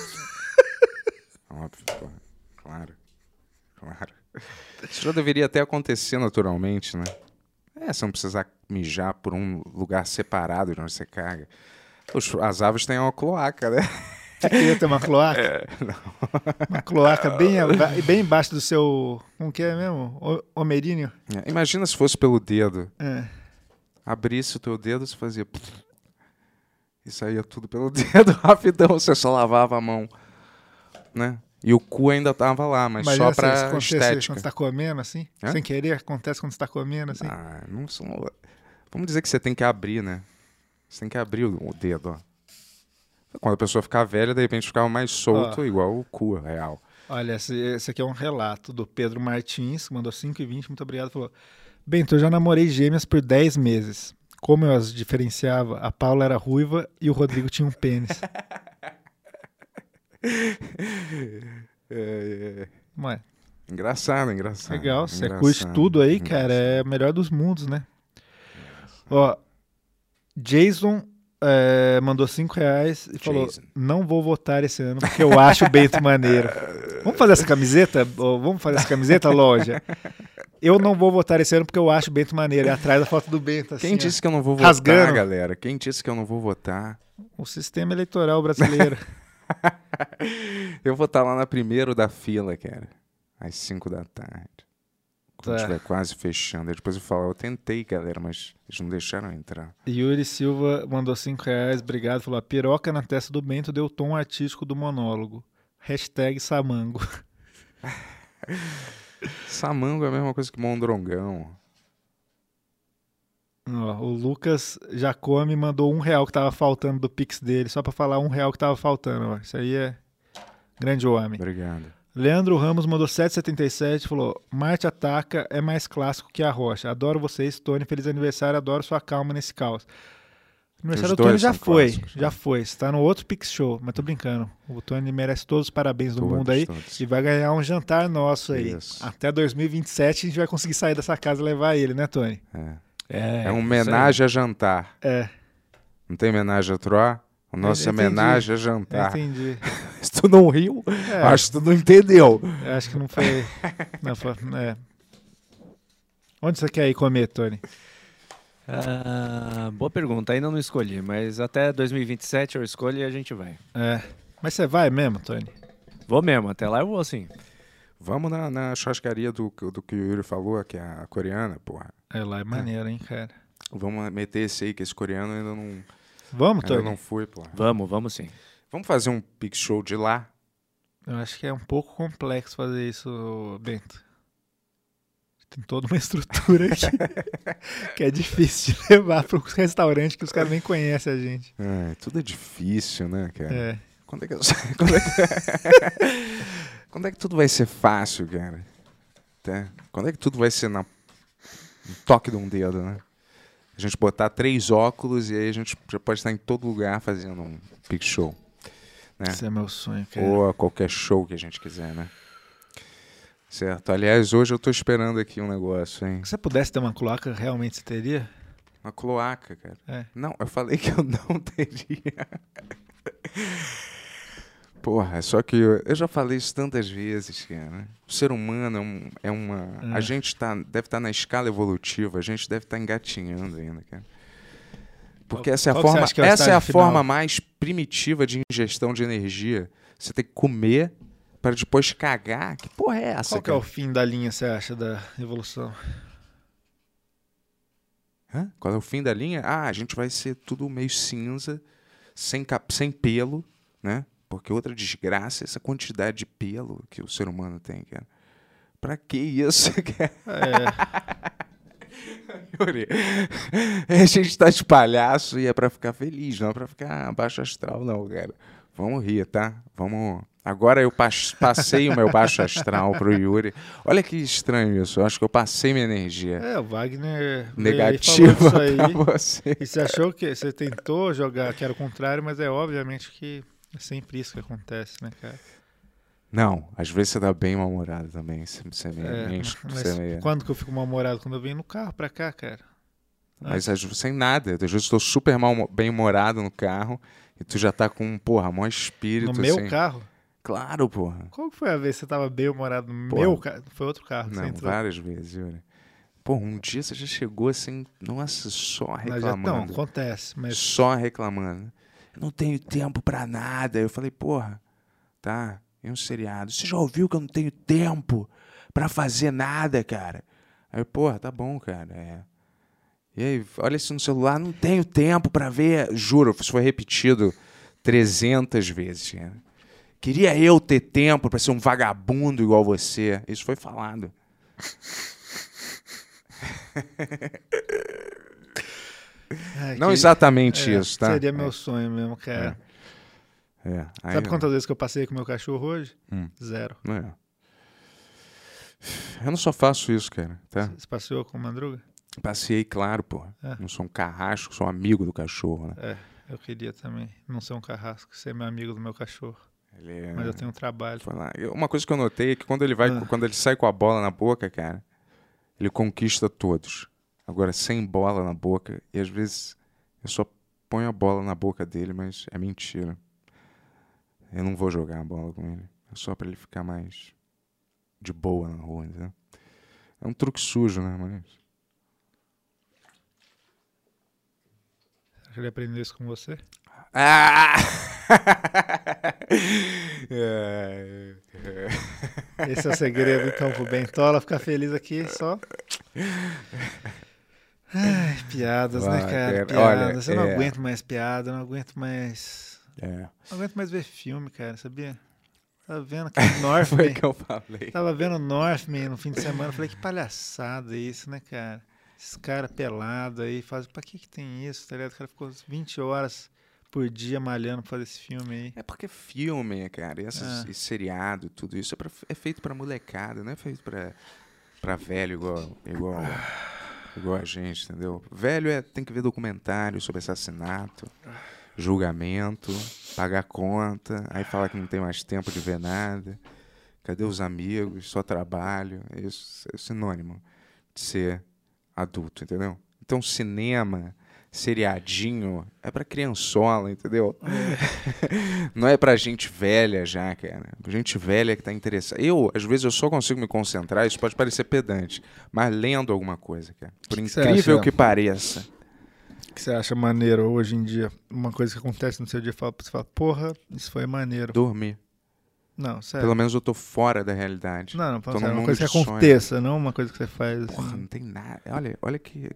C: Óbvio, pô. Claro. Claro. Isso já deveria até acontecer naturalmente, né? Você não precisa mijar por um lugar separado de onde você caga. As aves têm uma cloaca, né?
D: Você queria ter uma cloaca? Uma cloaca bem embaixo do seu... Como que é mesmo? Homeríneo?
C: Imagina se fosse pelo dedo.
D: É.
C: Abrisse o teu dedo, você fazia... E saía tudo pelo dedo rapidão. Você só lavava a mão. Né? E o cu ainda tava lá, mas
D: Imagina
C: só pra
D: se acontece
C: estética.
D: quando você tá comendo, assim?
C: Hã?
D: Sem querer, acontece quando você tá comendo, assim?
C: Vamos dizer que você tem que abrir, né? Você tem que abrir o dedo, ó. Quando a pessoa ficar velha, de repente ficava mais solto, igual o cu real.
D: Olha, esse aqui é um relato do Pedro Martins, que mandou 5,20, muito obrigado. Falou: Bento, eu já namorei gêmeas por 10 meses. Como eu as diferenciava, a Paula era ruiva e o Rodrigo tinha um pênis. Ué,
C: Engraçado.
D: legal, você
C: engraçado,
D: curte tudo aí,
C: engraçado.
D: cara, é o melhor dos mundos, né? Ó, Jason mandou R$5 e falou:
C: Jason.
D: não vou votar esse ano porque eu acho o Bento maneiro. Vamos fazer essa camiseta? Vamos fazer essa camiseta, loja? Eu não vou votar esse ano porque eu acho o Bento maneiro. É atrás da foto do Bento, assim.
C: Quem
D: ó.
C: disse que eu não vou votar,
D: rasgando.
C: galera? Quem disse que eu não vou votar?
D: O sistema eleitoral brasileiro.
C: Eu vou estar lá na primeira da fila, cara. Às 5 da tarde. Quando
D: Tá.
C: estiver quase fechando. Aí depois eu falo, eu tentei, galera, mas eles não deixaram eu entrar.
D: Yuri Silva mandou R$5, obrigado. Falou: a piroca na testa do Bento deu o tom artístico do monólogo. Hashtag Samango.
C: Samango é a mesma coisa que mondrongão.
D: Ó, o Lucas Jacome mandou R$1 que tava faltando do Pix dele, só pra falar R$1 que tava faltando. Ó. Isso aí é grande homem.
C: Obrigado.
D: Leandro Ramos mandou 7,77, falou: Marte Ataca é mais clássico que a Rocha. Adoro vocês, Tony. Feliz aniversário, adoro sua calma nesse caos. Aniversário
C: Os
D: do Tony
C: dois
D: já
C: são
D: foi,
C: clássicos, né?
D: já foi. Você tá no outro Pix Show, mas tô brincando. O Tony merece todos os parabéns do mundo aí
C: Todos.
D: e vai ganhar um jantar nosso aí.
C: Isso.
D: Até 2027 a gente vai conseguir sair dessa casa e levar ele, né, Tony?
C: É uma homenagem a jantar.
D: É,
C: Não tem homenagem a Troá? O nosso
D: entendi.
C: homenagem a jantar.
D: entendi.
C: Se tu não riu,
D: É.
C: acho que tu não entendeu.
D: Eu acho que não foi. Não, Onde você quer ir comer, Tony?
E: Boa pergunta, ainda não escolhi, mas até 2027 eu escolho e a gente vai.
D: Mas você vai mesmo, Tony?
E: Vou mesmo, até lá eu vou sim.
C: Vamos na churrascaria do que o Yuri falou, que é a coreana, porra.
D: Lá é maneiro, hein, cara?
C: Vamos meter esse aí, que esse coreano ainda
D: Vamos, Tony?
C: não foi, porra.
E: Vamos sim.
C: Vamos fazer um Pix Show de lá?
D: Eu acho que é um pouco complexo fazer isso, Bento. Tem toda uma estrutura aqui que é difícil de levar para um restaurante que os caras nem conhecem a gente.
C: Tudo é difícil, né, cara?
D: É.
C: Quando é que tudo vai ser fácil, cara? Quando é que tudo vai ser no toque de um dedo, né? A gente botar 3 óculos e aí a gente já pode estar em todo lugar fazendo um Pix Show. Né?
D: Esse é meu sonho, cara.
C: Ou a qualquer show que a gente quiser, né? Certo. Aliás, hoje eu tô esperando aqui um negócio, hein?
D: Se você pudesse ter uma cloaca, realmente você teria?
C: Uma cloaca, cara.
D: É.
C: Não, eu falei que eu não teria. Porra, só que eu já falei isso tantas vezes, cara. O ser humano é uma... A gente deve estar na escala evolutiva, a gente deve estar engatinhando ainda, cara. Porque essa é a
D: qual que você
C: forma,
D: acha que é o
C: essa é a
D: estágio
C: forma
D: final?
C: mais primitiva de ingestão de energia. Você tem que comer para depois cagar. Que porra é essa,
D: Qual que é o
C: cara?
D: fim da linha, você acha, da evolução?
C: Hã? Qual é o fim da linha? A gente vai ser tudo meio cinza, sem pelo, né? Porque outra desgraça é essa quantidade de pelo que o ser humano tem, cara. Pra que isso, cara? Yuri, a gente tá de palhaço e é pra ficar feliz, não é pra ficar baixo astral, não, cara. Vamos rir, tá? Vamos. Agora eu passei o meu baixo astral pro Yuri. Olha que estranho isso. Eu acho que eu passei minha energia
D: O Wagner
C: negativa
D: veio e falou
C: pra
D: disso
C: você.
D: aí. E você achou que você tentou jogar que era o contrário, mas é obviamente que é sempre isso que acontece, né, cara?
C: Não, às vezes você tá bem mal-humorado também. Você me enche,
D: Mas
C: você me...
D: quando que eu fico mal-humorado? Quando eu venho no carro pra cá, cara.
C: Mas sem nada. Às vezes eu tô super bem-humorado no carro e tu já tá com, porra, maior espírito.
D: No meu
C: assim.
D: carro?
C: Claro, porra.
D: Qual que foi a vez que você tava bem-humorado no
C: Porra.
D: meu carro? Foi outro carro que você
C: Não,
D: entrou?
C: várias vezes, Yuri. Porra, um dia você já chegou assim, nossa, só
D: Mas
C: reclamando.
D: não, acontece. Mas
C: Só reclamando. Eu não tenho tempo pra nada. Eu falei, porra, tá, e um seriado. Você já ouviu que eu não tenho tempo pra fazer nada, cara? Aí, porra, tá bom, cara. E aí, olha isso no celular, não tenho tempo pra ver. Juro, isso foi repetido 300 vezes, cara. Queria eu ter tempo pra ser um vagabundo igual você. Isso foi falado.
D: ai,
C: Não
D: que-
C: exatamente isso, tá?
D: Seria meu sonho mesmo, cara.
C: Aí,
D: Sabe quantas vezes que eu passei com meu cachorro hoje?
C: Hum.
D: 0.
C: É. Eu não só faço isso, cara, tá?
D: Você passeou com o Madruga?
C: Passeei, claro, pô.
D: É.
C: Não sou um carrasco, sou um amigo do cachorro, né?
D: Eu queria também não ser um carrasco, ser meu amigo do meu cachorro.
C: Ele é...
D: Mas eu tenho um trabalho.
C: Foi lá. Uma coisa que eu notei é que quando ele sai com a bola na boca, cara, ele conquista todos. Agora, sem bola na boca, e às vezes eu só ponho a bola na boca dele, mas é mentira. Eu não vou jogar a bola com ele. É só pra ele ficar mais de boa na rua, entendeu? É um truque sujo, né? Mas...
D: Acho que ele aprendeu isso com você?
C: Ah!
D: Esse é o segredo, então, pro Bentola ficar feliz aqui só. Ai, piadas, né,
C: Vai,
D: cara?
C: cara. Olha,
D: Piadas. Eu não aguento mais piada, eu não aguento mais.
C: É.
D: Não aguento mais ver filme, cara, sabia? Tava vendo aquele Northman.
C: Foi o que eu falei.
D: Tava vendo Northman no fim de semana. Falei, que palhaçada isso, né, cara? Esses caras pelados aí fazem. Pra que tem isso, tá ligado? O cara ficou 20 horas por dia malhando pra fazer esse filme aí.
C: É porque filme, cara, esse seriado, tudo isso é feito pra molecada, não é feito pra velho igual a gente, entendeu? Velho tem que ver documentário sobre assassinato, julgamento, pagar conta, aí fala que não tem mais tempo de ver nada. Cadê os amigos? Só trabalho. Isso é sinônimo de ser adulto, entendeu? Então cinema, seriadinho, é pra criançola, entendeu? Não é pra gente velha já, cara. Gente velha que tá interessada. Às vezes, eu só consigo me concentrar, isso pode parecer pedante, mas lendo alguma coisa, cara. Por
D: Que você
C: incrível
D: acha?
C: que pareça.
D: O que você acha maneiro hoje em dia? Uma coisa que acontece no seu dia, você fala, porra, isso foi maneiro.
C: Dormir.
D: Não, sério.
C: Pelo menos eu tô fora da realidade.
D: Não,
C: Tô
D: sério,
C: num
D: uma
C: mundo
D: coisa que
C: de sonho.
D: aconteça, não uma coisa que você faz assim.
C: Porra, não tem nada. Olha que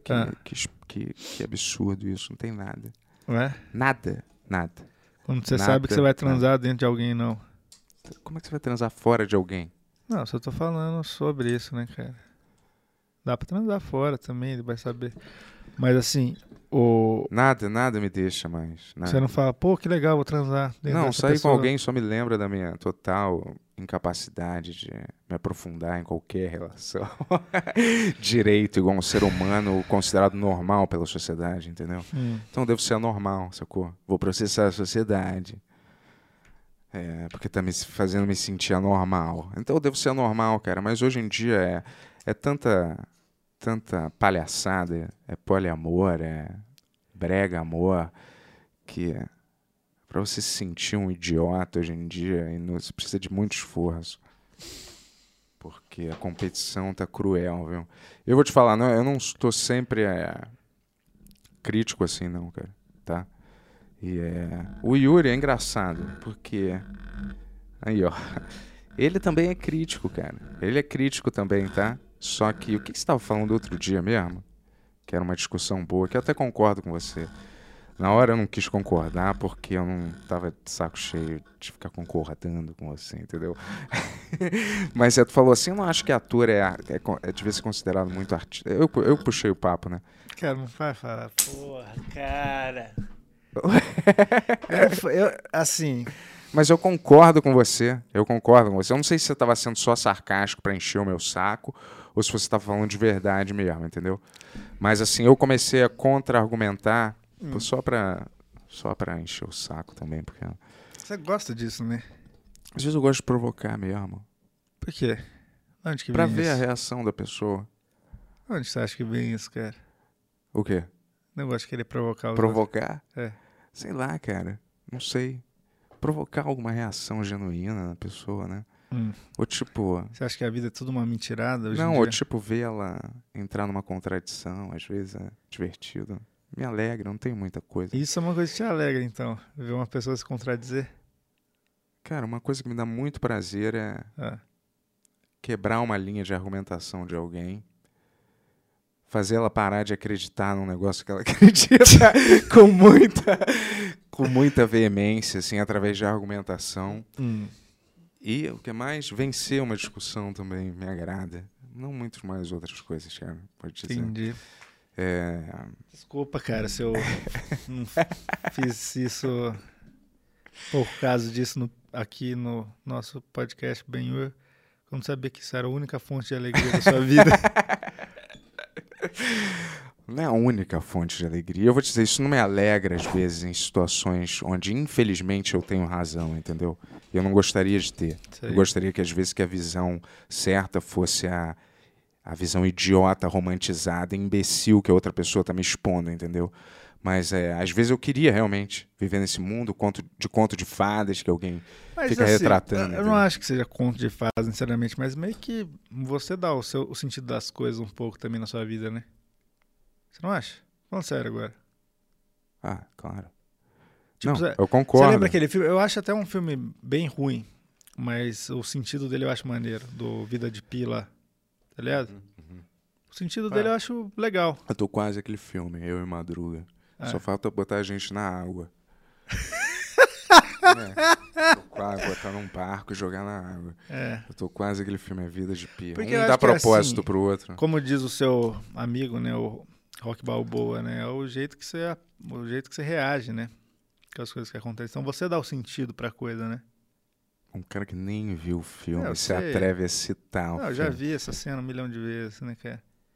C: absurdo isso. Não tem nada.
D: Não é?
C: Nada.
D: Quando você
C: Nada,
D: sabe que você vai transar dentro de alguém, não.
C: Como é que você vai transar fora de alguém?
D: Não, só tô falando sobre isso, né, cara? Dá pra transar fora também, ele vai saber. Mas assim,
C: Nada me deixa mais. Nada.
D: você não fala, pô, que legal, vou transar. dentro
C: Não,
D: dessa
C: sair com
D: pessoa.
C: alguém só me lembra da minha total incapacidade de me aprofundar em qualquer relação. Direito, igual um ser humano considerado normal pela sociedade, entendeu? Então eu devo ser anormal, sacou? Vou processar a sociedade. Porque tá me fazendo me sentir anormal. Então eu devo ser anormal, cara. Mas hoje em dia é tanta palhaçada, é poliamor, é brega amor, que pra você se sentir um idiota hoje em dia, você precisa de muito esforço. Porque a competição tá cruel, viu? Eu vou te falar, eu não estou sempre crítico assim, não, cara, tá? E o Yuri é engraçado, porque... Aí, ó. Ele também é crítico, cara. Ele é crítico também, tá? Só que o que você estava falando outro dia mesmo? Que era uma discussão boa, que eu até concordo com você. Na hora eu não quis concordar porque eu não tava de saco cheio de ficar concordando com você, entendeu? Mas tu falou assim, eu não acho que ator devia ser considerado muito artista. Eu puxei o papo, né?
D: Cara, não vai falar. Porra, cara. Assim,
C: Mas eu concordo com você. Eu não sei se você estava sendo só sarcástico para encher o meu saco ou se você estava falando de verdade mesmo, entendeu? Mas assim, eu comecei a contra-argumentar só para encher o saco também, porque
D: você gosta disso, né?
C: às vezes eu gosto de provocar mesmo,
D: Por quê? Onde que
C: para
D: vem
C: ver a
D: isso?
C: reação da pessoa.
D: Onde você acha que vem isso, cara?
C: O quê?
D: Negócio de querer provocar os
C: Provocar?
D: outros. É.
C: Sei lá, cara. Não sei. Provocar alguma reação genuína na pessoa, né? Ou tipo...
D: Você acha que a vida é tudo uma mentirada hoje
C: Não,
D: em
C: ou
D: dia?
C: tipo ver ela entrar numa contradição, às vezes é divertido. Me alegra, não tem muita coisa.
D: Isso é uma coisa que te alegra, então. Ver uma pessoa se contradizer.
C: Cara, uma coisa que me dá muito prazer é
D: Ah.
C: quebrar uma linha de argumentação de alguém, fazer ela parar de acreditar num negócio que ela acredita com muita veemência, assim, através de argumentação. E o que mais? Vencer uma discussão também me agrada. Não muito mais outras coisas, cara, pode dizer.
D: Entendi.
C: É,
D: Desculpa, cara, se eu não fiz isso por causa disso aqui no nosso podcast Ben-Hur. Eu não sabia que isso era a única fonte de alegria da sua vida.
C: não é a única fonte de alegria. Eu vou te dizer, isso não me alegra às vezes em situações onde infelizmente eu tenho razão, entendeu? Eu não gostaria de ter.
D: Sei.
C: Eu gostaria que às vezes que a visão certa fosse a visão idiota, romantizada, imbecil que a outra pessoa está me expondo, entendeu? Mas às vezes eu queria realmente viver nesse mundo de conto de fadas que alguém fica
D: assim,
C: retratando.
D: Eu não acho que seja conto de fadas, sinceramente, mas meio que você dá o sentido das coisas um pouco também na sua vida, né? Você não acha? Falando sério agora.
C: Ah, claro.
D: Tipo,
C: não, eu concordo.
D: Você lembra aquele filme? Eu acho até um filme bem ruim, mas o sentido dele eu acho maneiro, do Vida de Pi lá, tá ligado? O sentido dele eu acho legal.
C: Eu tô quase aquele filme, Eu e Madruga. Só falta botar a gente na água. Tô quase botar num barco e jogar na água. Eu tô quase aquele filme, A Vida de Pi.
D: Porque eu
C: Um
D: acho
C: dá
D: que
C: propósito
D: assim,
C: pro outro.
D: Como diz o seu amigo, né, o Rock Balboa, né, é o jeito que você reage, né, com as coisas que acontecem. Então você dá o sentido pra coisa, né?
C: Um cara que nem viu o filme
D: Eu
C: se
D: sei.
C: atreve a citar o
D: Não, eu
C: filme.
D: já vi essa cena 1 milhão de vezes, né, cara?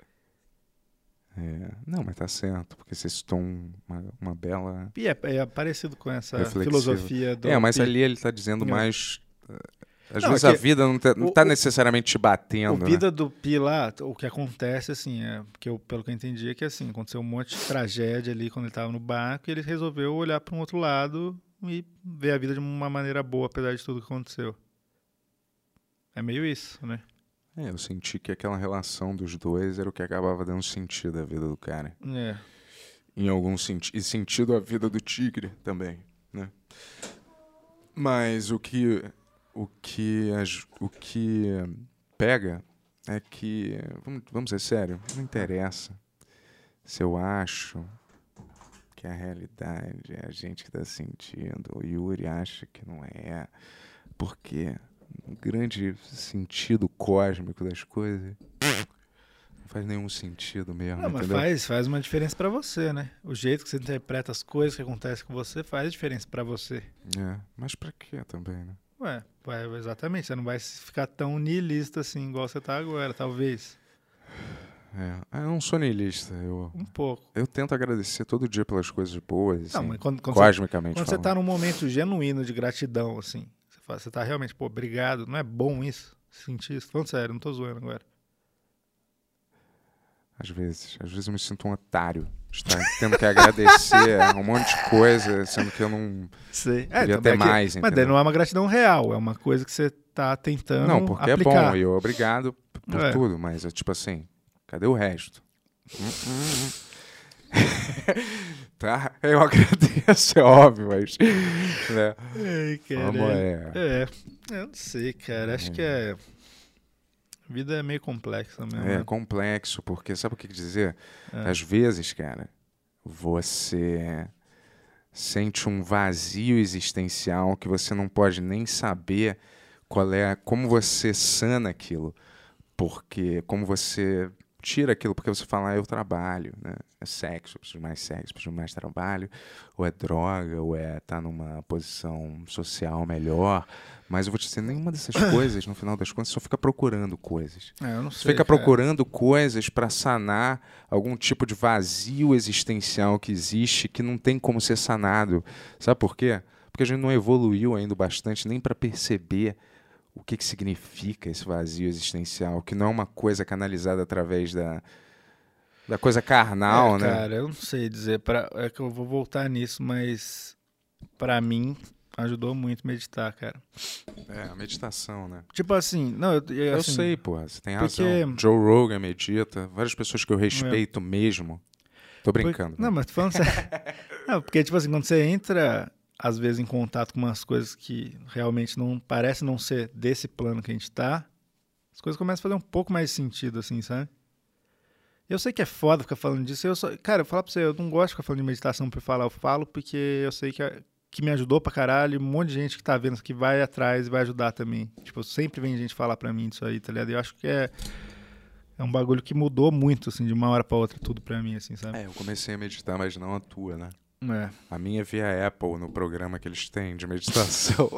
C: Não, mas tá certo, porque você citou uma bela...
D: E é parecido com essa
C: Reflexivo.
D: filosofia do
C: mas
D: Pi.
C: ali ele tá dizendo
D: Não.
C: mais... Às
D: Não,
C: vezes
D: é
C: a
D: que
C: vida não tá necessariamente te batendo,
D: O Vida do Pi lá, o que acontece, assim, pelo que eu entendi, é que assim, aconteceu um monte de tragédia ali quando ele tava no barco e ele resolveu olhar para um outro lado e ver a vida de uma maneira boa, apesar de tudo que aconteceu. É meio isso, né?
C: Eu senti que aquela relação dos dois era o que acabava dando sentido à vida do cara. Em algum sentido. E sentido à vida do tigre também, né? Mas o que pega é que, vamos ser sério, não interessa se eu acho que a realidade é a gente que está sentindo, o Yuri acha que não é, porque o grande sentido cósmico das coisas não faz nenhum sentido mesmo,
D: Não, mas
C: entendeu?
D: faz uma diferença pra você, né? O jeito que você interpreta as coisas que acontecem com você faz diferença pra você.
C: Mas pra quê também, né?
D: Exatamente. Você não vai ficar tão niilista assim, igual você tá agora, talvez.
C: Eu não sou niilista.
D: Um pouco.
C: Eu tento agradecer todo dia pelas coisas boas,
D: Não,
C: assim,
D: mas quando
C: cosmicamente
D: Quando você
C: falando.
D: tá num momento genuíno de gratidão, assim, você tá realmente, obrigado. Não é bom isso? Sentir isso? Falando sério, não tô zoando agora.
C: Às vezes eu me sinto um otário. Estar tendo que agradecer um monte de coisa, sendo que eu não
D: Sei.
C: queria ter mais,
D: Mas daí
C: entendeu?
D: não é uma gratidão real, é uma coisa que você tá tentando
C: Não, porque
D: aplicar.
C: é bom, e eu obrigado por tudo, mas é tipo assim, cadê o resto? Tá? Eu agradeço, é óbvio, mas... Né?
D: Ai, cara. Eu não sei, cara. Acho que a vida é meio complexa mesmo.
C: É
D: né?
C: complexo, porque sabe o que dizer? Às vezes, cara, você sente um vazio existencial que você não pode nem saber como você sana aquilo, porque como você tira aquilo, porque você fala, eu trabalho, né? É sexo, eu preciso de mais sexo, eu preciso de mais trabalho, ou é droga, ou é estar numa posição social melhor, mas eu vou te dizer, nenhuma dessas coisas, no final das contas, só fica procurando coisas.
D: Eu não
C: Você
D: sei,
C: fica
D: cara.
C: procurando coisas para sanar algum tipo de vazio existencial que existe, que não tem como ser sanado. Sabe por quê? Porque a gente não evoluiu ainda bastante nem para perceber o que significa esse vazio existencial, que não é uma coisa canalizada através da coisa carnal, né?
D: Cara, eu não sei dizer. É que eu vou voltar nisso, mas pra mim ajudou muito meditar, cara.
C: É, a meditação, né?
D: Tipo assim, não,
C: Eu
D: assim,
C: sei, pô, você tem
D: porque-
C: razão. Joe Rogan medita, várias pessoas que eu respeito mesmo. Tô brincando.
D: Não, mas tô falando sério. Não, porque, tipo assim, quando você entra, às vezes, em contato com umas coisas que realmente não parece não ser desse plano que a gente tá, as coisas começam a fazer um pouco mais de sentido, assim, sabe? Eu sei que é foda ficar falando disso. Cara, eu vou falar pra você, eu não gosto de ficar falando de meditação por falar. Eu falo porque eu sei que me ajudou pra caralho. Um monte de gente que tá vendo isso aqui vai atrás e vai ajudar também. Tipo, sempre vem gente falar pra mim disso aí, tá ligado? E eu acho que é um bagulho que mudou muito, assim, de uma hora pra outra, tudo pra mim, assim, sabe?
C: Eu comecei a meditar, mas não a tua, né?
D: É.
C: A minha é via Apple, no programa que eles têm de meditação.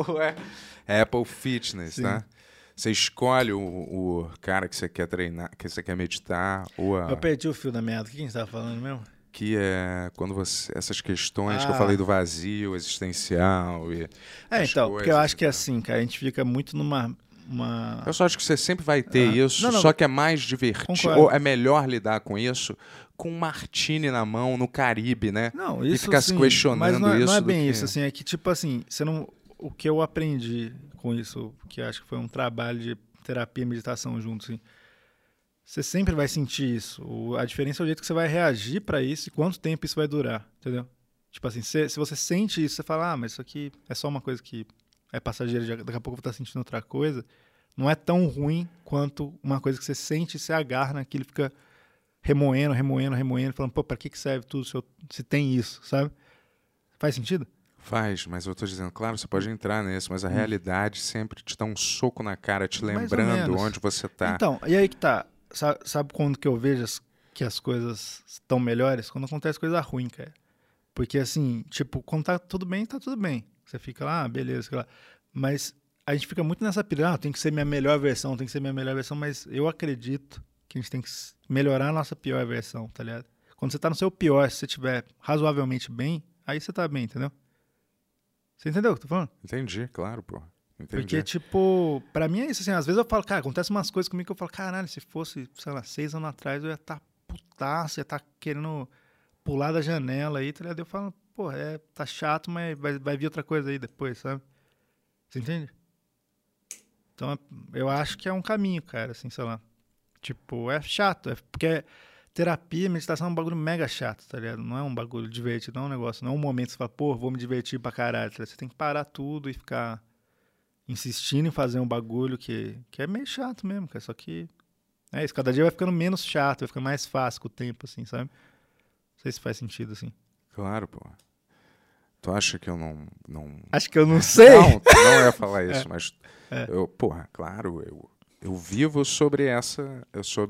C: É Apple Fitness,
D: Sim.
C: tá? Você escolhe o cara que você quer treinar, que você quer meditar, ou
D: Eu perdi o fio da meada. O que a gente tava falando mesmo?
C: que é quando você... Essas questões que eu
D: Ah.
C: falei do vazio existencial e... as
D: Então, porque eu
C: coisas
D: acho que
C: e tal.
D: assim, cara, a gente fica muito numa...
C: Eu só acho que você sempre vai ter isso,
D: Não.
C: só que é mais divertido,
D: Concordo.
C: ou é melhor lidar com isso com um martini na mão no Caribe, né?
D: Não,
C: E
D: isso
C: ficar se
D: sim,
C: questionando
D: mas não é,
C: isso
D: não é
C: do
D: bem
C: que-
D: isso, assim, é que tipo assim, você não, o que eu aprendi com isso, que acho que foi um trabalho de terapia e meditação junto, assim, você sempre vai sentir isso. A diferença é o jeito que você vai reagir pra isso e quanto tempo isso vai durar, entendeu? Tipo assim, se você sente isso, você fala, mas isso aqui é só uma coisa que é passageira, daqui a pouco eu vou estar sentindo outra coisa, não é tão ruim quanto uma coisa que você sente e você agarra naquilo e fica remoendo, falando, pô, pra que serve tudo se tem isso, sabe? Faz sentido?
C: Faz, mas eu tô dizendo, claro, você pode entrar nesse, mas a realidade sempre te dá um soco na cara, te
D: Mais ou
C: lembrando
D: menos.
C: onde você tá.
D: Então, e aí que tá. Sabe quando que eu vejo que as coisas estão melhores? Quando acontece coisa ruim, cara. Porque assim, tipo, quando tá tudo bem, tá tudo bem. Você fica lá, beleza, sei lá. Mas a gente fica muito nessa pilha, tem que ser minha melhor versão, mas eu acredito que a gente tem que melhorar a nossa pior versão, tá ligado? Quando você tá no seu pior, se você estiver razoavelmente bem, aí você tá bem, entendeu? Você entendeu o que eu tô falando?
C: Entendi, claro, pô. Entendi.
D: Porque, tipo, pra mim é isso, assim, às vezes eu falo, cara, acontece umas coisas comigo que eu falo, caralho, se fosse, sei lá, 6 anos atrás eu ia estar putaço, ia estar querendo pular da janela aí, tá ligado? Eu falo, pô, tá chato, mas vai vir outra coisa aí depois, sabe? Você entende? Então, eu acho que é um caminho, cara, assim, sei lá. Tipo, é chato, porque terapia, meditação é um bagulho mega chato, tá ligado? Não é um bagulho divertido, não é um negócio, não é um momento que você fala, pô, vou me divertir pra caralho, tá ligado? Você tem que parar tudo e ficar insistindo em fazer um bagulho que é meio chato mesmo, cara, só que é isso, cada dia vai ficando menos chato, vai ficando mais fácil com o tempo, assim, sabe? Não sei se faz sentido, assim.
C: Claro, pô. Tu acha que eu não...
D: Acho que eu não sei.
C: Não ia falar isso, mas... Eu, porra, claro, eu vivo sobre essa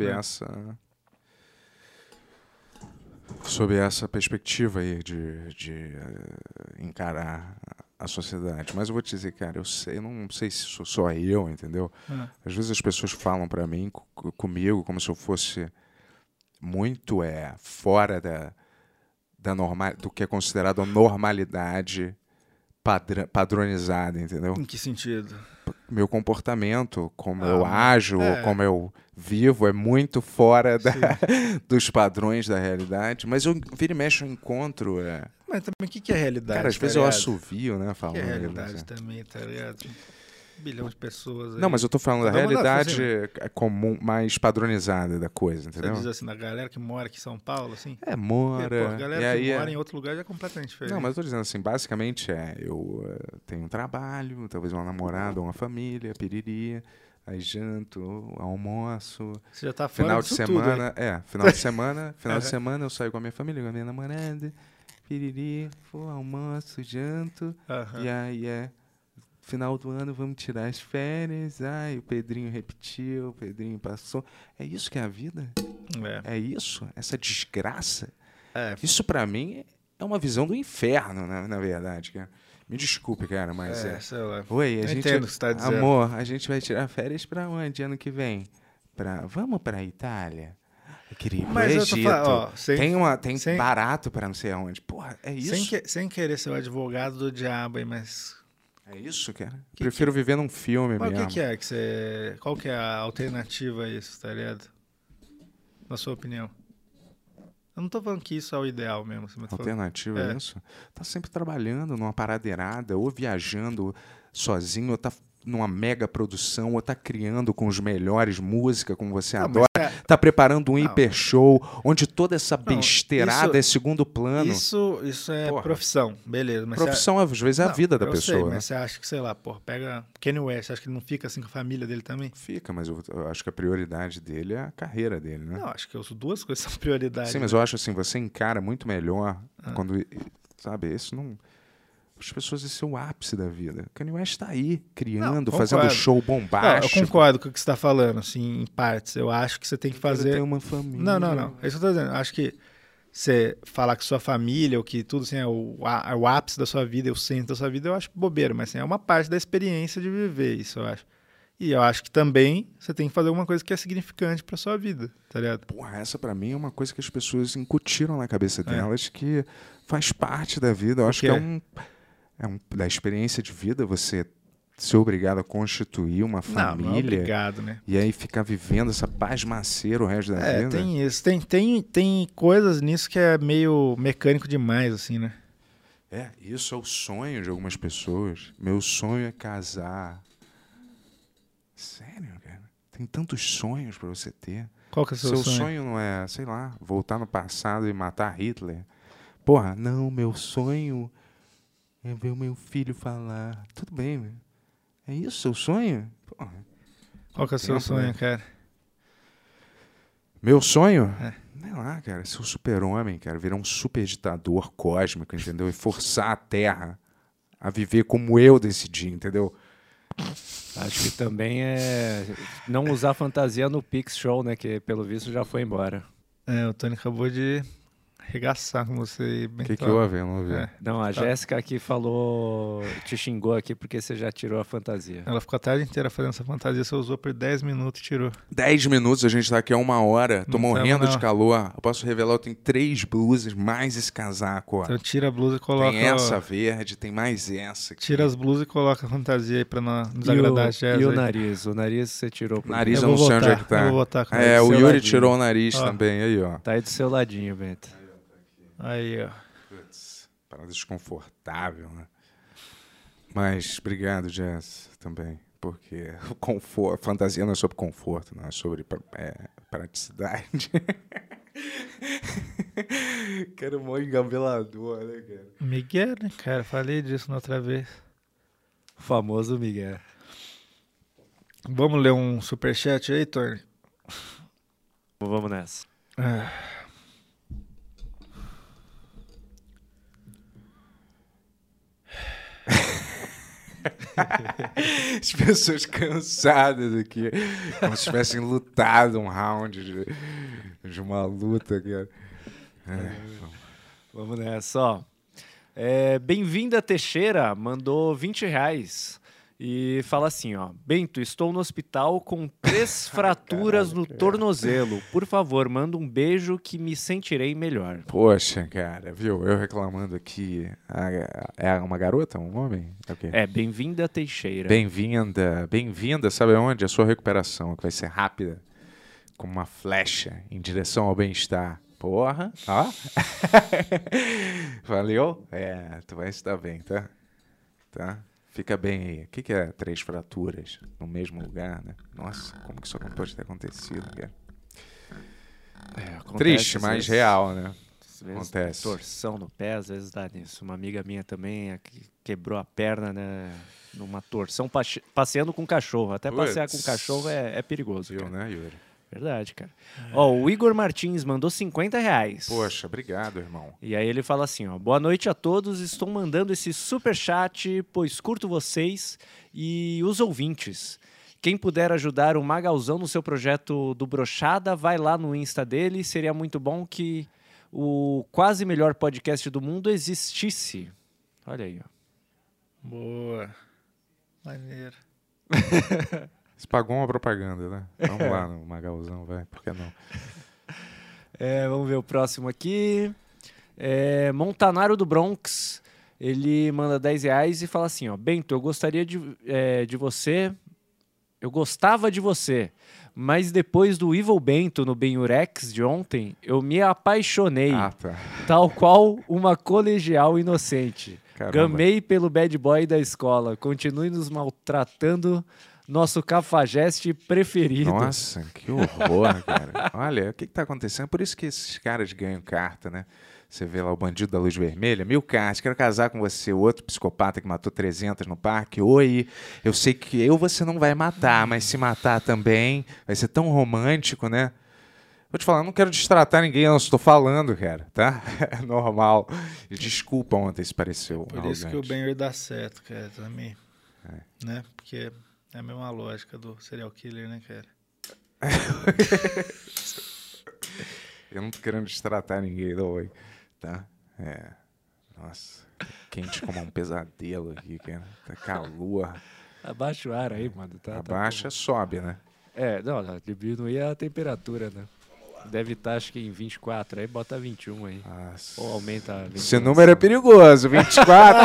C: perspectiva aí de encarar a sociedade. Mas eu veu te dizer, cara, eu não sei se sou só eu, entendeu? Às vezes as pessoas falam pra mim, comigo, como se eu fosse muito fora do que é considerado a normalidade padronizada, entendeu?
D: Em que sentido?
C: Meu comportamento, como eu ajo, como eu vivo, é muito fora dos padrões da realidade. Mas eu vira e mexe eu encontro.
D: Mas também o que é realidade?
C: Cara, às
D: tá
C: vezes eu
D: ligado?
C: assovio, né?
D: O
C: Falando.
D: que é realidade também, tá ligado? 1 bilhão de pessoas aí.
C: Não, mas eu tô falando da
D: Vamos lá,
C: realidade comum, mais padronizada da coisa,
D: Você
C: entendeu?
D: diz assim, da galera que mora aqui em São Paulo, assim?
C: Mora.
D: Pô, a galera
C: E aí
D: que mora em outro lugar já é completamente diferente.
C: Não, mas eu tô dizendo assim, basicamente eu tenho um trabalho, talvez uma namorada, uma família, piriri, aí janto, almoço,
D: Você já tá fora
C: final de
D: disso tudo,
C: semana,
D: hein?
C: final de semana eu saio com a minha família, com a minha namorada, piriri, pô, almoço, janto,
D: Aham.
C: e aí final do ano vamos tirar as férias, o Pedrinho repetiu, o Pedrinho passou. É isso que é a vida?
D: É.
C: É isso? Essa desgraça?
D: É.
C: Isso pra mim é uma visão do inferno, na verdade, cara. Me desculpe, cara, mas
D: Sei lá.
C: Oi, a
D: Eu
C: gente...
D: entendo o que você tá dizendo.
C: Amor, a gente vai tirar férias pra onde ano que vem? Vamos pra Itália? Eu queria ir pro
D: Mas eu tô
C: Egito.
D: falando, ó,
C: Tem
D: sem-
C: barato pra não sei aonde. Porra, é isso?
D: sem querer ser o advogado do diabo aí, mas...
C: É isso, cara? Prefiro viver num filme
D: Mas
C: mesmo.
D: o que é que você... Qual que é a alternativa a isso, tá ligado? Na sua opinião. Eu não tô falando que isso é o ideal mesmo. Você tá falando...
C: Alternativa
D: É.
C: é isso? Tá sempre trabalhando numa paradeirada, ou viajando sozinho, ou tá numa mega produção, ou tá criando com os melhores música, como você
D: Não,
C: adora.
D: mas
C: Tá preparando um
D: Não.
C: hiper show, onde toda essa
D: Não,
C: besteirada é segundo plano.
D: Isso é
C: Porra.
D: profissão, beleza. Mas
C: Profissão, às vezes, é a
D: Não,
C: vida da
D: eu
C: pessoa,
D: sei,
C: né?
D: mas você acha que, sei lá, pega Kanye West, você acha que ele não fica assim com a família dele também?
C: Fica, mas eu acho que a prioridade dele é a carreira dele, né?
D: Não, acho que as duas coisas são prioridade.
C: Sim, mas eu acho assim, você encara muito melhor
D: Ah.
C: quando, sabe, isso não... As pessoas, esse é o ápice da vida. Kanye West tá aí, criando,
D: Não,
C: fazendo
D: concordo.
C: show
D: Não, eu
C: bombástico.
D: concordo com o que você está falando, assim, em partes. Eu acho que você tem que
C: Quero
D: fazer...
C: ter uma família.
D: Não. É isso que eu tô dizendo. Acho que você falar que sua família, ou que tudo assim, é o ápice da sua vida, é o centro da sua vida, eu acho bobeira, mas assim, é uma parte da experiência de viver isso, eu acho. E eu acho que também você tem que fazer alguma coisa que é significante pra sua vida, tá ligado?
C: Porra, essa pra mim é uma coisa que as pessoas incutiram na cabeça delas, que faz parte da vida. Eu acho que
D: quê?
C: da experiência de vida você ser obrigado a constituir uma
D: Não é
C: família
D: obrigado, né?
C: e aí ficar vivendo essa pasmaceira o resto da vida.
D: Tem isso. Tem coisas nisso que é meio mecânico demais, assim, né?
C: Isso é o sonho de algumas pessoas. Meu sonho é casar. Sério, cara? Tem tantos sonhos pra você ter.
D: Qual que é o seu sonho?
C: Não é, sei lá, voltar no passado e matar Hitler? Porra, não, meu sonho é ver o meu filho falar. Tudo bem, né? É isso, seu sonho? Porra.
D: Qual que é o seu
C: Tempo,
D: sonho,
C: né?
D: cara?
C: Meu sonho?
D: É.
C: Sei lá, cara, ser um super-homem, cara, virar um super ditador cósmico, entendeu? E forçar a Terra a viver como eu decidi, entendeu?
E: Acho que também é não usar fantasia no Pix Show, né? Que pelo visto já foi embora.
D: O Tony acabou de arregaçar com você.
C: O que houve? Eu não ouvi.
E: Não, a
D: Tá.
E: Jéssica aqui falou, te xingou aqui porque você já tirou a fantasia.
D: Ela ficou a tarde inteira fazendo essa fantasia, você usou por 10 minutos e tirou.
C: 10 minutos, a gente tá aqui há 1 hora. Tô
D: Não
C: morrendo
D: tamo,
C: de
D: não.
C: calor. Eu posso revelar, eu tenho 3 blusas, mais esse casaco, ó.
D: Então tira a blusa e coloca.
C: Tem essa verde, tem mais essa aqui.
D: Tira as blusas e coloca a fantasia aí pra não
E: E o,
D: desagradar a Jéssica.
E: e o nariz? O nariz você tirou. Por
C: Nariz
E: quê?
C: eu não sei onde é que tá.
D: Eu vou botar com
C: O
D: do seu
C: Yuri
D: ladinho.
C: tirou o nariz
D: Ó.
C: também, aí, ó.
E: Tá aí do seu ladinho, Bento.
D: Aí, ó.
C: Putz, parada desconfortável, né? Mas obrigado, Jess, também. Porque o conforto, fantasia não é sobre conforto, não é sobre praticidade. Cara, mó engabelador, né, cara?
D: Miguel, né, cara? Falei disso na outra vez.
E: O famoso Miguel.
D: Vamos ler um superchat aí, Tony?
E: Vamos nessa.
C: As pessoas cansadas aqui, como se tivessem lutado um round de uma luta, cara.
E: Vamos nessa, ó. Bem-vinda Teixeira mandou R$20 e fala assim, ó. Bento, estou no hospital com 3 fraturas no tornozelo. Por favor, manda um beijo que me sentirei melhor.
C: Poxa, cara, viu? Eu reclamando aqui. É uma garota, um homem? É o quê?
E: Bem-vinda Teixeira.
C: Bem-vinda, sabe aonde? A sua recuperação, que vai ser rápida, como uma flecha em direção ao bem-estar. Porra, ó. Valeu? Tu vai estar bem, tá? Tá? Fica bem aí. O que é 3 fraturas no mesmo lugar, né? Nossa, como que isso não pode ter acontecido, cara?
E: Acontece,
C: Triste,
E: às
C: mas
E: vezes.
C: real, né?
E: Às vezes
C: Acontece.
E: torção no pé, às vezes dá nisso. Uma amiga minha também quebrou a perna, né? Numa torção, passeando com cachorro. Até passear com
C: Puts.
E: cachorro é perigoso.
C: Viu,
E: cara.
C: né, Yuri?
E: Verdade, cara. Ó, o Igor Martins mandou R$ 50.
C: Poxa, obrigado, irmão.
E: E aí ele fala assim, ó, boa noite a todos, estou mandando esse superchat, pois curto vocês e os ouvintes. Quem puder ajudar o Magalzão no seu projeto do Brochada, vai lá no Insta dele, seria muito bom que o quase melhor podcast do mundo existisse. Olha aí, ó.
D: Boa. Maneiro.
C: Você pagou uma propaganda, né? Vamos lá no Magalzão, vai. Por que não?
E: Vamos ver o próximo aqui. Montanaro do Bronx. Ele manda R$ 10 e fala assim, ó. Bento, eu gostaria de você... Eu gostava de você, mas depois do Evil Bento no Ben-Urex de ontem, eu me apaixonei,
C: Ah, tá.
E: tal qual uma colegial inocente.
C: Caramba.
E: Gamei pelo bad boy da escola. Continue nos maltratando, nosso cafajeste preferido.
C: Nossa, que horror, cara. Olha, o que tá acontecendo? Por isso que esses caras ganham carta, né? Você vê lá o bandido da luz vermelha, 1000 cartas, quero casar com você, o outro psicopata que matou 300 no parque. Oi, eu sei que você não vai matar, mas se matar também, vai ser tão romântico, né? Vou te falar, eu não quero destratar ninguém, eu não estou falando, cara, tá? É normal. Desculpa ontem se pareceu
D: Por isso que o
C: arrogante.
D: Ben-Hur dá certo, cara, também. Né? Porque é a mesma lógica do serial killer, né, cara?
C: Eu não tô querendo destratar ninguém, não, oi. Tá? Nossa, quente como um pesadelo aqui, cara. Tá calor.
E: Abaixa o ar aí, mano.
C: Abaixa, sobe, né?
E: Não, diminuir a temperatura, né? Deve estar, acho que em 24, aí bota 21 aí.
C: Nossa.
E: Ou aumenta a 21.
C: Esse número é perigoso, 24.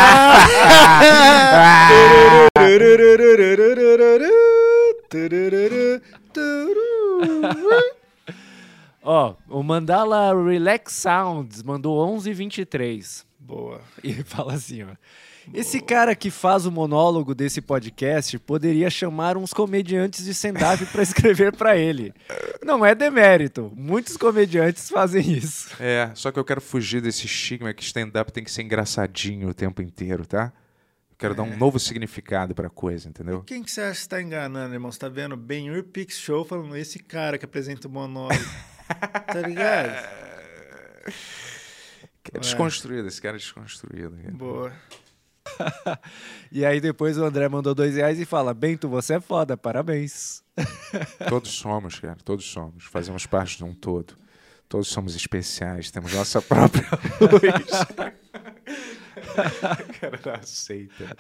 E: Ó, o Mandala Relax Sounds mandou 11h23.
D: Boa.
E: E ele fala assim, ó. Esse cara que faz o monólogo desse podcast poderia chamar uns comediantes de stand-up pra escrever pra ele. Não é demérito. Muitos comediantes fazem isso.
C: Só que eu quero fugir desse estigma que stand-up tem que ser engraçadinho o tempo inteiro, tá? Eu quero dar um novo significado pra coisa, entendeu?
D: Quem que você acha que tá enganando, irmão? Você tá vendo Ben-Hur Pix Show falando esse cara que apresenta o monólogo. Tá ligado?
C: É desconstruído, esse cara é desconstruído. Cara.
D: Boa.
E: E aí depois o André mandou R$ 2 e fala, Bento, você é foda, parabéns.
C: Todos somos, cara, todos somos. Fazemos parte de um todo. Todos somos especiais, temos nossa própria luz. O cara não aceita.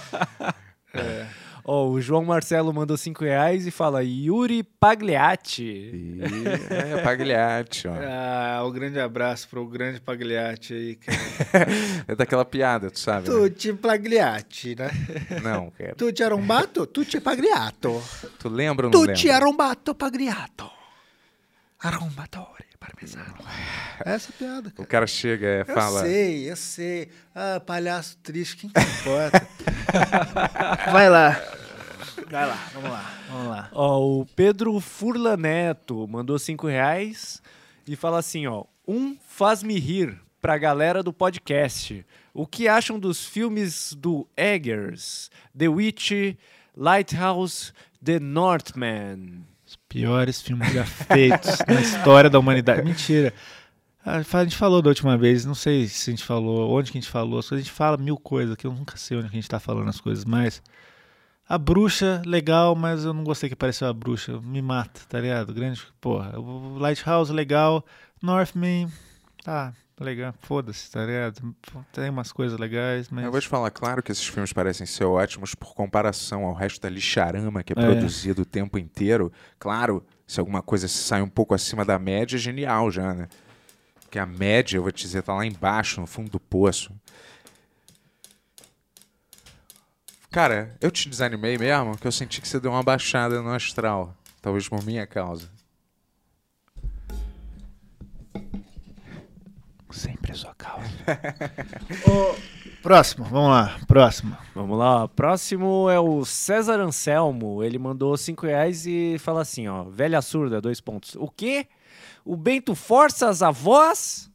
E: Ó, o João Marcelo mandou R$ 5 e fala, Yuri Pagliatti.
C: Pagliatti, ó.
D: Um grande abraço pro grande Pagliatti aí, cara.
C: É daquela piada, tu sabe, né?
D: Tutti Pagliatti, né?
C: Não, cara.
D: Tutti arrombato, tutti pagliato.
C: Tu lembra ou não
D: Tutti
C: lembra?
D: arrombato pagliato. Arrombatore, parmesano. Essa é a piada, cara.
C: O cara chega e fala...
D: Eu sei. Ah, palhaço triste, quem que importa? Vai lá, vamos lá.
E: Ó, o Pedro Furla Neto mandou R$ 5 e fala assim, ó, faz-me rir pra galera do podcast. O que acham dos filmes do Eggers, The Witch, Lighthouse, The Northman?
D: Os piores filmes já feitos na história da humanidade. Mentira. A gente falou da última vez, não sei se a gente falou, onde que a gente falou, a gente fala 1000 coisas aqui, eu nunca sei onde que a gente tá falando as coisas, mas a bruxa, legal, mas eu não gostei que apareceu a bruxa, me mata, tá ligado? Grande, porra, o Lighthouse, legal, Northman, tá, legal, foda-se, tá ligado? Tem umas coisas legais, mas...
C: Eu vou te falar, claro que esses filmes parecem ser ótimos por comparação ao resto da lixarama que é produzido o tempo inteiro. Claro, se alguma coisa sai um pouco acima da média, é genial já, né? Porque a média, eu vou te dizer, tá lá embaixo, no fundo do poço. Cara, eu te desanimei mesmo, porque eu senti que você deu uma baixada no astral. Talvez por minha causa.
D: Sempre a sua causa. Próximo, vamos lá, próximo.
E: Vamos lá, ó. Próximo é o César Anselmo, ele mandou R$ 5 e fala assim, ó, velha surda, 2 pontos. O quê? O Bento força as avós?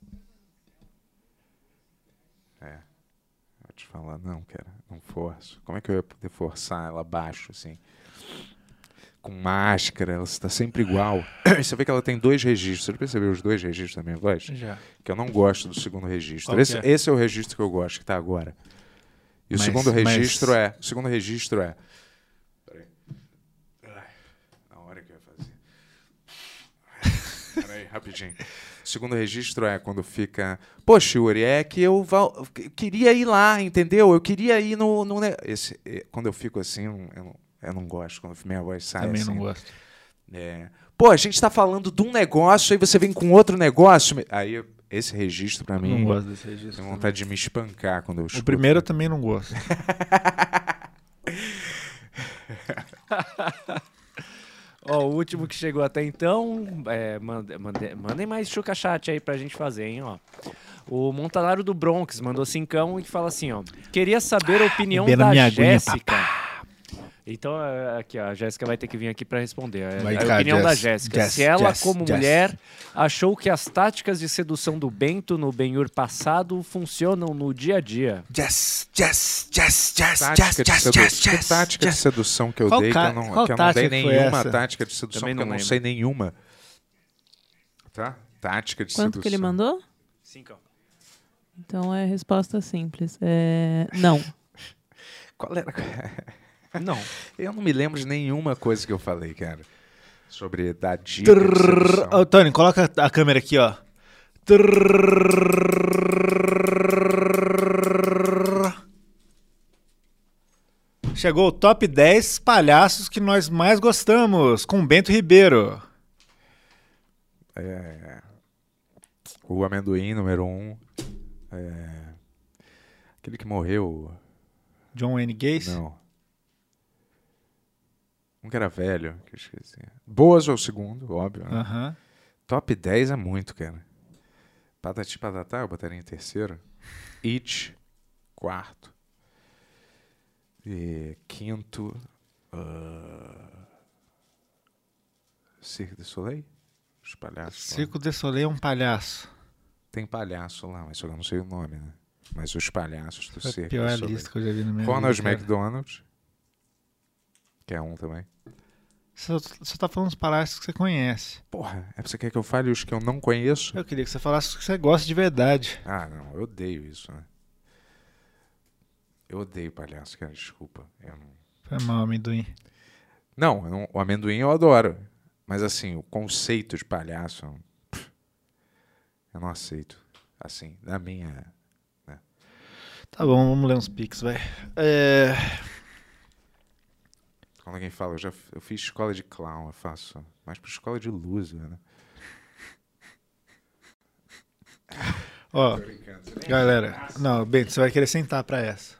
C: Vou te falar, não, cara, não forço. Como é que eu ia poder forçar ela abaixo, assim? com máscara, ela está sempre igual. E você vê que ela tem 2 registros. Você já percebeu os 2 registros da minha voz?
D: Já.
C: Que eu não gosto do segundo registro.
D: Qual que é?
C: Esse é o registro que eu gosto, que tá agora. E o segundo registro é... O segundo registro é... Peraí. Ai, na hora que eu ia fazer. Peraí, rapidinho. O segundo registro é quando fica... Poxa, Yuri, é que eu queria ir lá, entendeu? Eu queria ir no... Quando eu fico assim, eu não gosto. Quando minha voz sai
D: Também
C: assim.
D: não gosto.
C: Pô, a gente tá falando de um negócio, aí você vem com outro negócio. Aí, esse registro, pra mim...
D: Não gosto desse registro.
C: Tenho vontade de me espancar quando eu escuto.
D: O primeiro eu também não gosto.
E: Ó, o último que chegou até então, mandem mais chuca-chat aí pra gente fazer, hein, ó. O Montanaro do Bronx mandou 5 e fala assim, ó. Queria saber a opinião
D: bebendo
E: da
D: minha aguinha,
E: Jéssica. Então, aqui, ó, a Jéssica vai ter que vir aqui pra responder.
D: Vai
E: A
D: cá,
E: opinião da
D: Jess,
E: Jéssica.
D: Jess,
E: Se ela,
D: Jess,
E: como
D: Jess.
E: mulher, achou que as táticas de sedução do Bento no Ben-Hur passado funcionam no dia a dia.
C: Tática de sedução que eu
D: Qual
C: dei,
D: ca-
C: que eu
D: qual
C: não
D: tática
C: dei
D: que foi
C: nenhuma
D: essa?
C: tática de sedução,
E: Também
C: porque eu
E: não
C: não
E: lembro.
C: sei nenhuma. Tá? Tática de
G: Quanto
C: sedução.
G: que ele mandou?
E: 5.
G: Então é resposta simples. Não.
C: Qual era?
E: Não.
C: Eu não me lembro de nenhuma coisa que eu falei, cara. Sobre dar dica de sedução.
D: Ô, Tony, coloca a câmera aqui, ó. Chegou o top 10 palhaços que nós mais gostamos, com Bento Ribeiro.
C: O amendoim, número 1. Aquele que morreu.
D: John Wayne Gacy.
C: Não. Um que era velho, que eu esqueci. Boas é o segundo, óbvio. Né?
D: Aham.
C: Top 10 é muito, cara. Patati Patatá eu botaria em terceiro. It, quarto. E quinto. Cirque du Soleil? Os palhaços. lá.
D: Circo de Soleil é um palhaço.
C: Tem palhaço lá, mas eu não sei o nome, né? Mas os palhaços do
D: Foi a
C: Cirque
D: pior
C: du Soleil.
D: lista que eu já vi na minha
C: Ronald
D: vida. cara.
C: McDonald. Que é um também.
D: Você tá falando os palhaços que você conhece.
C: Porra, você quer que eu fale os que eu não conheço?
D: Eu queria que você falasse os que você gosta de verdade.
C: Ah, não, eu odeio isso, né? Eu odeio palhaço, cara, desculpa. Eu não...
D: Foi mal, amendoim.
C: Não, o amendoim eu adoro. Mas assim, o conceito de palhaço, eu não aceito. Assim, na minha...
D: Tá bom, vamos ler uns pics, vai.
C: Quando alguém fala, eu fiz escola de clown, eu faço mais pra escola de loser, né?
D: Ó, galera. Não, Bento, você vai querer sentar pra essa.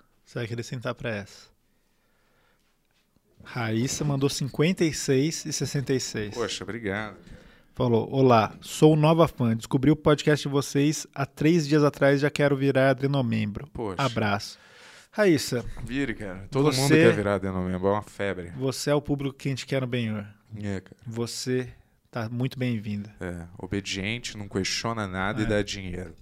D: Raíssa mandou 56 e 66.
C: Poxa, obrigado.
D: Falou, olá, sou nova fã. Descobri o podcast de vocês há 3 dias atrás e já quero virar adenomembro.
C: Poxa.
D: Abraço. Raíssa,
C: Vire, cara. Todo mundo
D: Você-
C: quer virar adenomembro, é uma febre.
D: você é o público que a gente quer no Benhur.
C: Cara.
D: Você tá muito bem-vinda.
C: Obediente, não questiona nada e dá dinheiro.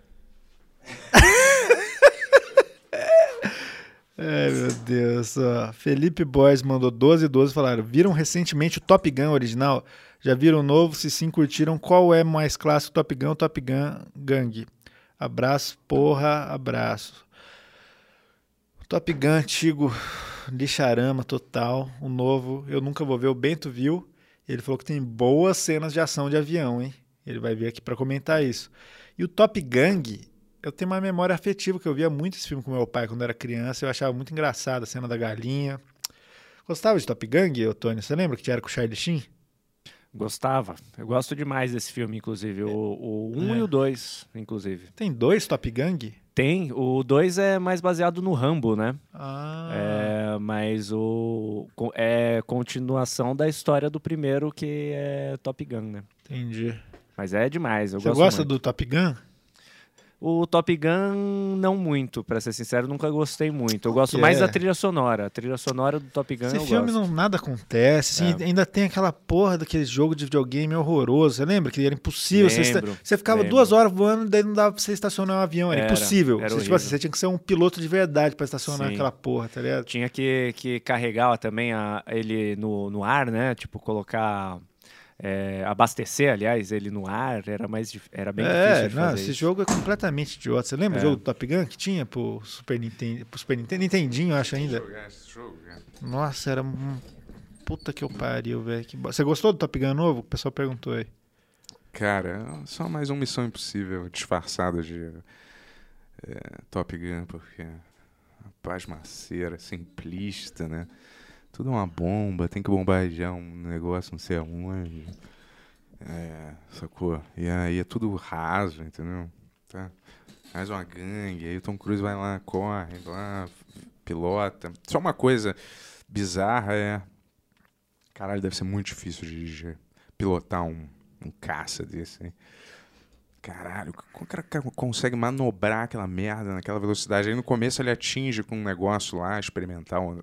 D: Ai, meu Deus. Ó. Felipe Boys mandou 12 e 12. Falaram, viram recentemente o Top Gun original? Já viram o novo? Se sim, curtiram. Qual é mais clássico, Top Gun ou Top Gun Gang? Abraço, porra, abraço. Top Gun antigo, lixarama total. O novo, eu nunca vou ver. O Bento viu. Ele falou que tem boas cenas de ação de avião, hein? Ele vai vir aqui pra comentar isso. E o Top Gang, eu tenho uma memória afetiva, que eu via muito esse filme com meu pai quando era criança. Eu achava muito engraçado a cena da galinha. Gostava de Top Gang, ô Tony? Você lembra que tinha era com o Charlie Sheen?
E: Gostava. Eu gosto demais desse filme, inclusive. O 1 e o 2, inclusive.
D: Tem 2 Top Gang?
E: Tem. O 2 é mais baseado no Rambo, né? Mas é continuação da história do primeiro, que é Top Gun, né?
D: Entendi.
E: Mas é demais, eu
D: Você
E: gosto
D: gosta
E: muito.
D: do Top Gun?
E: O Top Gun, não muito, pra ser sincero, nunca gostei muito. Eu gosto mais da trilha sonora. A trilha sonora do Top Gun
D: Esse
E: eu
D: filme
E: gosto.
D: nada acontece, assim, ainda tem aquela porra daquele jogo de videogame horroroso. Você lembra que era impossível? Você ficava 2 horas voando, daí não dava pra você estacionar um avião. Era impossível.
E: Era
D: Tipo
E: horrível.
D: assim, você tinha que ser um piloto de verdade pra estacionar
E: Sim.
D: aquela porra, tá ligado?
E: Tinha que carregar também ele no ar, né? Tipo, colocar... abastecer, aliás, ele no ar, era bem difícil de fazer
D: esse
E: isso.
D: jogo é completamente idiota. Você lembra o jogo do Top Gun que tinha pro Super Nintendo, Nintendinho, eu acho ainda?
C: Jogar esse jogo, cara.
D: Nossa, era puta que eu pariu, velho. Você gostou do Top Gun novo? O pessoal perguntou aí.
C: Cara, só mais uma Missão Impossível disfarçada de Top Gun, porque pasmaceira, simplista, né? Tudo é uma bomba, tem que bombardear um negócio, não sei aonde. Sacou? E aí é tudo raso, entendeu? Tá? Mais uma gangue, aí o Tom Cruise vai lá, corre lá, pilota. Só uma coisa bizarra caralho, deve ser muito difícil de pilotar um caça desse, hein? Caralho, como o cara consegue manobrar aquela merda naquela velocidade? Aí no começo ele atinge com um negócio lá, experimental,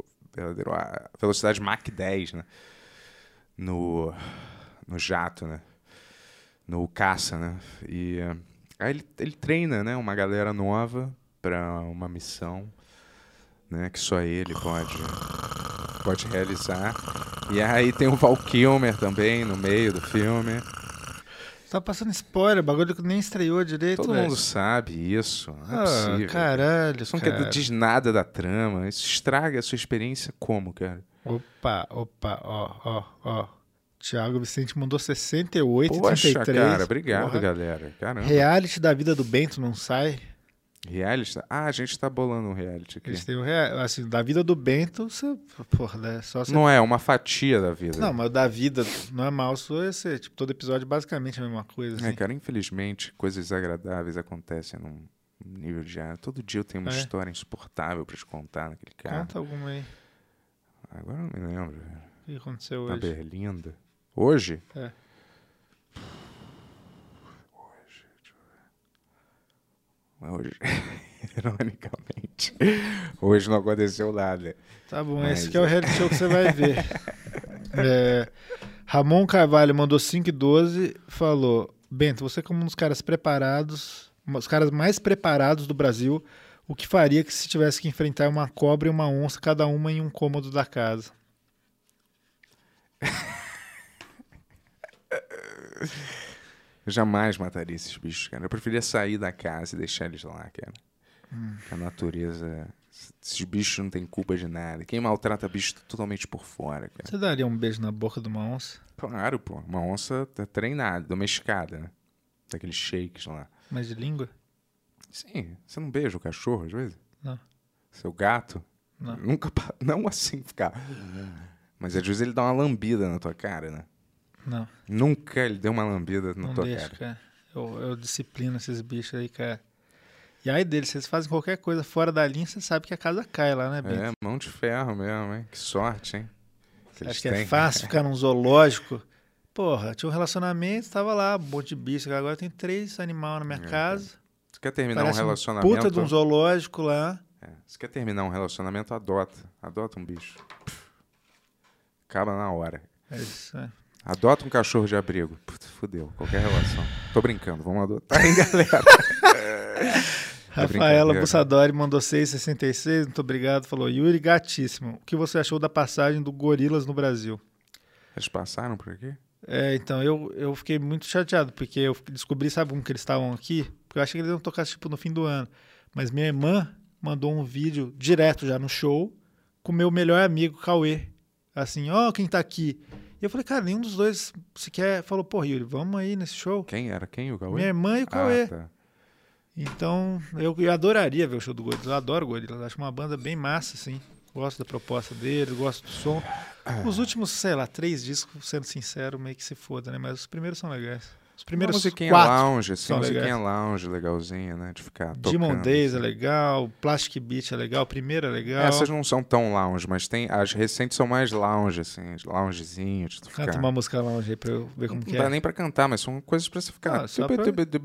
C: a velocidade Mach 10, né? No jato, né? No caça, né? E aí ele treina, né? Uma galera nova para uma missão, né? Que só ele pode realizar. E aí tem o Val Kilmer também no meio do filme.
D: Tá passando spoiler, bagulho que nem estreou direito,
C: Todo
D: velho.
C: mundo sabe isso. Não é possível.
D: Caralho,
C: Isso não
D: cara.
C: diz nada da trama. Isso estraga a sua experiência como, cara?
D: Opa, ó. Thiago Vicente mandou 68,
C: Poxa,
D: 33.
C: cara, obrigado,
D: Porra.
C: galera. Caramba.
D: Reality da vida do Bento não sai.
C: Reality? Ah, a gente tá bolando um reality aqui.
D: Eles têm assim, da vida do Bento, você, porra, né? Só você...
C: Não é uma fatia da vida.
D: Não, mas da vida normal sua, esse, tipo, todo episódio basicamente é a mesma coisa, assim.
C: Cara, infelizmente, coisas desagradáveis acontecem num nível diário. Todo dia eu tenho uma história insuportável pra te contar naquele carro.
D: Conta alguma aí.
C: Agora eu não me lembro.
D: O que aconteceu
C: Na
D: hoje?
C: Berlinda. Hoje?
D: É.
C: Hoje, ironicamente, hoje não aconteceu nada.
D: Tá bom,
C: Mas-
D: esse que é o reality show que você vai ver. Ramon Carvalho mandou 5,12, falou: Bento, você como um dos caras preparados, os caras mais preparados do Brasil, o que faria que se tivesse que enfrentar uma cobra e uma onça, cada uma em um cômodo da casa?
C: Eu jamais mataria esses bichos, cara. Eu preferia sair da casa e deixar eles lá, cara. A natureza... Esses bichos não têm culpa de nada. Quem maltrata bicho tá totalmente por fora, cara.
D: Você daria um beijo na boca de uma onça?
C: Claro, pô. Uma onça tá treinada, domesticada, né? Daqueles shakes lá.
D: Mas de língua?
C: Sim. Você não beija o cachorro, às vezes?
D: Não.
C: Seu gato?
D: Não.
C: Nunca... Não assim ficar... Mas às vezes ele dá uma lambida na tua cara, né?
D: Não.
C: Nunca ele deu uma lambida na
D: Não
C: tua
D: deixa,
C: cara.
D: cara. Eu disciplino esses bichos aí, cara. E aí deles, se eles fazem qualquer coisa fora da linha, você sabe que a casa cai lá, né, Bento?
C: É, mão de ferro mesmo, hein? Que sorte, hein? Que eles
D: Acho que é
C: têm.
D: fácil ficar num zoológico. Porra, tinha um relacionamento, tava lá, um monte de bicho. Agora tem 3 animais na minha casa.
C: Você quer terminar
D: Parece
C: um relacionamento?
D: puta de um zoológico lá.
C: Você quer terminar um relacionamento, adota. Adota um bicho. Acaba na hora.
D: É isso, é.
C: Adota um cachorro de abrigo. Puta, fudeu. Qualquer relação. Tô brincando, vamos adotar, hein, galera?
D: Rafaela
C: brincadeira.
D: Bussadori mandou 6,66. Muito obrigado. Falou: Yuri, gatíssimo. O que você achou da passagem do Gorilas no Brasil?
C: Eles passaram por aqui?
D: Então, eu fiquei muito chateado, porque eu descobri, sabe como que eles estavam aqui? Porque eu achei que eles iam tocar, tipo, no fim do ano. Mas minha irmã mandou um vídeo direto já no show com o meu melhor amigo, Cauê. Assim, ó, quem tá aqui. E eu falei, cara, nenhum dos dois sequer falou, pô, Yuri, vamos aí nesse show.
C: Quem era? Quem? O Cauê?
D: Minha irmã e o Cauê.
C: Ah, tá.
D: Então, eu adoraria ver o show do Gorilas. Eu adoro o Gorilas. Acho uma banda bem massa, assim. Gosto da proposta deles, gosto do som. Os últimos, sei lá, 3 discos, sendo sincero, meio que se foda, né? Mas os primeiros são legais. Os
C: Uma
D: primeiros
C: musiquinha
D: 4
C: lounge, assim,
D: são
C: musiquinha
D: legais.
C: lounge, legalzinha, né? De ficar tocando.
D: Demon Days é
C: assim.
D: legal, Plastic Beach é legal, primeiro é legal.
C: Essas não são tão lounge, mas tem as recentes são mais lounge, assim, loungezinhos, de tu
D: Canta
C: ficar.
D: uma música lounge aí pra eu ver como
C: Não
D: que
C: dá
D: é.
C: nem pra cantar, mas são coisas pra você ficar
D: Ah, só pra-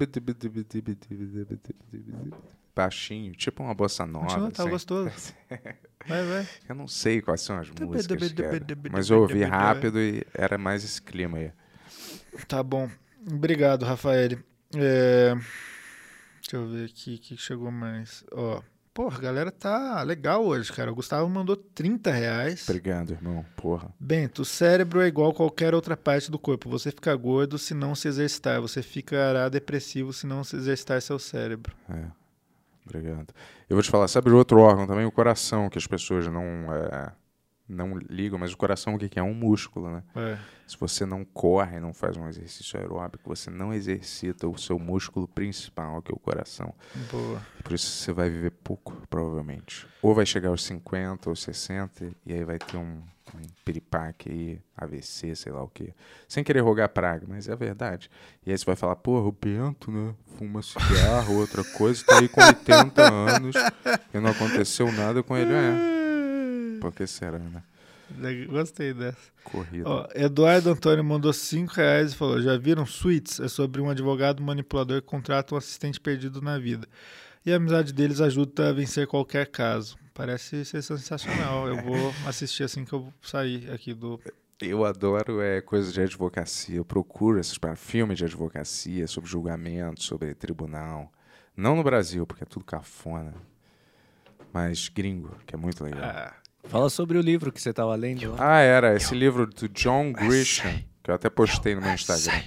C: baixinho, tipo uma bossa nova.
D: Continua, tá
C: assim.
D: gostoso. Vai.
C: Eu não sei quais são as músicas, cara, mas eu ouvi rápido e era mais esse clima aí.
D: Tá bom. Obrigado, Rafael. Deixa eu ver aqui o que chegou mais. Ó, porra, a galera tá legal hoje, cara. O Gustavo mandou R$30.
C: Obrigado, irmão. Porra.
D: Bento, o cérebro é igual a qualquer outra parte do corpo. Você fica gordo se não se exercitar. Você ficará depressivo se não se exercitar seu cérebro.
C: É. Obrigado. Eu vou te falar, sabe o outro órgão também? O coração, que as pessoas não ligam, mas o coração o que que é? Um músculo, né?
D: É.
C: Se você não corre, não faz um exercício aeróbico, você não exercita o seu músculo principal, que é o coração.
D: Boa.
C: Por isso você vai viver pouco, provavelmente. Ou vai chegar aos 50 ou 60 e aí vai ter um piripaque aí, AVC, sei lá o quê. Sem querer rogar praga, mas é verdade. E aí você vai falar, porra, o Bento, né? Fuma cigarro, outra coisa, tá aí com 80 anos e não aconteceu nada com ele. Por que será, né?
D: Gostei dessa.
C: Corrida.
D: Ó, Eduardo Antônio mandou R$5 e falou: já viram Suits? É sobre um advogado manipulador que contrata um assistente perdido na vida. E a amizade deles ajuda a vencer qualquer caso. Parece ser sensacional. Eu vou assistir assim que eu sair aqui do.
C: Eu adoro coisas de advocacia. Eu procuro esses filmes de advocacia, sobre julgamento, sobre tribunal. Não no Brasil, porque é tudo cafona. Mas gringo, que é muito legal.
E: Fala sobre o livro que você tava lendo lá.
C: Era esse livro do John Grisham, que eu até postei no meu Instagram.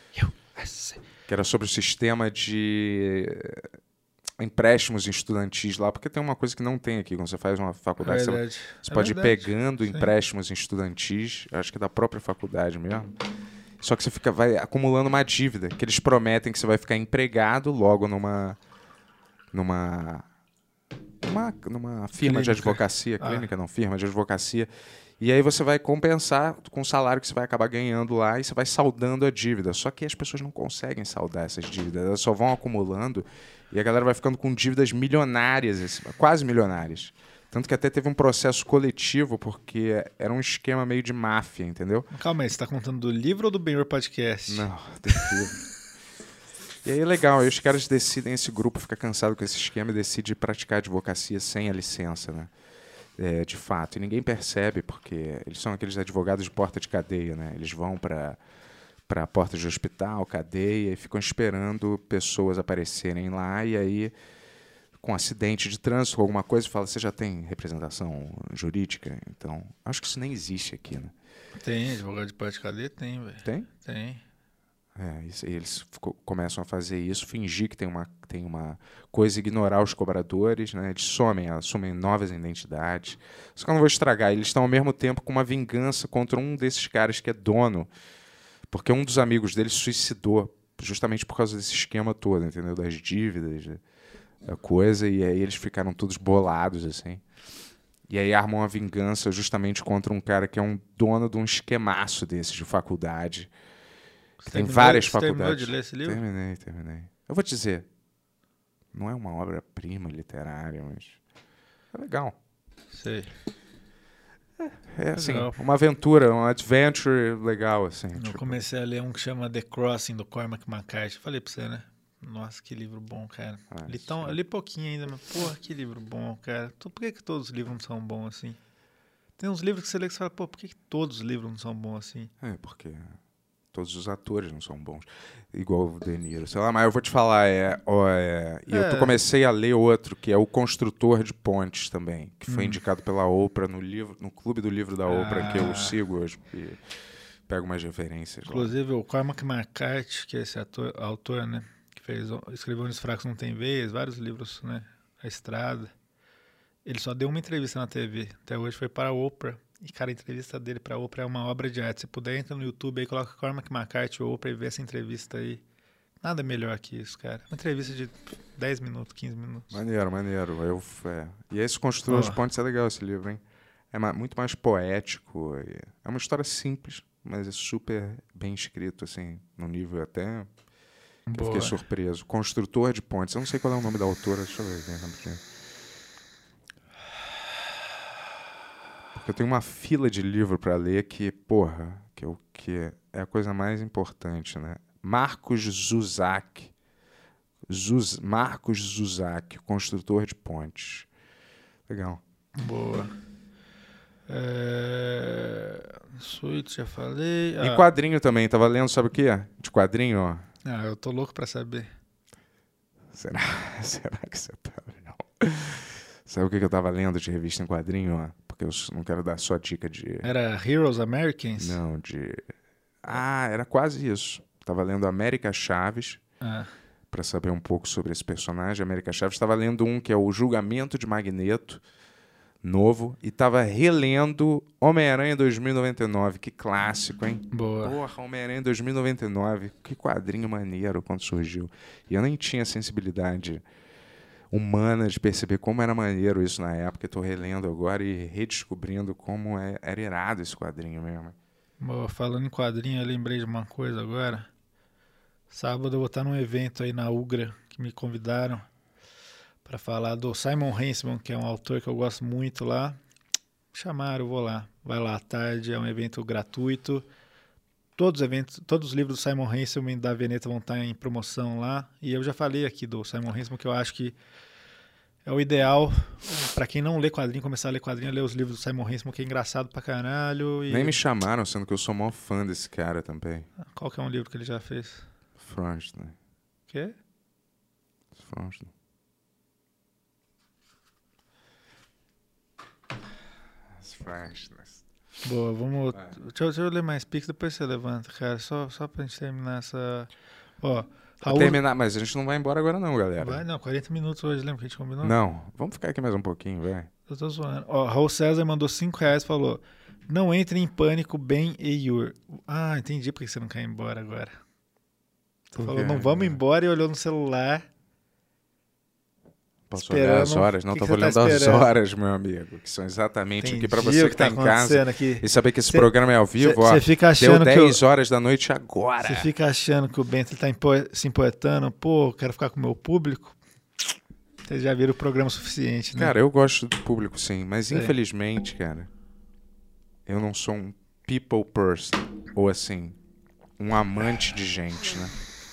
C: Que era sobre o sistema de empréstimos estudantis lá, porque tem uma coisa que não tem aqui. Quando você faz uma faculdade, você pode ir pegando empréstimos estudantis, acho que é da própria faculdade mesmo. Só que você vai acumulando uma dívida, que eles prometem que você vai ficar empregado logo numa firma de advocacia, firma de advocacia. E aí você vai compensar com o salário que você vai acabar ganhando lá e você vai saldando a dívida. Só que as pessoas não conseguem saldar essas dívidas, elas só vão acumulando e a galera vai ficando com dívidas milionárias, quase milionárias. Tanto que até teve um processo coletivo, porque era um esquema meio de máfia, entendeu?
D: Calma aí, você tá contando do livro ou do Benhur Podcast?
C: Não, do livro. E aí é legal, aí os caras decidem, esse grupo fica cansado com esse esquema e decide praticar advocacia sem a licença, né? De fato. E ninguém percebe, porque eles são aqueles advogados de porta de cadeia, né? Eles vão para a porta de hospital, cadeia, e ficam esperando pessoas aparecerem lá, e aí, com acidente de trânsito, com alguma coisa, fala, você já tem representação jurídica? Então, acho que isso nem existe aqui, né?
D: Tem, advogado de porta de cadeia tem, velho.
C: Tem?
D: Tem.
C: Eles começam a fazer isso, fingir que tem uma coisa, ignorar os cobradores, né? Eles assumem novas identidades. Só que eu não vou estragar. Eles estão ao mesmo tempo com uma vingança contra um desses caras que é dono, porque um dos amigos deles se suicidou justamente por causa desse esquema todo, entendeu? Das dívidas, da coisa, e aí eles ficaram todos bolados, assim. E aí armam uma vingança justamente contra um cara que é um dono de um esquemaço desses de faculdade. Tem várias faculdades.
D: Terminou de ler esse livro?
C: Terminei. Eu vou te dizer, não é uma obra-prima literária, mas é legal.
D: Sei.
C: É assim,
D: Legal.
C: uma aventura, um adventure legal, assim.
D: Eu comecei a ler um que chama The Crossing, do Cormac McCarthy. Falei pra você, né? Nossa, que livro bom, cara. Eu li pouquinho ainda, mas porra, que livro bom, cara. Por que todos os livros não são bons assim? Tem uns livros que você lê que você fala, por que todos os livros não são bons assim?
C: Porque todos os atores não são bons. Igual o De Niro. Sei lá, mas eu vou te falar, eu comecei a ler outro, que é O Construtor de Pontes também, que foi indicado pela Oprah no Clube do Livro da Oprah, que eu sigo hoje. E pego umas referências.
D: Inclusive, o Cormac McCarthy, que é esse autor, né? Que escreveu Onde os Fracos Não Têm Veias, vários livros, né? A Estrada. Ele só deu uma entrevista na TV. Até hoje foi para a Oprah. E, cara, a entrevista dele pra Oprah é uma obra de arte. Se puder, entra no YouTube aí, coloca Cormac McCarthy ou Oprah e vê essa entrevista aí. Nada melhor que isso, cara. Uma entrevista de 10 minutos, 15 minutos.
C: Maneiro. E esse Construtor de Pontes é legal, esse livro, hein? É muito mais poético. É uma história simples, mas é super bem escrito, assim, num nível até que eu
D: Boa.
C: fiquei surpreso. Construtor de Pontes. Eu não sei qual é o nome da autora, deixa eu ver aqui rapidinho. Porque eu tenho uma fila de livro para ler que, porra, que é a coisa mais importante, né? Marcos Zusak. Marcos Zusak, construtor de pontes. Legal.
D: Boa. Suíte, já falei.
C: E quadrinho também, tava lendo, sabe o que é? De quadrinho, ó.
D: Eu tô louco pra saber.
C: Será que você tá? Não. Sabe o que eu tava lendo de revista em quadrinho, ó? Porque eu não quero dar só dica de...
D: Era Heroes Americans?
C: Não, de... era quase isso. Tava lendo América Chaves, pra saber um pouco sobre esse personagem. América Chaves. Tava lendo um que é o Julgamento de Magneto, novo, e tava relendo Homem-Aranha 2099. Que clássico, hein?
D: Boa.
C: Porra, Homem-Aranha 2099. Que quadrinho maneiro quando surgiu. E eu nem tinha sensibilidade humana de perceber como era maneiro isso na época. Eu tô relendo agora e redescobrindo como era irado esse quadrinho mesmo.
D: Boa, falando em quadrinho, eu lembrei de uma coisa agora. Sábado eu vou estar num evento aí na Ugra, que me convidaram para falar do Simon Hensman, que é um autor que eu gosto muito lá. Me chamaram, eu vou lá. Vai lá à tarde, é um evento gratuito. Todos os livros do Simon Hensman da Veneta vão estar em promoção lá. E eu já falei aqui do Simon Hensman, que eu acho que é o ideal para quem não lê quadrinho, começar a ler quadrinho, ler os livros do Simon Hensman, que é engraçado pra caralho. E...
C: Nem me chamaram, sendo que eu sou maior fã desse cara também.
D: Qual que é um livro que ele já fez?
C: Frontman.
D: Quê?
C: Frontman.
D: Boa, vamos... Deixa eu ler mais Pix, depois você levanta, cara. Só pra gente terminar essa... Ó, Raul...
C: Terminar, mas a gente não vai embora agora não, galera.
D: Vai não, 40 minutos hoje, lembra que a gente combinou?
C: Não, vamos ficar aqui mais um pouquinho, velho.
D: Eu tô zoando. Ó, Raul César mandou R$5 e falou: não entre em pânico, Ben e Yur. Entendi por que você não quer ir embora agora. Você falou, não vamos embora e olhou no celular.
C: Posso olhar as horas? Não, tô olhando as horas, meu amigo, que são exatamente aqui pra você que tá em casa
D: aqui.
C: E saber que esse programa é ao vivo, ó.
D: Você fica achando
C: deu 10 horas da noite agora.
D: Você fica achando que o Bento tá se importando, pô, quero ficar com o meu público. Vocês já viram o programa suficiente, né?
C: Cara, eu gosto do público, sim, mas infelizmente, cara, eu não sou um people person, ou assim, um amante de gente, né?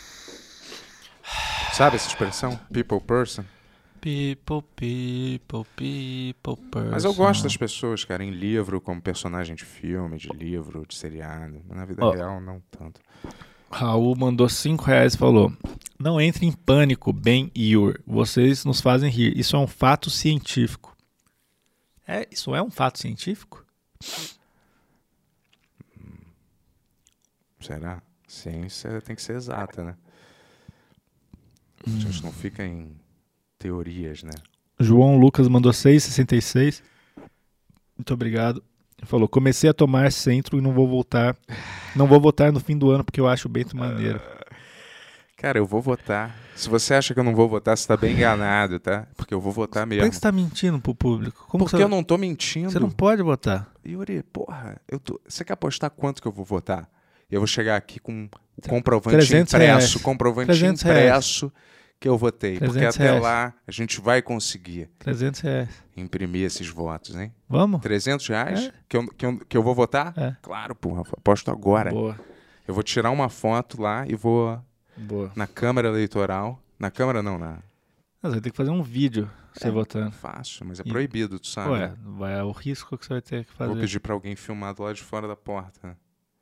C: Sabe essa expressão? People person?
D: People person.
C: Mas eu gosto das pessoas, cara, em livro, como personagem de filme, de livro, de seriado. Mas na vida real, não tanto.
D: Raul mandou R$5 e falou: não entre em pânico, Ben e Yur. Vocês nos fazem rir. Isso é um fato científico. Isso é um fato científico?
C: Será? Ciência tem que ser exata, né? A gente não fica em teorias, né?
D: João Lucas mandou 6,66. Muito obrigado. Ele falou: comecei a tomar centro e não vou voltar. Não vou votar no fim do ano porque eu acho o Bento maneiro.
C: Cara, eu vou votar. Se você acha que eu não vou votar, você tá bem enganado, tá? Porque eu vou votar mesmo.
D: Por que você tá mentindo pro público?
C: Porque eu não tô mentindo.
D: Você não pode votar.
C: Yuri, porra, você quer apostar quanto que eu vou votar? Eu vou chegar aqui com o comprovante impresso. Comprovante impresso que eu votei. Porque até lá a gente vai conseguir
D: R$300.
C: imprimir esses votos, hein?
D: Vamos?
C: R$300? Que eu vou votar? Claro, porra. Aposto agora.
D: Boa.
C: Eu vou tirar uma foto lá e vou na Câmara Eleitoral. Na Câmara não, na...
D: Você vai ter que fazer um vídeo você votando.
C: Fácil, mas é proibido, tu sabe.
D: Ué, vai o risco que você vai ter que fazer.
C: Vou pedir pra alguém filmar do lado de fora da porta.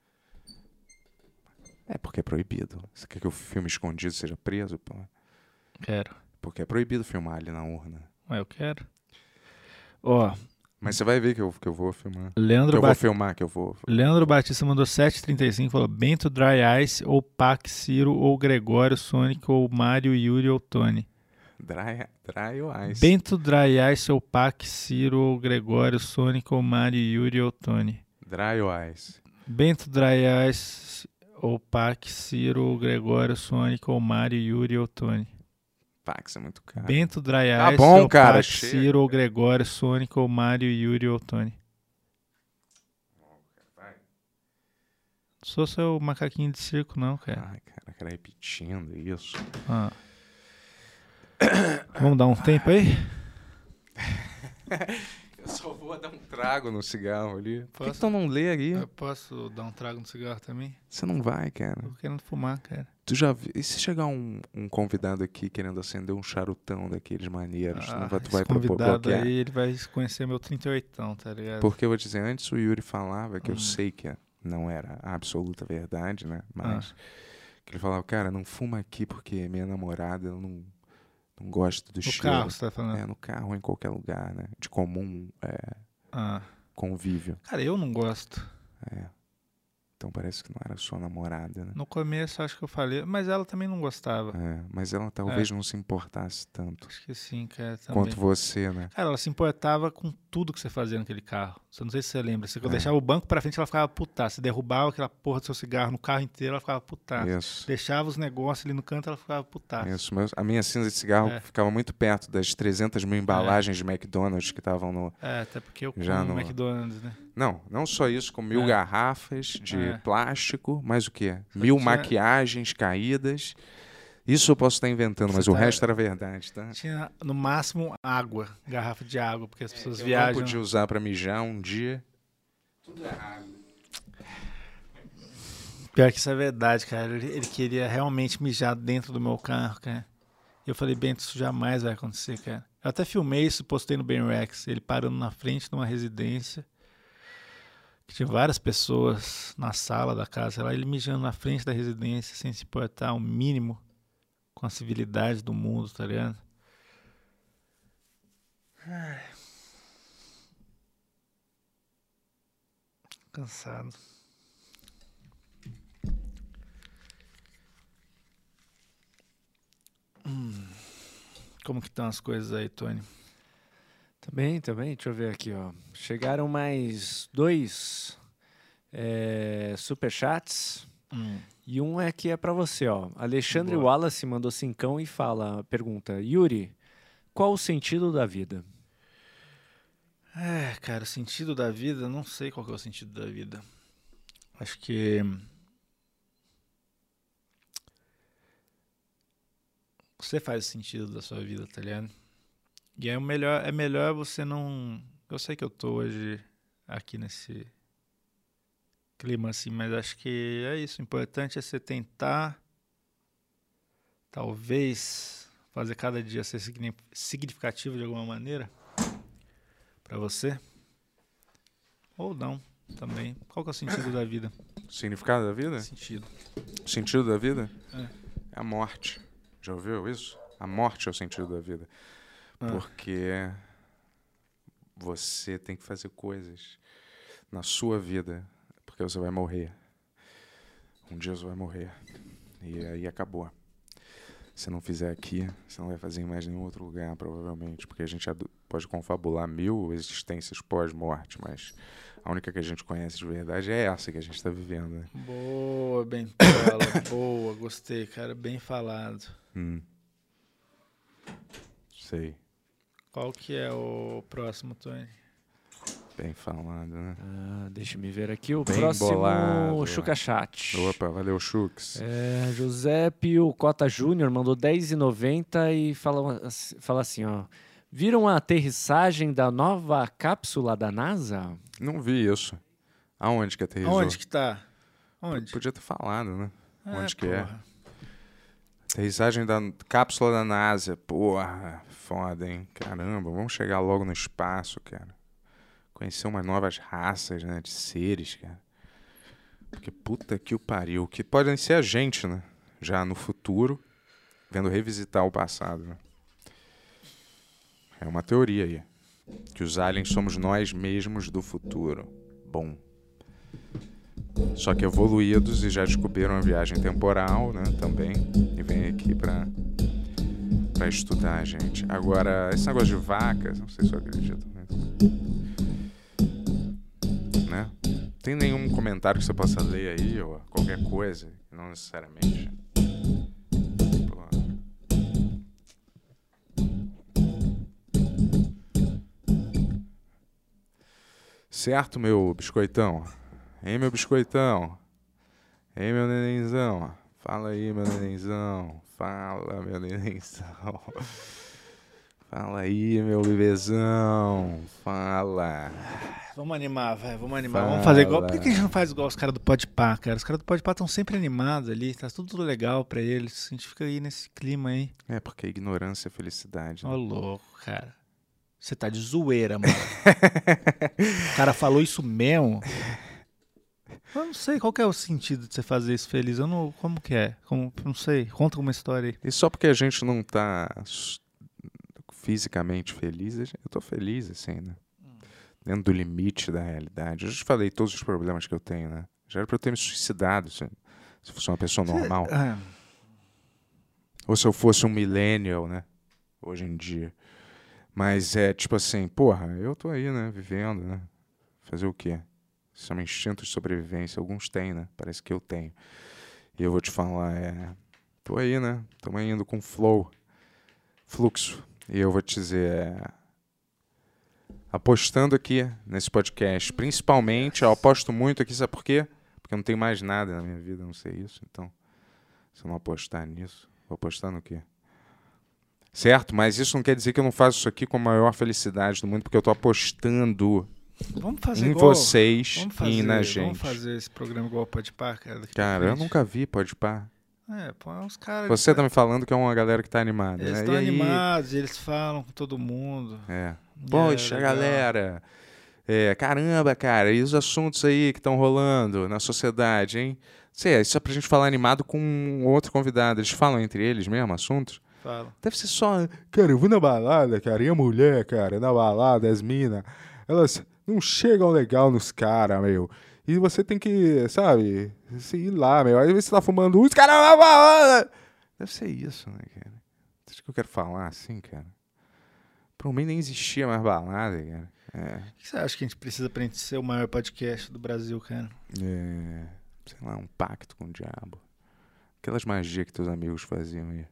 C: É porque é proibido. Você quer que o filme escondido seja preso, pô?
D: Quero.
C: Porque é proibido filmar ali na urna.
D: Eu quero. Ó.
C: Mas você vai ver que eu vou filmar.
D: Leandro Batista mandou 7,35 e falou: Bento, Dry Ice, ou Pac, Ciro, ou Gregório, Sonic, ou Mário, Yuri, ou Tony.
C: Dry ou Ice?
D: Bento, Dry Ice, ou Pac, Ciro, ou Gregório, Sonic, ou Mário, Yuri, ou Tony.
C: Dry ou Ice?
D: Bento, Dry Ice, ou Pac, Ciro, ou Gregório, Sonic, ou Mário, Yuri, ou Tony.
C: Pax é muito caro.
D: Bento, Dry Ice,
C: tá bom,
D: ou
C: cara,
D: Pac, Ciro, ou Gregório, Sonic, ou Mário, Yuri, ou Tony. Sou seu macaquinho de circo, não, cara.
C: Ai, cara, repetindo isso.
D: Ah. Vamos dar um tempo aí?
C: Eu só vou dar um trago no cigarro ali. Por que
D: Posso?
C: tu não lê ali?
D: Eu posso dar um trago no cigarro também?
C: Você não vai, cara.
D: Tô querendo fumar, cara.
C: Tu já viu? E se chegar um convidado aqui querendo acender um charutão daqueles maneiros? Tu
D: Esse
C: vai propor
D: convidado
C: qualquer?
D: aí, ele vai conhecer meu 38ão, tá ligado?
C: Porque eu vou dizer, antes o Yuri falava que eu sei que não era a absoluta verdade, né? Mas que ele falava, cara, não fuma aqui porque minha namorada eu não gosto do
D: No
C: cheiro.
D: carro, você tá falando?
C: É, no carro ou em qualquer lugar, né? De comum
D: Ah.
C: convívio.
D: Cara, eu não gosto.
C: É. Então parece que não era sua namorada, né?
D: No começo acho que eu falei, mas ela também não gostava.
C: É, mas ela talvez não se importasse tanto
D: Acho que sim, cara, também.
C: quanto você, né?
D: Cara, ela se importava com tudo que você fazia naquele carro. Não sei se você lembra. Se eu deixava o banco pra frente, ela ficava putaça. Você derrubava aquela porra do seu cigarro no carro inteiro, ela ficava putaça.
C: Isso.
D: Deixava os negócios ali no canto, ela ficava putaça.
C: Isso, mas a minha cinza de cigarro ficava muito perto das 300 mil embalagens de McDonald's que estavam no...
D: É, até porque eu como
C: Já
D: no
C: no-
D: McDonald's, né?
C: Não só isso, com 1000 garrafas de plástico, mais o quê?
D: Só
C: 1000
D: tinha-
C: maquiagens caídas. Isso eu posso estar inventando, mas
D: Você
C: o
D: tá-
C: resto era verdade, tá?
D: Tinha, no máximo, água. Garrafa de água, porque as pessoas
C: Eu
D: viajam.
C: não podia usar pra mijar um dia. Tudo errado.
D: Pior que isso é verdade, cara. Ele queria realmente mijar dentro do meu carro, cara. Eu falei, Bento, isso jamais vai acontecer, cara. Eu até filmei isso, postei no Ben Rex. Ele parando na frente de uma residência. Que tinha várias pessoas na sala da casa. Lá ele mijando na frente da residência, sem se importar o mínimo com a civilidade do mundo, tá ligado? Ai. Cansado. Como que estão as coisas aí, Tony?
E: Também. Deixa eu ver aqui, ó. Chegaram mais 2 superchats. E um aqui é pra você, ó. Alexandre
D: Boa.
E: Wallace mandou 5 e pergunta, Yuri, qual o sentido da vida?
D: É, cara, o sentido da vida, não sei qual que é o sentido da vida. Acho que você faz o sentido da sua vida, tá ligado? E é melhor você não... Eu sei que eu tô hoje aqui nesse clima assim, mas acho que é isso. O importante é você tentar, talvez, fazer cada dia ser significativo de alguma maneira pra você. Ou não, também. Qual que é o sentido da vida?
C: Significado da vida?
D: Sentido.
C: O sentido da vida?
D: É.
C: É a morte. Já ouviu isso? A morte é o sentido da vida. Porque você tem que fazer coisas na sua vida, porque você vai morrer. Um dia você vai morrer. E aí acabou. Se não fizer aqui, você não vai fazer em mais nenhum outro lugar, provavelmente. Porque a gente pode confabular 1000 existências pós-morte, mas a única que a gente conhece de verdade é essa que a gente está vivendo, né?
D: Boa, Bentola. Boa, gostei, cara. Bem falado.
C: Sei.
D: Qual que é o próximo, Tony?
C: Bem falado, né?
E: Deixa me ver aqui. O
C: Bem
E: próximo
C: bolado.
E: Chucachat.
C: Opa, valeu, Chux.
E: José Pio Cota Júnior mandou 10,90 e fala assim, ó. Viram a aterrissagem da nova cápsula da NASA?
C: Não vi isso. Aonde que aterrissou?
D: Onde que tá? Onde?
C: Podia ter falado, né? Onde que
D: porra.
C: é? Aterrissagem da cápsula da NASA. Porra, foda, hein? Caramba, vamos chegar logo no espaço, cara. Conhecer umas novas raças, né? De seres, cara. Porque puta que o pariu. Que podem ser a gente, né? Já no futuro, vendo revisitar o passado, né? É uma teoria aí. Que os aliens somos nós mesmos do futuro. Bom. Só que evoluídos e já descobriram a viagem temporal, né? Também. E vem aqui pra estudar a gente. Agora, esse negócio de vacas, não sei se eu acredito. Né? Tem nenhum comentário que você possa ler aí, ou qualquer coisa? Não necessariamente. Pô. Certo, meu biscoitão? Hein, meu biscoitão? Ei, meu nenenzão. Fala aí, meu nenenzão. Fala, meu nenenzão. Fala aí, meu bebezão. Fala.
D: Vamos animar, vai, vamos animar.
C: Fala.
D: Vamos fazer igual. Por que a gente não faz igual os caras do Podpah, cara? Os caras do Podpah estão sempre animados ali, tá tudo legal pra eles. A gente fica aí nesse clima aí.
C: É, porque a ignorância é felicidade.
D: Ô,
C: Né?
D: louco, cara. Você tá de zoeira, mano. O cara falou isso mesmo. Eu não sei qual que é o sentido de você fazer isso feliz. Eu não. Como que é? Não sei. Conta uma história aí.
C: E só porque a gente não tá fisicamente feliz, eu tô feliz, assim, né? Dentro do limite da realidade. Eu já te falei todos os problemas que eu tenho, né? Já era pra eu ter me suicidado se fosse uma pessoa normal. Ou se eu fosse um millennial, né? Hoje em dia. Mas é tipo assim, porra, eu tô aí, né? Vivendo, né? Fazer o quê? Isso é um instinto de sobrevivência. Alguns têm, né? Parece que eu tenho. E eu vou te falar, tô aí, né? Tamo indo com fluxo. E eu vou te dizer, apostando aqui nesse podcast, principalmente, eu aposto muito aqui, sabe por quê? Porque eu não tenho mais nada na minha vida, a não sei isso. Então, se eu não apostar nisso, vou apostar no quê? Certo? Mas isso não quer dizer que eu não faço isso aqui com a maior felicidade do mundo, porque eu tô apostando
D: Vamos fazer
C: em
D: igual,
C: vocês e na gente.
D: Vamos fazer esse programa igual o Podpah, cara. daqui pra
C: Cara, eu
D: frente.
C: nunca vi Podpah.
D: Põe uns caras.
C: Você tá me falando que é uma galera que tá animada,
D: Eles
C: né?
D: estão
C: E aí?
D: animados, eles falam com todo mundo.
C: Poxa,
D: legal.
C: galera. Caramba, cara, e os assuntos aí que estão rolando na sociedade, hein? Isso é pra gente falar animado com um outro convidado. Eles falam entre eles mesmo, assuntos?
D: Fala.
C: Deve ser só, cara, eu vou na balada, cara, e a mulher, cara, na balada, as minas, elas não chegam legal nos caras, meu. E você tem que, sabe, você ir lá, meu. Aí você tá fumando os caras na balada. Deve ser isso, né, cara? Acho que eu quero falar assim, cara. Pra mim nem existia mais balada, cara.
D: O que você acha que a gente precisa pra gente ser o maior podcast do Brasil, cara?
C: Sei lá, um pacto com o diabo. Aquelas magias que teus amigos faziam aí.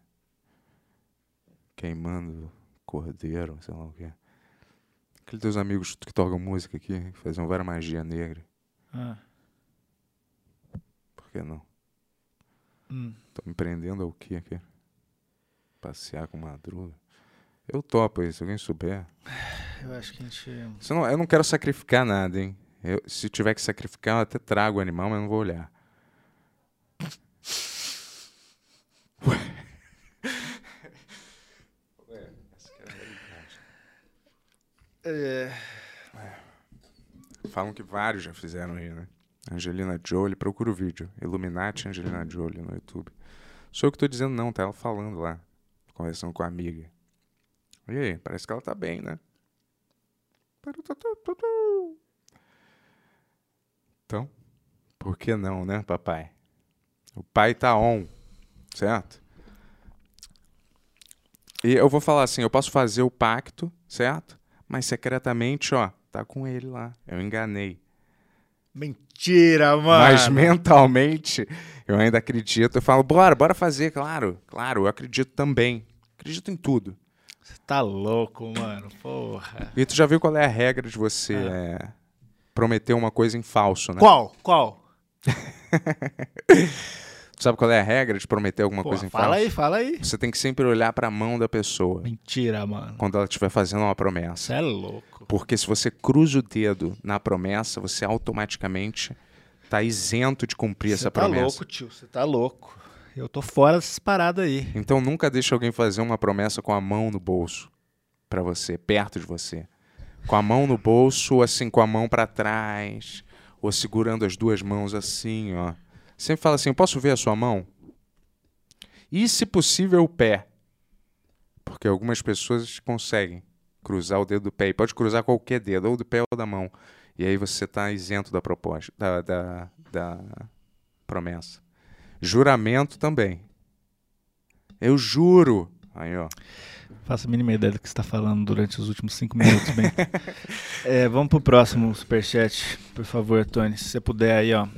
C: Queimando cordeiro, sei lá o quê. Aqueles teus amigos que tocam música aqui, que faziam várias magias negras. Por que não? Tô me prendendo ao quê aqui? Passear com madruga? Eu topo aí, se alguém souber.
D: Eu acho que a gente...
C: Eu não quero sacrificar nada, hein? Se tiver que sacrificar, eu até trago o animal, mas não vou olhar. Falam que vários já fizeram aí, né? Angelina Jolie, procura o vídeo. Illuminati Angelina Jolie no YouTube. Sou eu que tô dizendo não, tá ela falando lá. Conversando com a amiga. E aí, parece que ela tá bem, né? Então, por que não, né, papai? O pai tá on, certo? E eu vou falar assim, eu posso fazer o pacto, certo? Mas secretamente, tá com ele lá. Eu enganei.
D: Mentira, mano!
C: Mas mentalmente, eu ainda acredito. Eu falo, bora fazer, claro. Claro, eu acredito também. Acredito em tudo.
D: Você tá louco, mano. Porra.
C: E tu já viu qual é a regra de você prometer uma coisa em falso, né?
D: Qual?
C: Tu sabe qual é a regra de prometer alguma coisa em falso?
D: Fala aí.
C: Você tem que sempre olhar pra mão da pessoa
D: Mentira, mano.
C: quando ela estiver fazendo uma promessa.
D: Você é louco.
C: Porque se você cruza o dedo na promessa, você automaticamente tá isento de cumprir essa promessa.
D: Você tá louco, tio. Você tá louco. Eu tô fora dessas paradas aí.
C: Então nunca deixe alguém fazer uma promessa com a mão no bolso pra você, perto de você. Com a mão no bolso, ou assim, com a mão pra trás, ou segurando as duas mãos assim, ó. Sempre fala assim, eu posso ver a sua mão? E, se possível, o pé. Porque algumas pessoas conseguem cruzar o dedo do pé. E pode cruzar qualquer dedo, ou do pé ou da mão. E aí você tá isento da proposta, da promessa. Juramento também. Eu juro. Aí, ó.
D: Faço a mínima ideia do que você tá falando durante os últimos 5 minutos, bem. Vamos pro próximo superchat, por favor, Tony. Se você puder aí, ó.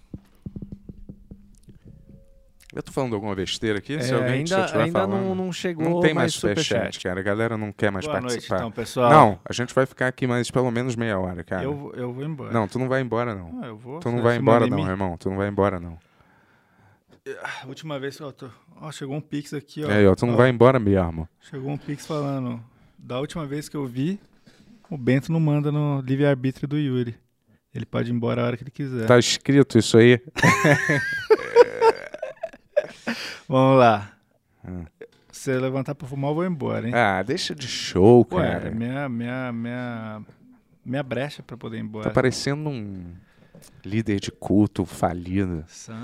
C: Eu tô falando alguma besteira aqui? Se alguém
E: ainda
C: estiver falando,
E: não chegou
C: não tem mais
E: superchat.
C: superchat, cara. A galera não quer mais
D: Boa noite,
C: participar.
D: então, pessoal.
C: Não, a gente vai ficar aqui mais pelo menos meia hora, cara.
D: Eu vou embora.
C: Não, tu não vai embora, não.
D: Eu vou.
C: Tu não vai embora, não, irmão. Tu não vai embora, não.
D: A última vez que eu tô... Ó, chegou um Pix aqui, ó.
C: Aí, ó, tu não vai embora mesmo.
D: Chegou um Pix falando... Da última vez que eu vi, o Bento não manda no livre-arbítrio do Yuri. Ele pode ir embora a hora que ele quiser.
C: Tá escrito isso aí?
D: Vamos lá.
C: Ah.
D: Se eu levantar pra fumar, eu vou embora, hein?
C: Ah, deixa de show,
D: Ué,
C: cara.
D: é minha brecha pra poder ir embora.
C: Tá parecendo um líder de culto falido.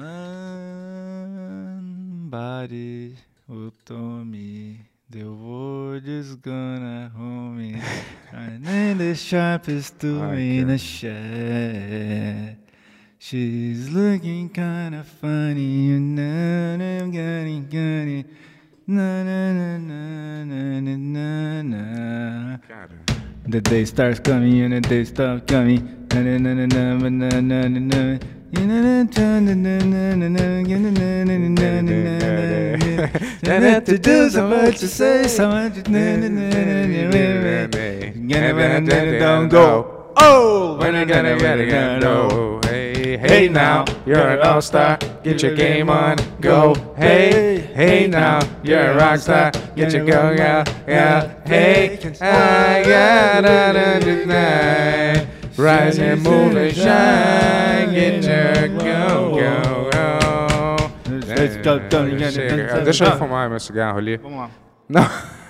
D: Somebody who told me the world is gonna hold me. I need the sharpest tool
C: Ai,
D: in
C: cara.
D: the shed. She's looking kinda funny, you know, I'm getting. Na na na na na na na na.
C: Cara.
D: The day starts coming and the day stops coming. Na na na na na na na na na. To do so much to say so much. Don't go. Oh, when I gotta go.
C: Hey, hey now, you're an all-star. Get your game on, go. Hey, hey now, you're a rock star. Get your go, yeah. Hey, I gotta tonight. Rise and move and shine. Get your go. Deixa eu fumar meu cigarro ali.
D: Vamos lá.
C: Não.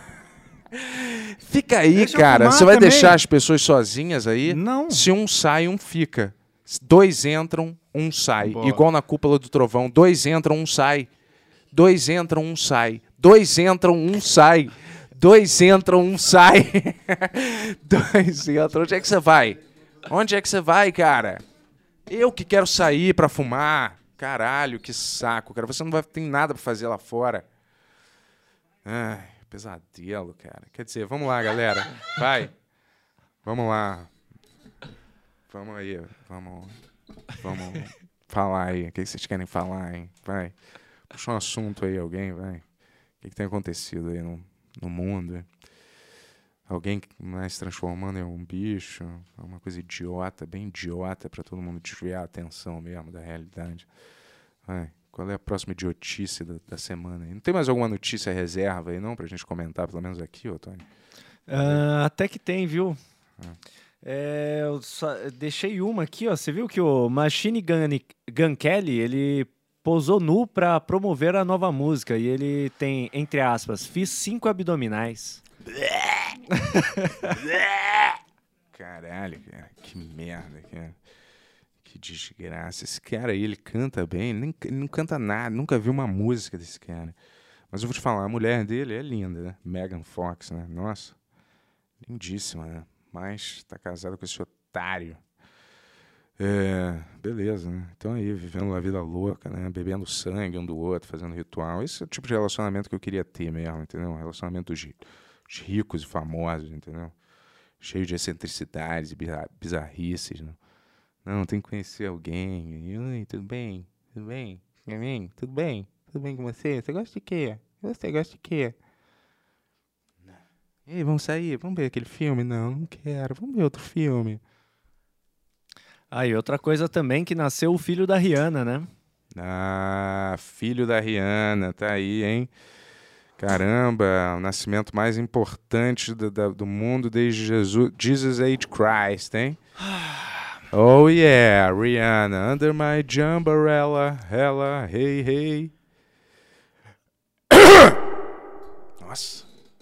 C: Fica aí,
D: Deixa eu
C: cara.
D: fumar
C: Você vai
D: também.
C: deixar as pessoas sozinhas aí?
D: Não.
C: Se um sai, um fica. Dois entram, um sai.
D: Boa.
C: Igual na Cúpula do Trovão. Dois entram, um sai. Dois entram, um sai. Dois entram, um sai. Dois entram, um sai. Dois entram. Onde é que você vai? Onde é que você vai, cara? Eu que quero sair pra fumar. Caralho, que saco, cara. Você não vai ter nada pra fazer lá fora. Ai, pesadelo, cara. Quer dizer, vamos lá, galera. Vai. Vamos lá. Vamos aí. Vamos falar aí. O que vocês querem falar, hein? Vai. Puxa um assunto aí, alguém, vai. O que tem acontecido aí no mundo? Alguém mais se transformando em um bicho? Uma coisa idiota, bem idiota, pra todo mundo desviar a atenção mesmo da realidade. Vai. Qual é a próxima idiotice da semana? Não tem mais alguma notícia reserva aí, não? Pra gente comentar, pelo menos aqui, ô Tony?
E: Até que tem, viu? Eu deixei uma aqui, ó. Você viu que o Machine Gun Kelly, ele posou nu pra promover a nova música. E ele tem, entre aspas, fiz 5 abdominais.
C: Caralho, cara. Que merda, cara. Que desgraça. Esse cara aí, ele canta bem. Ele não canta nada. Nunca vi uma música desse cara. Mas eu vou te falar, a mulher dele é linda, né? Megan Fox, né? Nossa. Lindíssima, né? Mas tá casada com esse otário. Beleza, né? Então aí, vivendo uma vida louca, né? Bebendo sangue um do outro, fazendo ritual. Esse é o tipo de relacionamento que eu queria ter mesmo, entendeu? Um relacionamento de ricos e famosos, entendeu? Cheio de excentricidades e bizarrices, né? Não, tem que conhecer alguém. Oi, tudo bem? Tudo bem? Tudo bem? Tudo bem? Tudo bem com você? Você gosta de quê? Você gosta de quê? Ei, vamos sair? Vamos ver aquele filme? Não quero. Vamos ver outro filme.
E: Aí, outra coisa também que nasceu o filho da Rihanna, né?
C: Ah, filho da Rihanna, tá aí, hein? Caramba, o nascimento mais importante do mundo desde Jesus Age Christ, hein? Oh yeah, Rihanna, under my umbrella, ella, hey, hey. Nossa.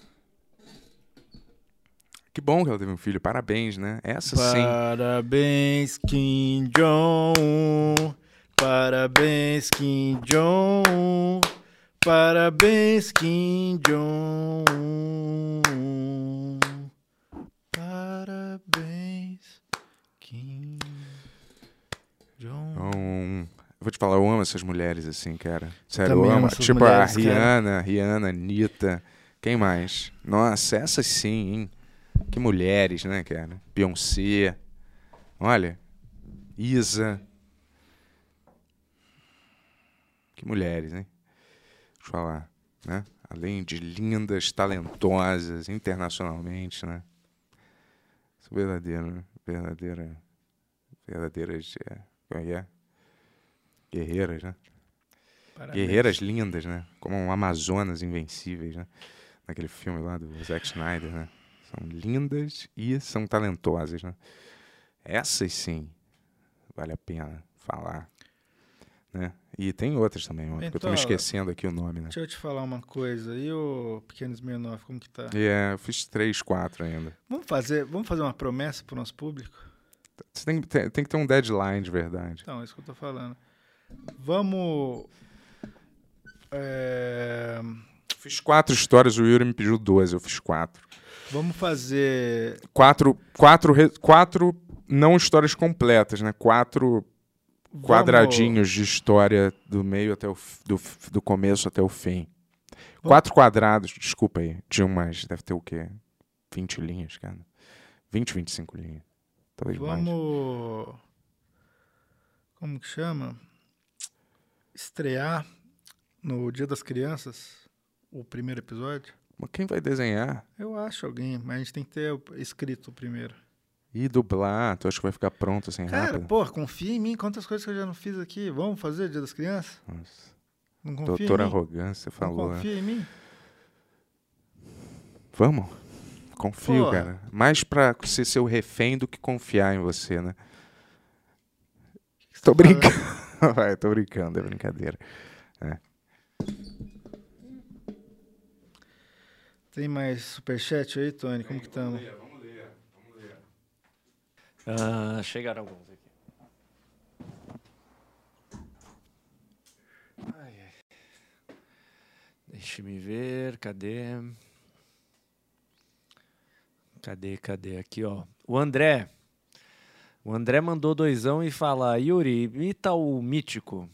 C: Que bom que ela teve um filho, parabéns, né? Essa sim.
D: Parabéns, Kim Jong-un. Parabéns, Kim Jong-un. Parabéns, Kim Jong-un. Parabéns, Kim Jong-un.
C: Vou te falar, eu amo essas mulheres assim, cara. Sério,
D: Também
C: eu
D: amo
C: amo.
D: essas
C: Tipo
D: mulheres,
C: a Rihanna, Anitta. Quem mais? Nossa, essas sim, hein? Que mulheres, né, cara? Beyoncé. Olha. Isa. Que mulheres, hein? Deixa eu falar, né? Além de lindas, talentosas, internacionalmente, né? São verdadeiras, como é que é? Guerreiras, né?
D: Parabéns.
C: Guerreiras lindas, né? Como Amazonas invencíveis, né? Naquele filme lá do Zack Snyder, né? São lindas e são talentosas, né? Essas sim, vale a pena falar, né? E tem outras também, ó, porque eu tô me
D: Bentola,
C: esquecendo aqui o nome, né?
D: Deixa eu te falar uma coisa. E o Pequeno Smirnoff, como que tá?
C: Eu fiz 3, 4 ainda.
D: Vamos fazer uma promessa pro nosso público?
C: Você tem que ter um deadline de verdade.
D: Então, é isso que eu tô falando. Vamos...
C: Fiz 4 histórias, o Yuri me pediu 12, eu fiz 4.
D: Vamos fazer...
C: 4 não histórias completas, né? 4 quadradinhos de história do meio até do começo até o fim. 4 quadrados, desculpa aí, de umas, deve ter o quê? 20 linhas, cara. 20, 25 linhas. Talvez mais.
D: Vamos... Como que chama? Estrear no Dia das Crianças o primeiro episódio.
C: Mas quem vai desenhar?
D: Eu acho alguém, mas a gente tem que ter escrito primeiro.
C: E dublar, tu acha que vai ficar pronto assim
D: Cara,
C: rápido?
D: porra, confia em mim. Quantas coisas que eu já não fiz aqui. Vamos fazer Dia das Crianças?
C: Nossa.
D: Não confia
C: Doutor
D: em mim?
C: Arrogância
D: Não
C: falou. Né?
D: confia em mim?
C: Vamos. Confio,
D: Porra.
C: cara. Mais pra ser seu refém do que confiar em você, né?
D: O que você
C: Tô
D: tá falando?
C: brincando. Vai, tô brincando, é brincadeira.
D: Tem mais superchat aí, Tony? Como que estamos?
E: Chegaram alguns aqui. Deixa-me ver, cadê? Cadê? Aqui, ó. O André mandou 2 e fala: Yuri, imita o Mítico.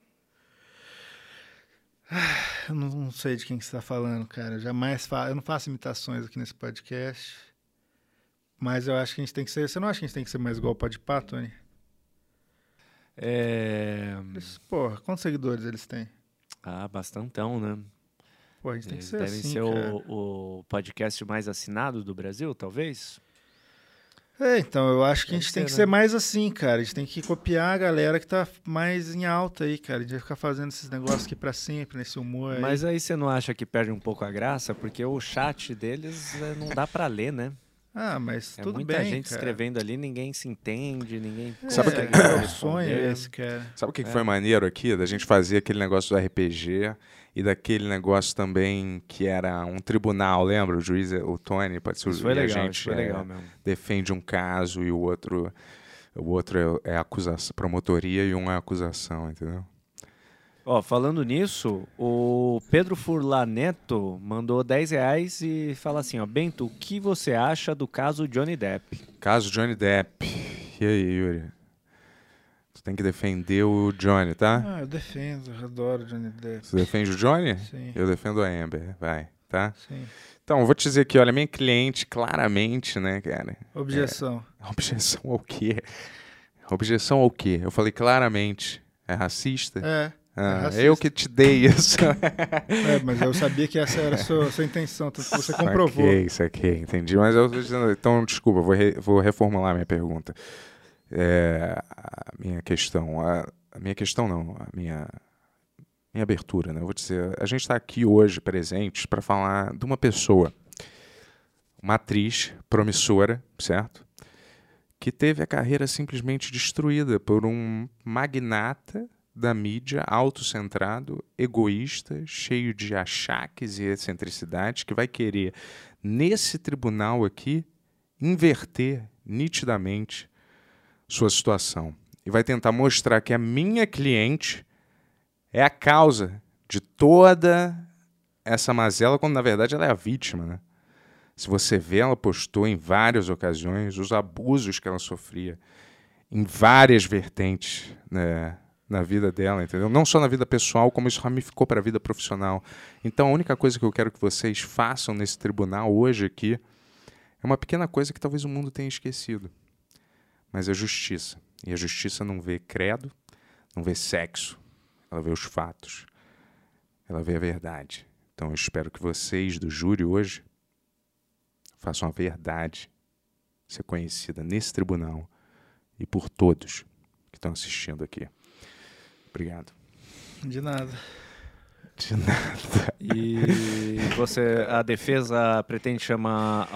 D: Eu não sei de quem que você tá falando, cara. Eu não faço imitações aqui nesse podcast. Mas eu acho que a gente tem que ser... Você não acha que a gente tem que ser mais igual o Podpah, Tony? Porra, quantos seguidores eles têm?
E: Bastantão, né?
D: Pô, a gente tem que
E: Eles
D: ser
E: devem
D: assim,
E: ser
D: cara.
E: o podcast mais assinado do Brasil, talvez?
D: Então, eu acho que a
E: Deve
D: gente tem
E: ser,
D: que
E: né?
D: ser mais assim, cara. A gente tem que copiar a galera que tá mais em alta aí, cara. A gente vai ficar fazendo esses negócios aqui pra sempre, nesse humor aí.
E: Mas aí você não acha que perde um pouco a graça? Porque o chat deles não dá pra ler, né?
D: Mas
E: É
D: tudo
E: muita
D: bem,
E: gente
D: cara.
E: escrevendo ali, ninguém se entende, ninguém
C: Sabe
E: consegue
C: que-
D: o
E: responder.
D: sonho é esse, cara.
C: Sabe o que foi maneiro aqui? Da gente fazer aquele negócio do RPG e daquele negócio também que era um tribunal, lembra? O juiz, o Tony, pode ser
E: Isso foi
C: e a
E: legal,
C: gente
E: isso foi legal mesmo.
C: defende um caso e o outro é acusação, promotoria e um é acusação, entendeu?
E: Ó, falando nisso, o Pedro Furlaneto mandou 10 e fala assim, ó, Bento, o que você acha do caso Johnny Depp?
C: Caso Johnny Depp. E aí, Yuri? Tu tem que defender o Johnny, tá?
D: Eu defendo, eu adoro Johnny Depp.
C: Você defende o Johnny?
D: Sim,
C: Eu defendo a Amber, vai, tá?
D: sim.
C: Então, eu vou te dizer aqui, olha, minha cliente, claramente, né, cara?
D: Objeção.
C: Objeção ao quê? Objeção ao quê? Eu falei claramente. É racista?
D: Racista.
C: Eu que te dei isso.
D: Mas eu sabia que essa era a sua intenção, tanto que você comprovou.
C: Saquei, entendi. Mas eu tô dizendo, então, desculpa, vou reformular a minha pergunta. A minha questão, a minha questão não, a minha abertura, né? Eu vou dizer, a gente está aqui hoje presentes para falar de uma pessoa, uma atriz promissora, certo? Que teve a carreira simplesmente destruída por um magnata da mídia, autocentrado, egoísta, cheio de achaques e excentricidades, que vai querer, nesse tribunal aqui, inverter nitidamente sua situação. E vai tentar mostrar que a minha cliente é a causa de toda essa mazela, quando na verdade ela é a vítima, né? Se você vê, ela postou em várias ocasiões os abusos que ela sofria em várias vertentes, né, na vida dela, entendeu? Não só na vida pessoal, como isso ramificou para a vida profissional. Então, a única coisa que eu quero que vocês façam nesse tribunal hoje aqui é uma pequena coisa que talvez o mundo tenha esquecido. Mas é justiça. E a justiça não vê credo, não vê sexo. Ela vê os fatos. Ela vê a verdade. Então, eu espero que vocês do júri hoje façam a verdade ser conhecida nesse tribunal e por todos que estão assistindo aqui. Obrigado.
D: De nada.
C: De nada.
E: E a defesa pretende chamar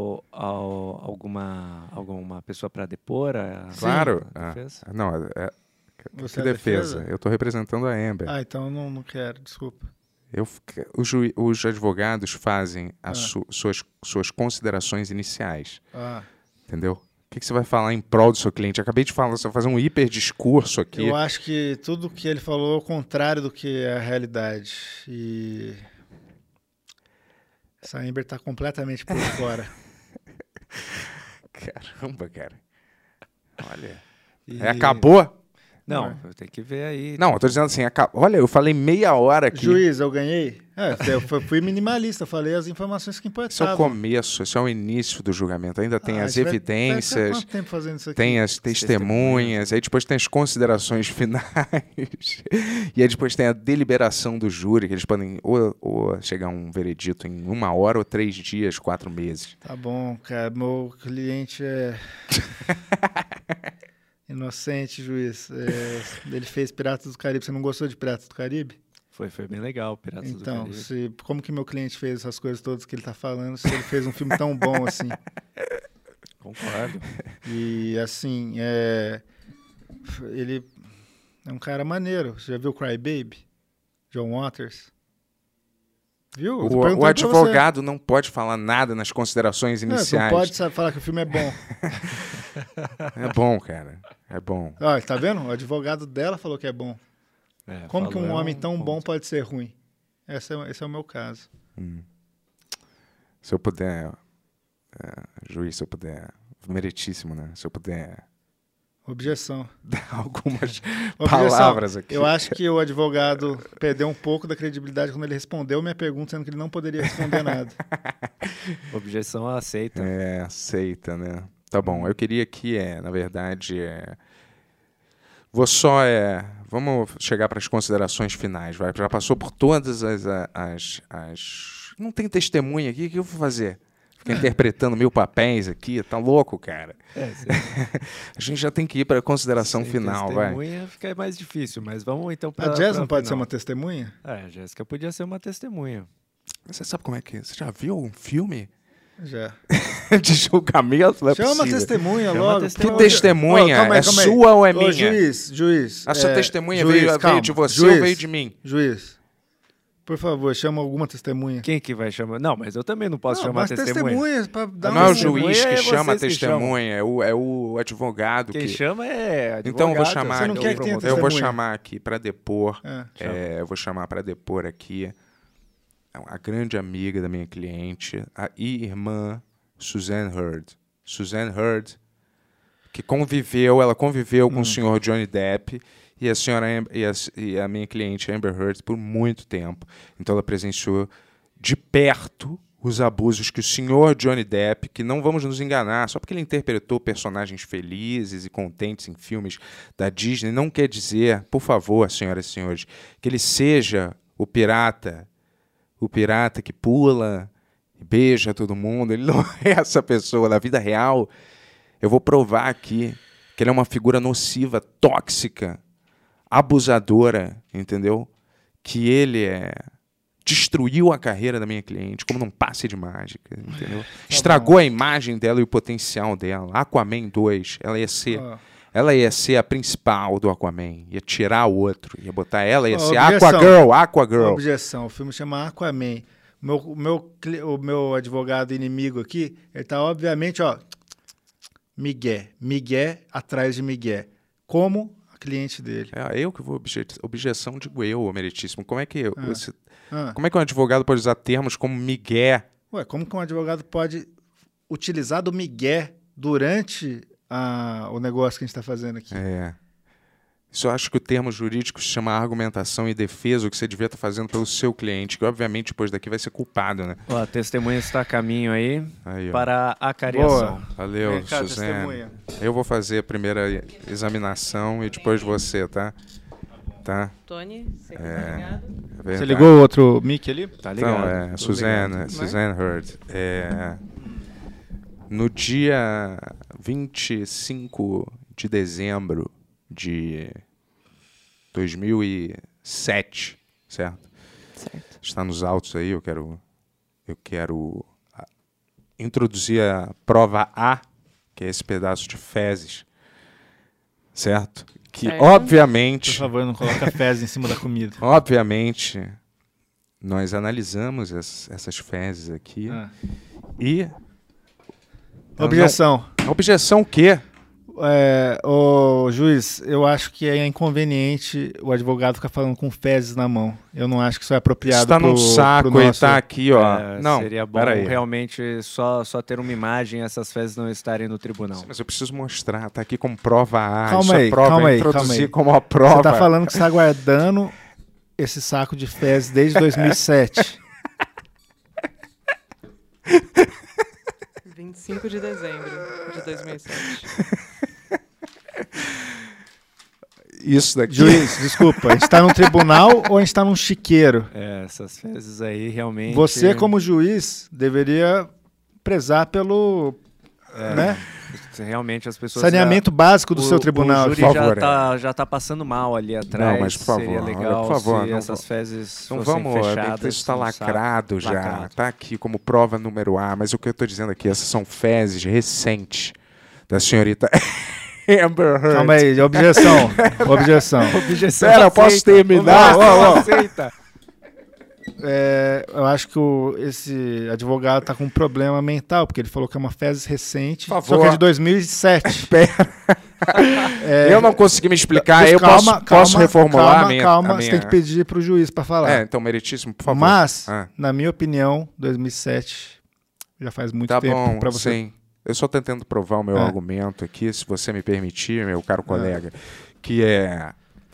E: alguma pessoa para depor?
C: Claro.
E: A defesa?
C: Não,
D: Você
C: que
D: é a
C: defesa?
D: defesa?
C: Eu tô representando a Amber.
D: Ah, então não quero, desculpa.
C: Os advogados fazem
D: Ah.
C: suas considerações iniciais,
D: Ah,
C: entendeu? O que você vai falar em prol do seu cliente? Eu acabei de falar, você vai fazer um hiper discurso aqui.
D: eu acho que tudo que ele falou é o contrário do que é a realidade. E essa Amber tá completamente por fora.
C: Caramba, cara. Olha.
E: E-
C: Acabou?
E: Não, tem que ver aí.
C: Não, eu tô dizendo assim, olha, eu falei meia hora aqui.
D: Juiz, eu ganhei? Eu fui minimalista, falei as informações que
C: Esse é o
D: importavam.
C: começo, esse é o início do julgamento. Ainda tem
D: Ah,
C: as
D: a gente vai ficar
C: evidências,
D: quanto tempo fazendo isso aqui?
C: tem as testemunhas, aí depois tem as considerações finais, e aí depois tem a deliberação do júri, que eles podem ou chegar a um veredito em 1 hora, ou 3 dias, 4 meses.
D: Tá bom, cara. Meu cliente é inocente, juiz. Ele fez Piratas do Caribe. Você não gostou de Piratas do Caribe?
E: Foi bem legal, Piratas do
D: Então,
E: Caribe.
D: como que meu cliente fez essas coisas todas que ele tá falando, se ele fez um filme tão bom assim?
E: Concordo.
D: E assim, ele é um cara maneiro. Você já viu Cry Baby? John Waters? Viu? Eu tô
C: O
D: perguntando pra
C: advogado não pode falar nada nas considerações
D: você. Você não
C: iniciais.
D: pode falar que o filme é bom.
C: É bom, cara. É bom.
D: Ó, tá vendo? O advogado dela falou que é bom. Como que um
E: falou,
D: homem tão
E: ponto.
D: bom pode ser ruim? Esse é o meu caso.
C: Se eu puder, juiz, se eu puder, meritíssimo, né? Se eu puder
D: Objeção.
C: dar algumas
D: Objeção.
C: palavras aqui.
D: Eu acho que o advogado perdeu um pouco da credibilidade quando ele respondeu minha pergunta, sendo que ele não poderia responder nada.
E: Objeção aceita.
C: Aceita, né? Tá bom, eu queria que, na verdade, vou só, vamos chegar para as considerações finais, vai? Já passou por todas as... Não tem testemunha aqui, o que eu vou fazer? Ficar interpretando 1000 papéis aqui, tá louco, cara? A gente já tem que ir para a consideração final, vai.
E: Testemunha fica mais difícil, mas vamos então para
D: A Jess não pode ser uma testemunha?
E: A Jéssica podia ser uma testemunha.
C: Você sabe como é que... Você já viu um filme
D: Já.
C: de julgamento? Não é
D: Chama a
C: possível.
D: testemunha
E: Chama a
D: logo.
E: testemunha.
C: Que testemunha?
D: Calma aí,
C: É
D: calma aí.
C: sua ou é
D: Ô,
C: minha?
D: juiz.
C: A sua testemunha
D: juiz,
C: veio
D: calma.
C: de você
D: Juiz,
C: ou veio de mim?
D: Juiz, por favor, chama alguma testemunha.
E: Quem que vai chamar? Não, mas eu também não posso chamar
D: mas
E: testemunha.
D: testemunhas pra dar
C: Não é o
E: testemunha
C: juiz que
E: é
C: chama a
E: vocês que chamam.
C: testemunha, é o advogado
E: Quem
C: que...
E: chama é advogado.
C: Então eu vou chamar
D: Você não
C: aqui,
D: quer que tenha
C: eu vou
D: testemunha?
C: chamar aqui para depor,
D: chama.
C: eu vou chamar para depor aqui a grande amiga da minha cliente, a irmã Suzanne Heard. Suzanne Heard, que ela conviveu com o senhor Johnny Depp e a senhora e a minha cliente Amber Heard por muito tempo. Então ela presenciou de perto os abusos que o senhor Johnny Depp, que não vamos nos enganar, só porque ele interpretou personagens felizes e contentes em filmes da Disney, não quer dizer, por favor, senhoras e senhores, que ele seja o pirata que pula e beija todo mundo. Ele não é essa pessoa. Na vida real, eu vou provar aqui que ele é uma figura nociva, tóxica, abusadora, entendeu? Que ele destruiu a carreira da minha cliente como num passe de mágica, entendeu? Estragou a imagem dela e o potencial dela. Aquaman 2, ela ia ser a principal do Aquaman, ia tirar o outro, ia botar ela, ia ser Aquagirl.
D: Objeção, o filme chama Aquaman. O meu advogado inimigo aqui, ele tá obviamente, Miguel atrás de Miguel. Como a cliente dele.
C: Eu que vou objeção, digo eu, meritíssimo. Como é que como é que um advogado pode usar termos como Miguel?
D: Ué, como que um advogado pode utilizar do Miguel durante o negócio que a gente está fazendo aqui?
C: Isso eu acho que o termo jurídico se chama argumentação e defesa, o que você devia estar fazendo pelo seu cliente, que obviamente depois daqui vai ser culpado, né?
E: A testemunha está a caminho aí
C: Aí, ó.
E: para a cariação.
D: Boa.
C: Valeu,
D: Vem cá,
C: Suzane.
D: testemunha.
C: Eu vou fazer a primeira examinação e depois você, tá? Tá?
G: Tony, você que tá ligado?
C: É verdade.
D: Você ligou o outro mic ali?
E: Tá ligado?
C: Então, Suzanne Heard. No dia 25 de dezembro de 2000 e... 2007, certo?
H: Certo.
C: Está nos autos aí, eu quero introduzir a prova A, que é esse pedaço de fezes, certo? Que,
H: Certo.
D: Por
C: obviamente,
D: favor, não coloca fezes em cima da comida.
C: obviamente, nós analisamos essas fezes aqui
D: Ah.
C: e...
D: Objeção.
C: Objeção o quê?
D: Ô, juiz, eu acho que é inconveniente o advogado ficar falando com fezes na mão. Eu não acho que isso é apropriado.
C: Está num saco
D: pro
C: e
D: nosso...
C: tá aqui, ó. Não,
E: seria bom
C: peraí.
E: realmente só ter uma imagem e essas fezes não estarem no tribunal.
C: Mas eu preciso mostrar, tá aqui como prova A.
D: Calma
C: isso é
D: aí,
C: prova,
D: calma aí,
C: introduzir
D: calma aí.
C: como a prova.
D: Você tá falando que você está guardando esse saco de fezes desde 2007.
H: 25 de dezembro de 2007.
C: Isso daqui.
D: Juiz, desculpa, a gente tá num tribunal ou a gente tá num chiqueiro?
E: Essas fezes aí realmente...
D: Você, como juiz, deveria prezar pelo né?
E: Realmente as pessoas...
D: saneamento básico do seu tribunal.
E: O júri
C: por favor,
E: já tá passando mal ali atrás.
C: Não, mas por favor,
E: seria
C: olha,
E: legal
C: por favor,
E: se
C: não
E: essas fezes
C: Então
E: fossem
C: vamos,
E: fechadas.
C: isso está
E: no saco.
C: lacrado já.
E: Lacrado.
C: Tá aqui como prova número A, mas o que eu tô dizendo aqui, essas são fezes recentes da senhorita Amber Heard.
D: Calma aí, objeção. Objeção.
E: Objeção
C: Espera, eu posso
E: aceita.
C: terminar?
E: Objeção aceita.
D: Eu acho que esse advogado tá com um problema mental, porque ele falou que é uma fezes recente,
C: Por
D: só
C: favor.
D: que é de 2007.
C: Eu não consegui me explicar,
D: Mas
C: eu posso reformular a minha...
D: Calma,
C: a
D: você
C: minha...
D: tem que pedir pro juiz para falar.
C: Então, meritíssimo, por favor.
D: Mas,
C: Ah.
D: na minha opinião, 2007 já faz muito
C: Tá
D: tempo
C: bom,
D: para você.
C: sim. Eu só tentando provar o meu argumento aqui, se você me permitir, meu caro colega, que é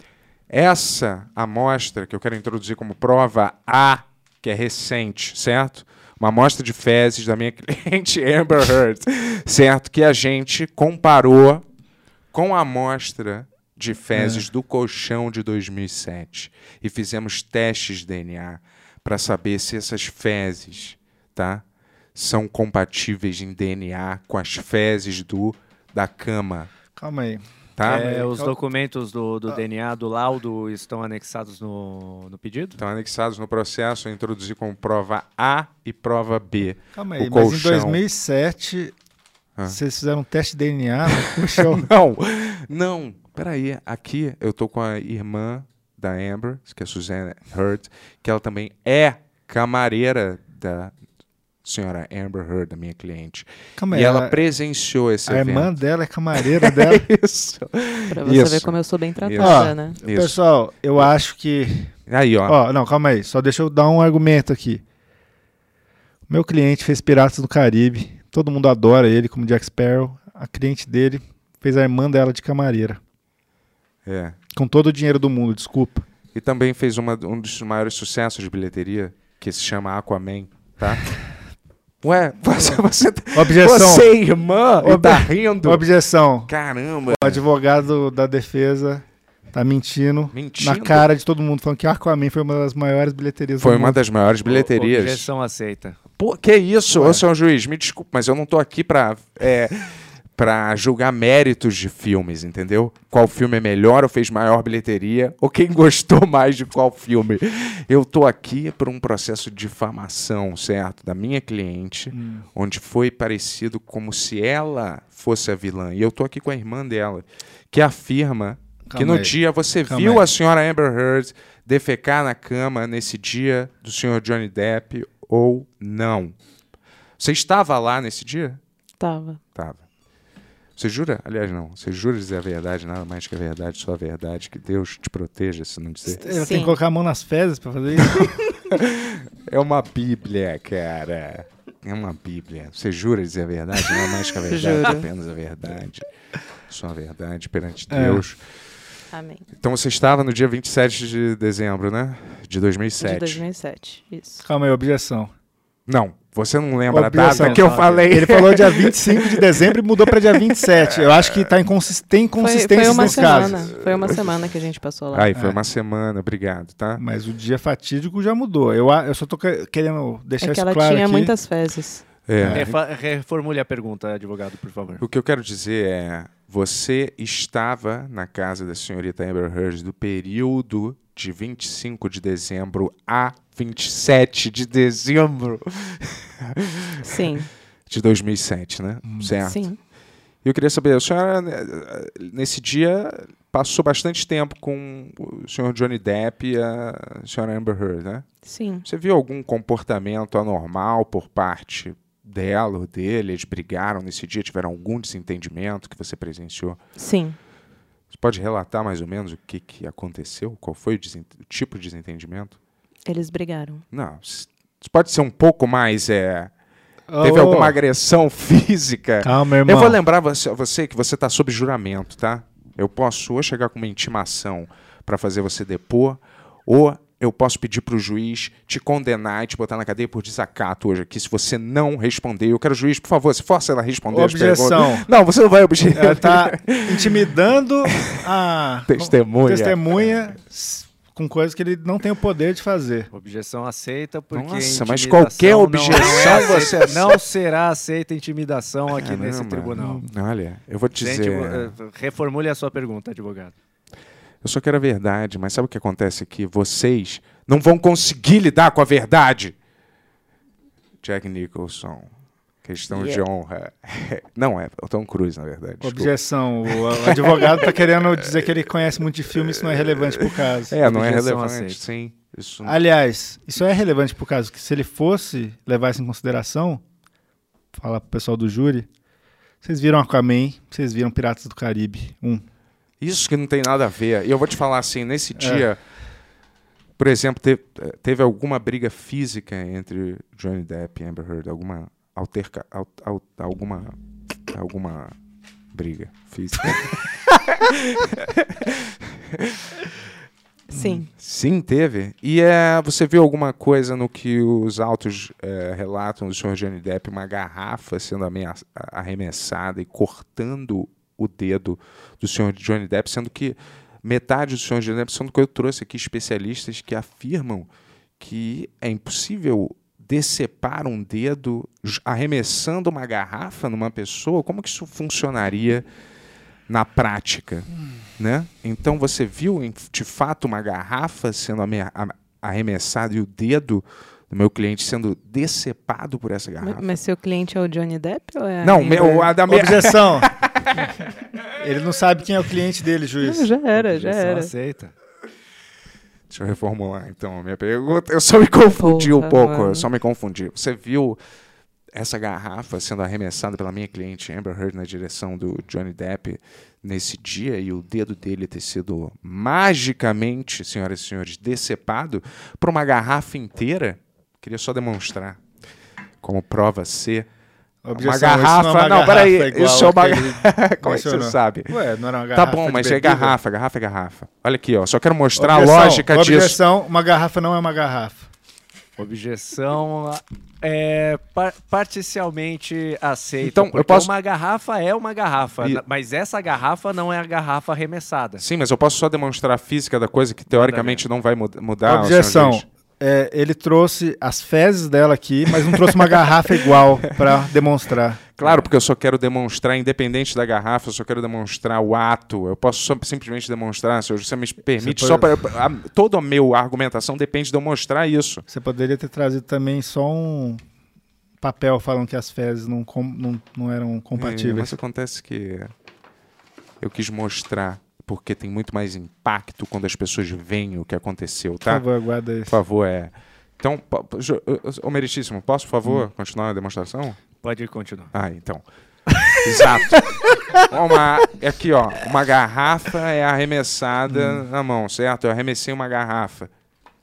C: essa amostra que eu quero introduzir como prova A, que é recente, certo? Uma amostra de fezes da minha cliente Amber Heard, certo? Que a gente comparou com a amostra de fezes do colchão de 2007 e fizemos testes de DNA para saber se essas fezes, tá, são compatíveis em DNA com as fezes da cama,
D: Calma aí.
C: tá?
E: Os documentos do DNA, do laudo, estão anexados no pedido?
C: Estão anexados no processo, eu introduzi como prova A e prova B.
D: Calma aí,
C: O
D: mas em
C: colchão.
D: 2007 vocês fizeram um teste de DNA no colchão.
C: Não, peraí, aqui eu tô com a irmã da Amber, que é Suzanne Heard, que ela também é camareira da senhora Amber Heard, da minha cliente.
D: Calma
C: E
D: aí,
C: ela presenciou esse
D: a
C: evento.
D: irmã dela é camareira dela.
C: Isso.
H: Pra você
C: Isso.
H: ver como eu sou bem
C: Isso.
H: tratada, né?
C: Isso.
D: Pessoal, eu acho que...
C: Aí, ó.
D: Não, calma aí. Só deixa eu dar um argumento aqui. Meu cliente fez Piratas do Caribe. Todo mundo adora ele como Jack Sparrow. A cliente dele fez a irmã dela de camareira.
C: É.
D: Com todo o dinheiro do mundo, desculpa.
C: E também fez um dos maiores sucessos de bilheteria, que se chama Aquaman, tá? Ué,
D: Objeção.
C: você é irmã e tá rindo?
D: Objeção.
C: Caramba.
D: O advogado da defesa tá mentindo
C: Mentindo?
D: na cara de todo mundo, falando que Aquaman foi uma das maiores bilheterias
C: Foi
D: do
C: uma
D: mundo.
C: das maiores bilheterias.
E: Objeção aceita.
C: Pô, que isso? Ô, senhor juiz, me desculpe, mas eu não tô aqui pra julgar méritos de filmes, entendeu? Qual filme é melhor ou fez maior bilheteria, ou quem gostou mais de qual filme. Eu tô aqui por um processo de difamação, certo? Da minha cliente, onde foi parecido como se ela fosse a vilã. E eu tô aqui com a irmã dela, que afirma que no dia você viu a senhora Amber Heard defecar na cama nesse dia do senhor Johnny Depp ou não. Você estava lá nesse dia?
H: Tava.
C: Tava. Você jura? Aliás, não. Você jura dizer a verdade, nada mais que a verdade, só a verdade. Que Deus te proteja, se não dizer.
D: Ela tem
H: Sim.
D: que colocar a mão nas fezes pra fazer isso?
C: É uma bíblia, cara. É uma bíblia. Você jura dizer a verdade, nada mais que a verdade,
H: Juro.
C: apenas a verdade. Só a verdade perante Deus.
H: Amém.
C: Então você estava no dia 27 de dezembro, né? De 2007.
H: De 2007, isso.
D: Calma aí, objeção.
C: Não, você não lembra a
D: Objeção.
C: data que eu falei.
D: Ele falou dia 25 de dezembro e mudou pra dia 27. Eu acho que tá tem inconsistência
H: Foi uma
D: nesse
H: semana.
D: caso.
H: Foi uma semana que a gente passou lá.
C: Aí, foi uma semana, obrigado, tá?
D: Mas o dia fatídico já mudou. Eu só tô querendo deixar
H: É que
D: isso
H: ela
D: claro
H: tinha
D: aqui.
H: muitas fezes.
E: Reformule a pergunta, advogado, por favor.
C: O que eu quero dizer é, você estava na casa da senhorita Amber Heard do período de 25 de dezembro a 27 de dezembro
H: Sim,
C: de 2007, né? Certo?
H: sim.
C: E eu queria saber, a senhora, nesse dia, passou bastante tempo com o senhor Johnny Depp e a senhora Amber Heard, né?
H: Sim.
C: Você viu algum comportamento anormal por parte dela ou dele? Eles brigaram nesse dia? Tiveram algum desentendimento que você presenciou?
H: Sim.
C: Você pode relatar mais ou menos o que aconteceu? Qual foi o tipo de desentendimento?
H: Eles brigaram.
C: Não, isso pode ser um pouco mais... Teve alguma agressão física?
D: Calma, irmão.
C: Eu vou lembrar você que você está sob juramento, tá? Eu posso ou chegar com uma intimação para fazer você depor, ou eu posso pedir para o juiz te condenar e te botar na cadeia por desacato hoje aqui, se você não responder. Eu quero, juiz, por favor, se força ela a responder as
D: Objeção.
C: perguntas. Não, você não vai objetar.
D: Ela tá intimidando a testemunha com coisas que ele não tem o poder de fazer.
E: Objeção aceita, porque
C: Nossa, mas
E: intimidação
C: qualquer
E: não
C: objeção
E: é
C: você
E: aceita- não será aceita intimidação aqui nesse
C: Caramba.
E: tribunal.
C: Olha, eu vou te dizer...
E: Reformule a sua pergunta, advogado.
C: Eu só quero a verdade, mas sabe o que acontece aqui? Vocês não vão conseguir lidar com a verdade. Jack Nicholson. Questão de honra. Não, é o Tom Cruise, na verdade. Desculpa.
D: Objeção. O advogado tá querendo dizer que ele conhece muito de filme, isso não é relevante pro caso.
C: Não é
E: Objeção
C: relevante,
E: aceita.
C: sim. Isso
D: Aliás, isso é relevante pro caso, que se ele fosse levar isso em consideração, falar pro pessoal do júri, vocês viram Aquaman, vocês viram Piratas do Caribe 1.
C: Isso que não tem nada a ver. E eu vou te falar assim, nesse dia, por exemplo, teve alguma briga física entre Johnny Depp e Amber Heard? Alguma alguma briga física?
H: Sim.
C: Sim, teve. E você viu alguma coisa no que os autos relatam do Sr. Johnny Depp, uma garrafa sendo arremessada e cortando o dedo do Sr. Johnny Depp, sendo que metade do Sr. Johnny Depp, sendo que eu trouxe aqui especialistas que afirmam que é impossível decepar um dedo arremessando uma garrafa numa pessoa. Como que isso funcionaria na prática? Né? Então você viu de fato uma garrafa sendo arremessada e o dedo do meu cliente sendo decepado por essa garrafa?
H: Mas seu cliente é o Johnny Depp ou é a
C: Não,
H: Amber?
C: a da minha...
D: Objeção. Ele não sabe quem é o cliente dele, juiz.
H: Não, já era.
E: Objeção aceita.
C: Deixa eu reformular então a minha pergunta. Eu só me confundi um pouco.
H: mano.
C: Eu só me confundi. Você viu essa garrafa sendo arremessada pela minha cliente Amber Heard na direção do Johnny Depp nesse dia e o dedo dele ter sido magicamente, senhoras e senhores, decepado por uma garrafa inteira? Queria só demonstrar como prova ser
D: Objeção,
C: uma
D: isso não é
C: garrafa.
D: uma
C: Não,
D: garrafa
C: peraí.
D: igual
C: Isso é uma
D: que ele
C: Como é que você
D: mencionou.
C: sabe?
D: Ué, não era uma
C: Tá
D: garrafa
C: bom,
D: de
C: mas é
D: bebida?
C: garrafa. Garrafa é garrafa. Olha aqui, ó. Só quero mostrar
D: Objeção,
C: a lógica disso.
D: Objeção, uma garrafa não é uma garrafa.
E: Objeção é parcialmente aceita.
C: Então, eu
E: porque
C: posso-
E: uma garrafa é uma garrafa,
C: E-
E: mas essa garrafa não é a garrafa arremessada.
C: Sim, mas eu posso só demonstrar a física da coisa que teoricamente não vai mudar.
D: Objeção.
C: senhor juiz?
D: Ele trouxe as fezes dela aqui, mas não trouxe uma garrafa igual pra demonstrar.
C: Claro, porque eu só quero demonstrar, independente da garrafa, eu só quero demonstrar o ato. Eu posso só simplesmente demonstrar, se você me permite,
D: Você
C: só
D: pode-
C: para. Toda a minha argumentação depende de eu mostrar isso.
D: Você poderia ter trazido também só um papel falando que as fezes não eram
C: Mas
D: compatíveis.
C: acontece que eu quis mostrar, porque tem muito mais impacto quando as pessoas veem o que aconteceu,
D: Por
C: tá?
D: favor, guarda
C: Por
D: isso.
C: favor, Então, ô Meritíssimo, posso, por favor, continuar a demonstração?
E: Pode continuar.
C: Ah, então. Exato. Aqui, ó. Uma garrafa é arremessada na mão, certo? Eu arremessei uma garrafa.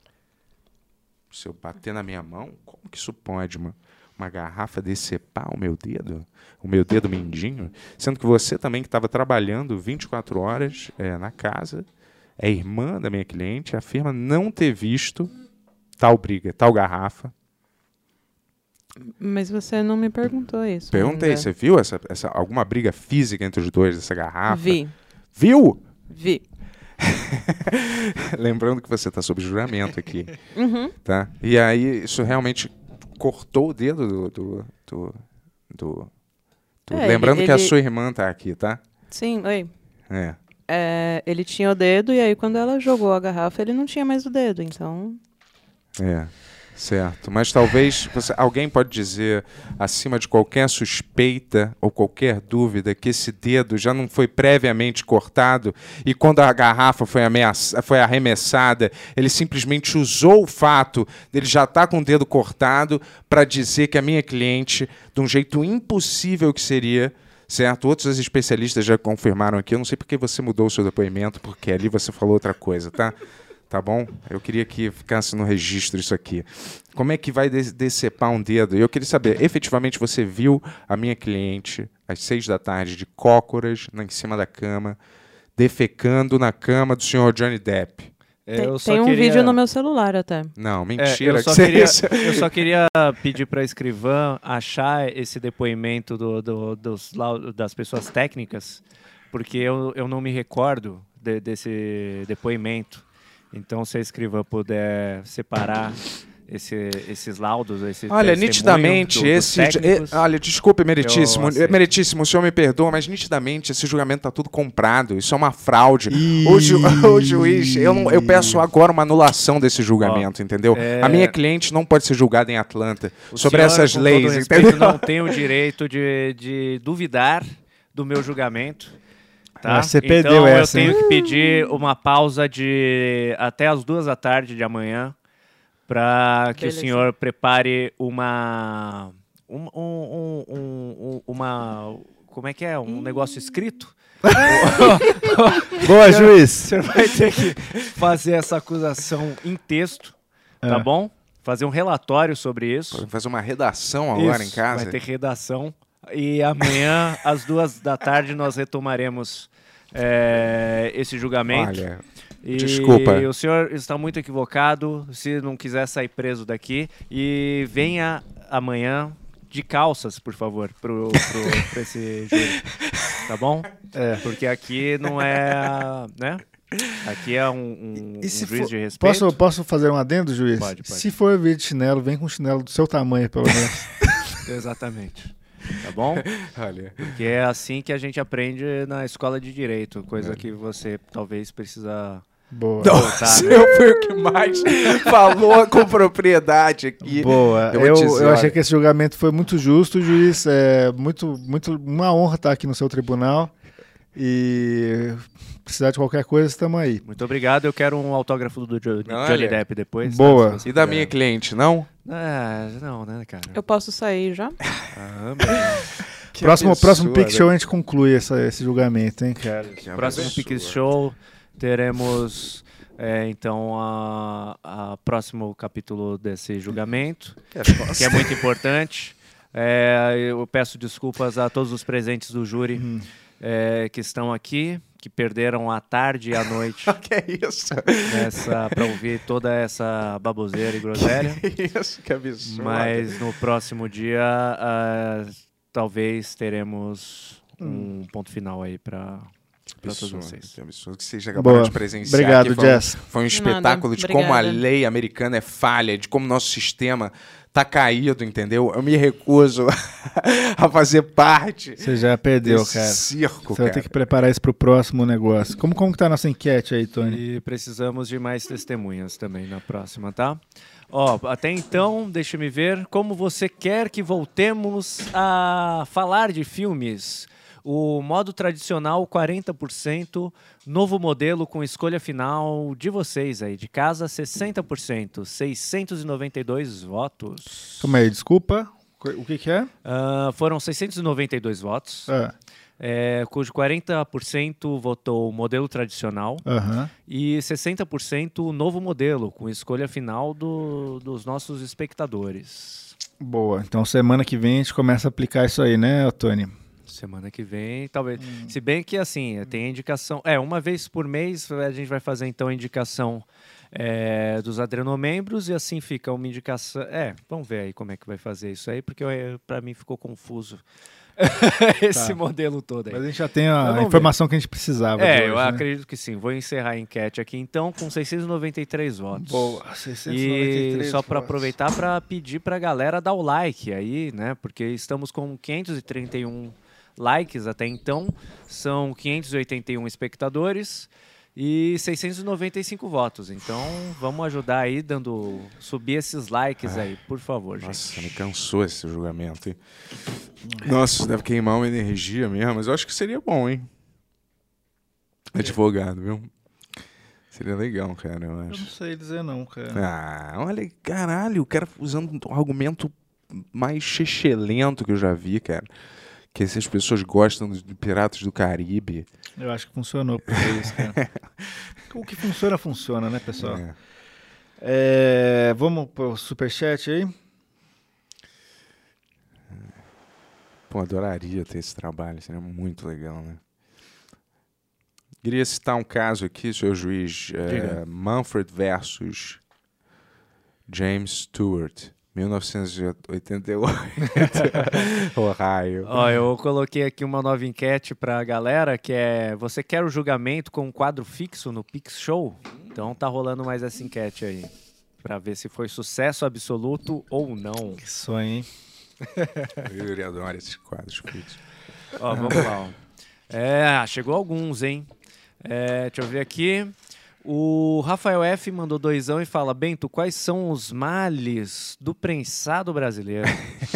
C: Se eu bater na minha mão, como que isso pode, uma garrafa decepar o meu dedo mindinho? Sendo que você também que estava trabalhando 24 horas na casa, é irmã da minha cliente, afirma não ter visto tal briga, tal garrafa.
H: Mas você não me perguntou isso.
C: Perguntei,
H: ainda.
C: você viu alguma briga física entre os dois, dessa garrafa?
H: Vi.
C: Viu?
H: Vi.
C: Lembrando que você está sob juramento aqui,
H: Uhum.
C: tá? E aí, isso realmente cortou o dedo do
H: É,
C: lembrando que a
H: ele-
C: sua irmã tá aqui, tá?
H: Sim, oi.
C: É.
H: ele tinha o dedo e aí quando ela jogou a garrafa, ele não tinha mais o dedo, então...
C: Certo. Mas talvez alguém pode dizer, acima de qualquer suspeita ou qualquer dúvida, que esse dedo já não foi previamente cortado e quando a garrafa foi arremessada, ele simplesmente usou o fato dele já estar com o dedo cortado para dizer que a minha cliente, de um jeito impossível que seria, certo? Outros especialistas já confirmaram aqui. Eu não sei porque você mudou o seu depoimento, porque ali você falou outra coisa, tá? Tá bom? Eu queria que ficasse no registro isso aqui. Como é que vai decepar um dedo? Eu queria saber, efetivamente você viu a minha cliente às 6 da tarde de cócoras em cima da cama, defecando na cama do senhor Johnny Depp?
H: Tem um vídeo no meu celular até.
C: Não, mentira.
E: Eu só queria pedir para a escrivã achar esse depoimento das pessoas técnicas, porque eu não me recordo desse depoimento. Então, se a escrivã puder separar esses laudos,
C: olha, nitidamente, olha, desculpe, meritíssimo, meritíssimo, o senhor me perdoa, mas nitidamente esse julgamento está tudo comprado, isso é uma fraude. O juiz, eu peço agora uma anulação desse julgamento, entendeu? A minha cliente não pode ser julgada em Atlanta sobre essas leis, entendeu?
E: Não tem o direito de duvidar do meu julgamento. Tá?
D: Você
E: então
D: perdeu essa,
E: eu tenho que pedir uma pausa de até as 2 da tarde de amanhã para que o senhor prepare uma como é que é? Um negócio escrito?
D: Boa, juiz.
E: O senhor vai ter que fazer essa acusação em texto, tá bom? Fazer um relatório sobre isso.
C: Pode fazer uma redação agora em casa.
E: Vai ter redação. E amanhã, às 2 da tarde, nós retomaremos esse julgamento.
C: Olha, desculpa.
E: O senhor está muito equivocado, se não quiser sair preso daqui. E venha amanhã de calças, por favor, para esse júri. Tá bom? Porque aqui não é... né? Aqui é um juiz de respeito.
D: Posso fazer um adendo, juiz?
E: Pode.
D: Se for vir de chinelo, vem com chinelo do seu tamanho, pelo menos.
E: Exatamente. Tá bom?
C: Olha.
E: Porque é assim que a gente aprende na escola de direito, coisa que você talvez precisa...
D: Boa.
C: Nossa, eu fui o que mais falou com propriedade aqui.
D: Boa. Eu achei que esse julgamento foi muito justo, juiz. Muito uma honra estar aqui no seu tribunal. E precisar de qualquer coisa, estamos aí.
E: Muito obrigado. Eu quero um autógrafo do Johnny Depp depois.
D: Boa.
E: Tá,
C: e da minha cliente, não?
E: Não, né, cara?
H: Eu posso sair já?
D: Próximo Pick Show a gente conclui esse julgamento, hein, cara?
E: Próximo Pick Show teremos então a próximo capítulo desse julgamento, que é muito importante. Eu peço desculpas a todos os presentes do júri que estão aqui, que perderam a tarde e a noite.
C: Que é isso?
E: Para ouvir toda essa baboseira e groselha.
C: Que isso, que absurdo.
E: Mas no próximo dia, talvez teremos um ponto final aí para todos vocês.
C: Que absurdo que vocês acabaram de presenciar.
D: Obrigado,
C: aqui.
D: Jess.
C: Foi um espetáculo de como a lei americana é falha, de como nosso sistema tá caído, entendeu? Eu me recuso a fazer parte.
D: Você já perdeu,
C: desse
D: cara.
C: Circo,
D: Você vai ter que preparar isso pro próximo negócio. Como que tá a nossa enquete aí, Tony?
E: E precisamos de mais testemunhas também na próxima, tá? Até então, deixa-me ver como você quer que voltemos a falar de filmes. O modo tradicional, 40%. Novo modelo com escolha final de vocês aí, de casa, 60%. 692 votos.
D: Calma aí, desculpa. O que é?
E: Foram 692 votos. Cujo 40% votou o modelo tradicional e 60% o novo modelo, com escolha final dos nossos espectadores.
D: Boa. Então, semana que vem a gente começa a aplicar isso aí, né, Tony?
E: Semana que vem, talvez. Se bem que, assim, tem a indicação... uma vez por mês a gente vai fazer, então, a indicação dos adrenomembros e assim fica uma indicação... vamos ver aí como é que vai fazer isso aí, porque para mim ficou confuso esse modelo todo aí.
D: Mas a gente já tem a informação que a gente precisava.
E: Eu acredito que sim. Vou encerrar a enquete aqui, então, com 693 votos.
D: Boa, 693
E: E só para aproveitar para pedir para a galera dar o like aí, né? Porque estamos com 531 likes até então. São 581 espectadores e 695 votos. Então, vamos ajudar aí, subir esses likes aí, por favor, gente.
C: Nossa, me cansou esse julgamento, hein? Nossa, isso deve queimar uma energia mesmo, mas eu acho que seria bom, hein? Advogado, viu? Seria legal, cara, eu
D: Eu
C: acho.
D: não sei dizer não, cara.
C: Ah, olha, caralho, o cara usando um argumento mais chechelento que eu já vi, cara. Que essas pessoas gostam de Piratas do Caribe.
D: Eu acho que funcionou pra isso, cara. O que funciona, funciona, né, pessoal? Vamos pro superchat aí?
C: Pô, adoraria ter esse trabalho, seria muito legal, né? Queria citar um caso aqui, senhor juiz.
D: Diga.
C: Manfred versus James Stewart, 1988. Ohio.
E: Ó, eu coloquei aqui uma nova enquete pra galera, que é: você quer o julgamento com um quadro fixo no Pix Show? Então tá rolando mais essa enquete aí, pra ver se foi sucesso absoluto ou não.
D: Que sonho, hein?
C: Eu adoro esses quadros fixos.
E: Ó, vamos lá. Ó. Chegou alguns, hein? Deixa eu ver aqui. O Rafael F mandou 2 e fala: Bento, quais são os males do prensado brasileiro?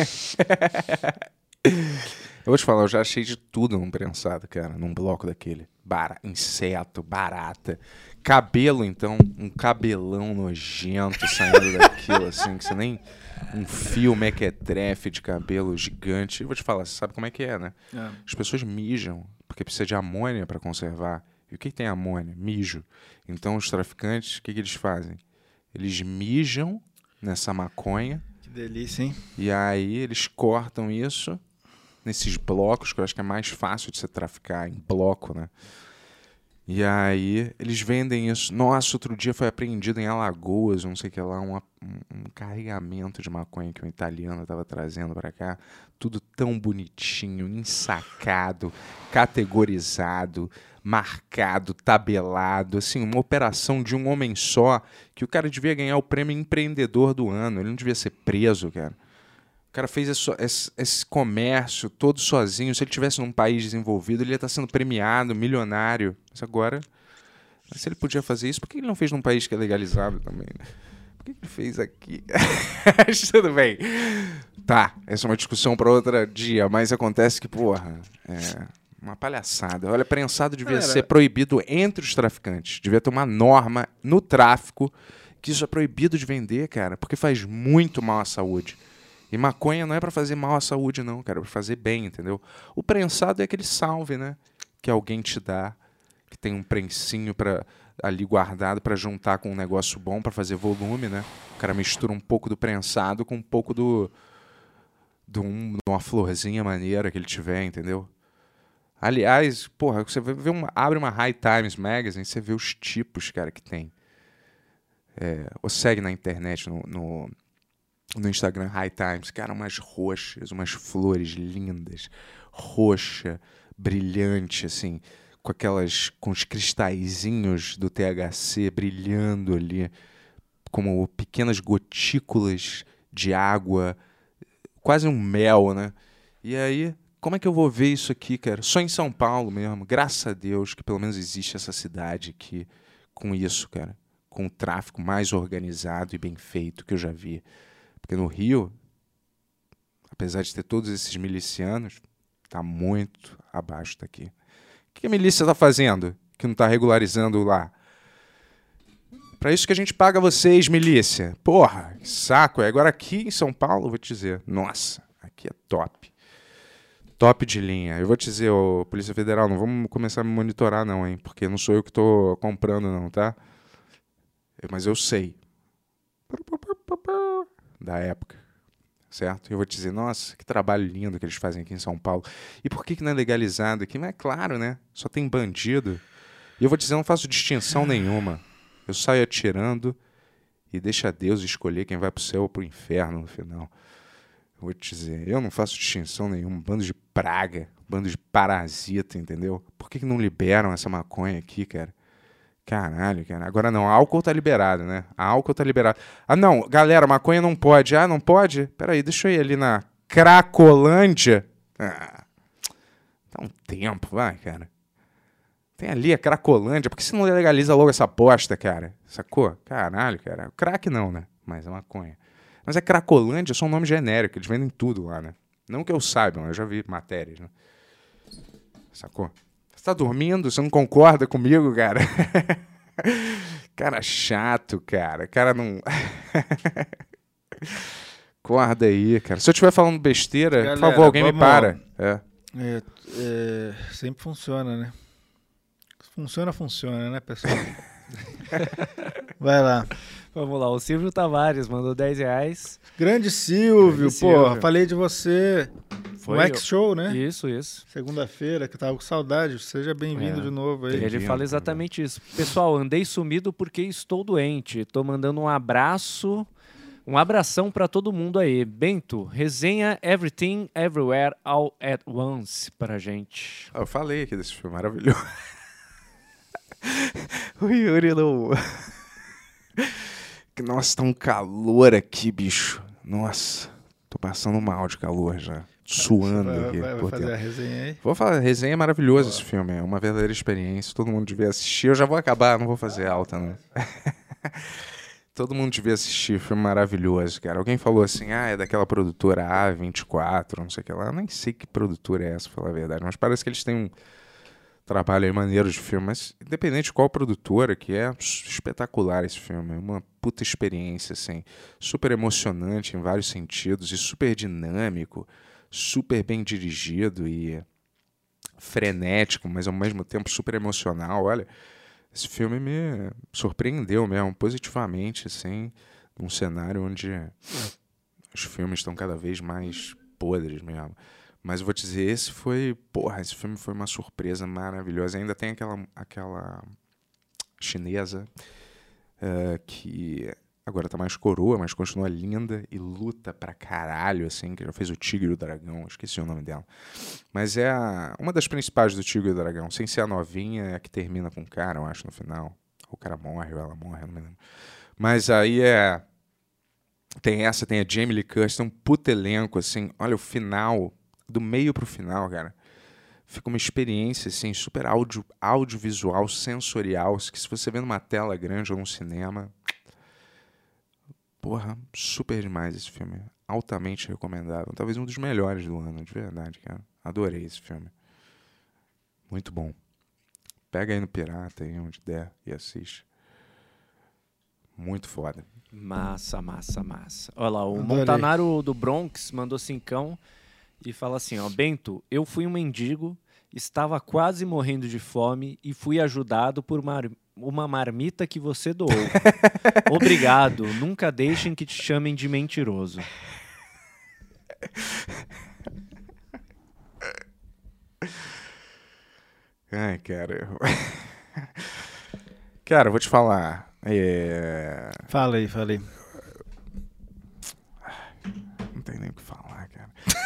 C: Eu vou te falar, eu já achei de tudo num prensado, cara, num bloco daquele. Inseto, barata. Cabelo, então, um cabelão nojento saindo daquilo, assim, que você nem... Um fio mequetrefe de cabelo gigante. Eu vou te falar, você sabe como é que é, né? As pessoas mijam, porque precisa de amônia para conservar. E o que tem amônia? Mijo. Então, os traficantes, o que eles fazem? Eles mijam nessa maconha.
D: Que delícia, hein?
C: E aí eles cortam isso nesses blocos, que eu acho que é mais fácil de você traficar em bloco, né? E aí eles vendem isso. Nossa, outro dia foi apreendido em Alagoas, não sei o que lá, um carregamento de maconha que um italiano estava trazendo para cá. Tudo tão bonitinho, ensacado, categorizado, marcado, tabelado. Assim, uma operação de um homem só, que o cara devia ganhar o prêmio empreendedor do ano. Ele não devia ser preso, cara. O cara fez esse comércio todo sozinho. Se ele estivesse num país desenvolvido, ele ia estar sendo premiado, milionário. Mas agora, se ele podia fazer isso, por que ele não fez num país que é legalizado também? Por que ele fez aqui? Mas tudo bem. Tá, essa é uma discussão para outro dia, mas acontece que, porra, é uma palhaçada. Olha, prensado devia ser proibido entre os traficantes. Devia ter uma norma no tráfico que isso é proibido de vender, cara, porque faz muito mal à saúde. E maconha não é pra fazer mal à saúde, não, cara. É pra fazer bem, entendeu? O prensado é aquele salve, né? Que alguém te dá, que tem um prensinho ali guardado pra juntar com um negócio bom, pra fazer volume, né? O cara mistura um pouco do prensado com um pouco de uma florzinha maneira que ele tiver, entendeu? Aliás, porra, você abre uma High Times Magazine, você vê os tipos, cara, que tem. Ou segue na internet, no Instagram, High Times, cara, umas roxas, umas flores lindas, roxa, brilhante, assim, com os cristalzinhos do THC brilhando ali, como pequenas gotículas de água, quase um mel, né? E aí, como é que eu vou ver isso aqui, cara? Só em São Paulo mesmo, graças a Deus que pelo menos existe essa cidade aqui com isso, cara, com o tráfico mais organizado e bem feito que eu já vi. Porque no Rio, apesar de ter todos esses milicianos, está muito abaixo daqui. O que a milícia está fazendo que não está regularizando lá? Para isso que a gente paga vocês, milícia. Porra, que saco. Agora aqui em São Paulo, eu vou te dizer, nossa, aqui é top. Top de linha. Eu vou te dizer, ô, Polícia Federal, não vamos começar a me monitorar não, hein? Porque não sou eu que estou comprando não, tá? Mas eu sei. Da época, certo? Eu vou te dizer, nossa, que trabalho lindo que eles fazem aqui em São Paulo. E por que não é legalizado aqui? Mas é claro, né? Só tem bandido. E eu vou te dizer, eu não faço distinção nenhuma. Eu saio atirando e deixa Deus escolher quem vai pro céu ou pro inferno no final. Eu vou te dizer, eu não faço distinção nenhuma. Bando de praga, bando de parasita, entendeu? Por que não liberam essa maconha aqui, cara? Caralho, cara. Agora não, álcool tá liberado, né? Álcool tá liberado. Ah, não, galera, maconha não pode. Ah, não pode? Peraí, deixa eu ir ali na Cracolândia. Dá um tempo, vai, cara. Tem ali a Cracolândia. Por que você não legaliza logo essa bosta, cara? Sacou? Caralho, cara. O crack não, né? Mas é maconha. Mas a Cracolândia é só um nome genérico. Eles vendem tudo lá, né? Não que eu saiba, eu já vi matérias, né? Sacou? Você tá dormindo? Você não concorda comigo, cara? Cara chato, cara. Cara não... Acorda aí, cara. Se eu estiver falando besteira,
D: Galera,
C: por favor, alguém me
D: vamos-
C: para.
D: Sempre funciona, né? Funciona, né, pessoal? Vai lá.
E: Vamos lá, o Silvio Tavares mandou R$10.
D: Grande Silvio,
E: Grande
D: porra,
E: Silvio.
D: falei de você
E: Foi
D: no X-Show, né?
E: Isso.
D: Segunda-feira, que eu tava com saudade. Seja bem-vindo
E: É.
D: de novo aí.
E: Ele
C: Entendi,
E: fala
C: entendi.
E: exatamente isso. Pessoal, andei sumido porque estou doente. Tô mandando um abraço, um abração pra todo mundo aí. Bento, resenha Everything Everywhere All at Once pra gente.
C: Eu falei aqui desse filme maravilhoso. O Yuri não... Nossa, tá um calor aqui, bicho. Nossa, tô passando mal de calor já. Suando aqui.
D: Vai
C: por
D: fazer
C: dentro.
D: a resenha aí?
C: Vou falar, resenha é maravilhoso esse filme. É uma verdadeira experiência. Todo mundo devia assistir. Eu já vou acabar, não vou fazer alta, não. Todo mundo devia assistir. Filme maravilhoso, cara. Alguém falou assim, é daquela produtora A24, não sei o que lá. Eu nem sei que produtora é essa, pra falar a verdade. Mas parece que eles têm um trabalho aí maneiro de filme. Mas independente de qual produtora, que é espetacular esse filme. É uma puta experiência, assim. Super emocionante em vários sentidos e super dinâmico. Super bem dirigido e frenético, mas ao mesmo tempo super emocional. Olha, esse filme me surpreendeu mesmo, positivamente, assim, num cenário onde os filmes estão cada vez mais podres mesmo. Mas eu vou te dizer, esse filme foi uma surpresa maravilhosa. Ainda tem aquela chinesa que agora tá mais coroa, mas continua linda e luta pra caralho, assim, que já fez o Tigre e o Dragão, esqueci o nome dela. Mas é uma das principais do Tigre e o Dragão, sem ser a novinha, é a que termina com o cara, eu acho, no final. O cara morre ou ela morre, eu não me lembro. Mas aí tem a Jamie Lee Curtis, tem um puto elenco, assim, olha, o final, do meio pro final, cara, fica uma experiência, assim, super audiovisual, sensorial, que se você vê numa tela grande ou num cinema... Porra, super demais esse filme. Altamente recomendável. Talvez um dos melhores do ano, de verdade, cara. Adorei esse filme. Muito bom. Pega aí no Pirata, aí onde der, e assiste. Muito foda.
E: Massa. Olha lá, o
D: Adorei.
E: Montanaro do Bronx mandou 5 e fala assim, ó, Bento, eu fui um mendigo, estava quase morrendo de fome e fui ajudado por uma marmita que você doou. Obrigado, nunca deixem que te chamem de mentiroso.
C: Ai, cara. Cara, eu vou te falar.
D: Fala aí.
C: Não tem nem o que falar, cara.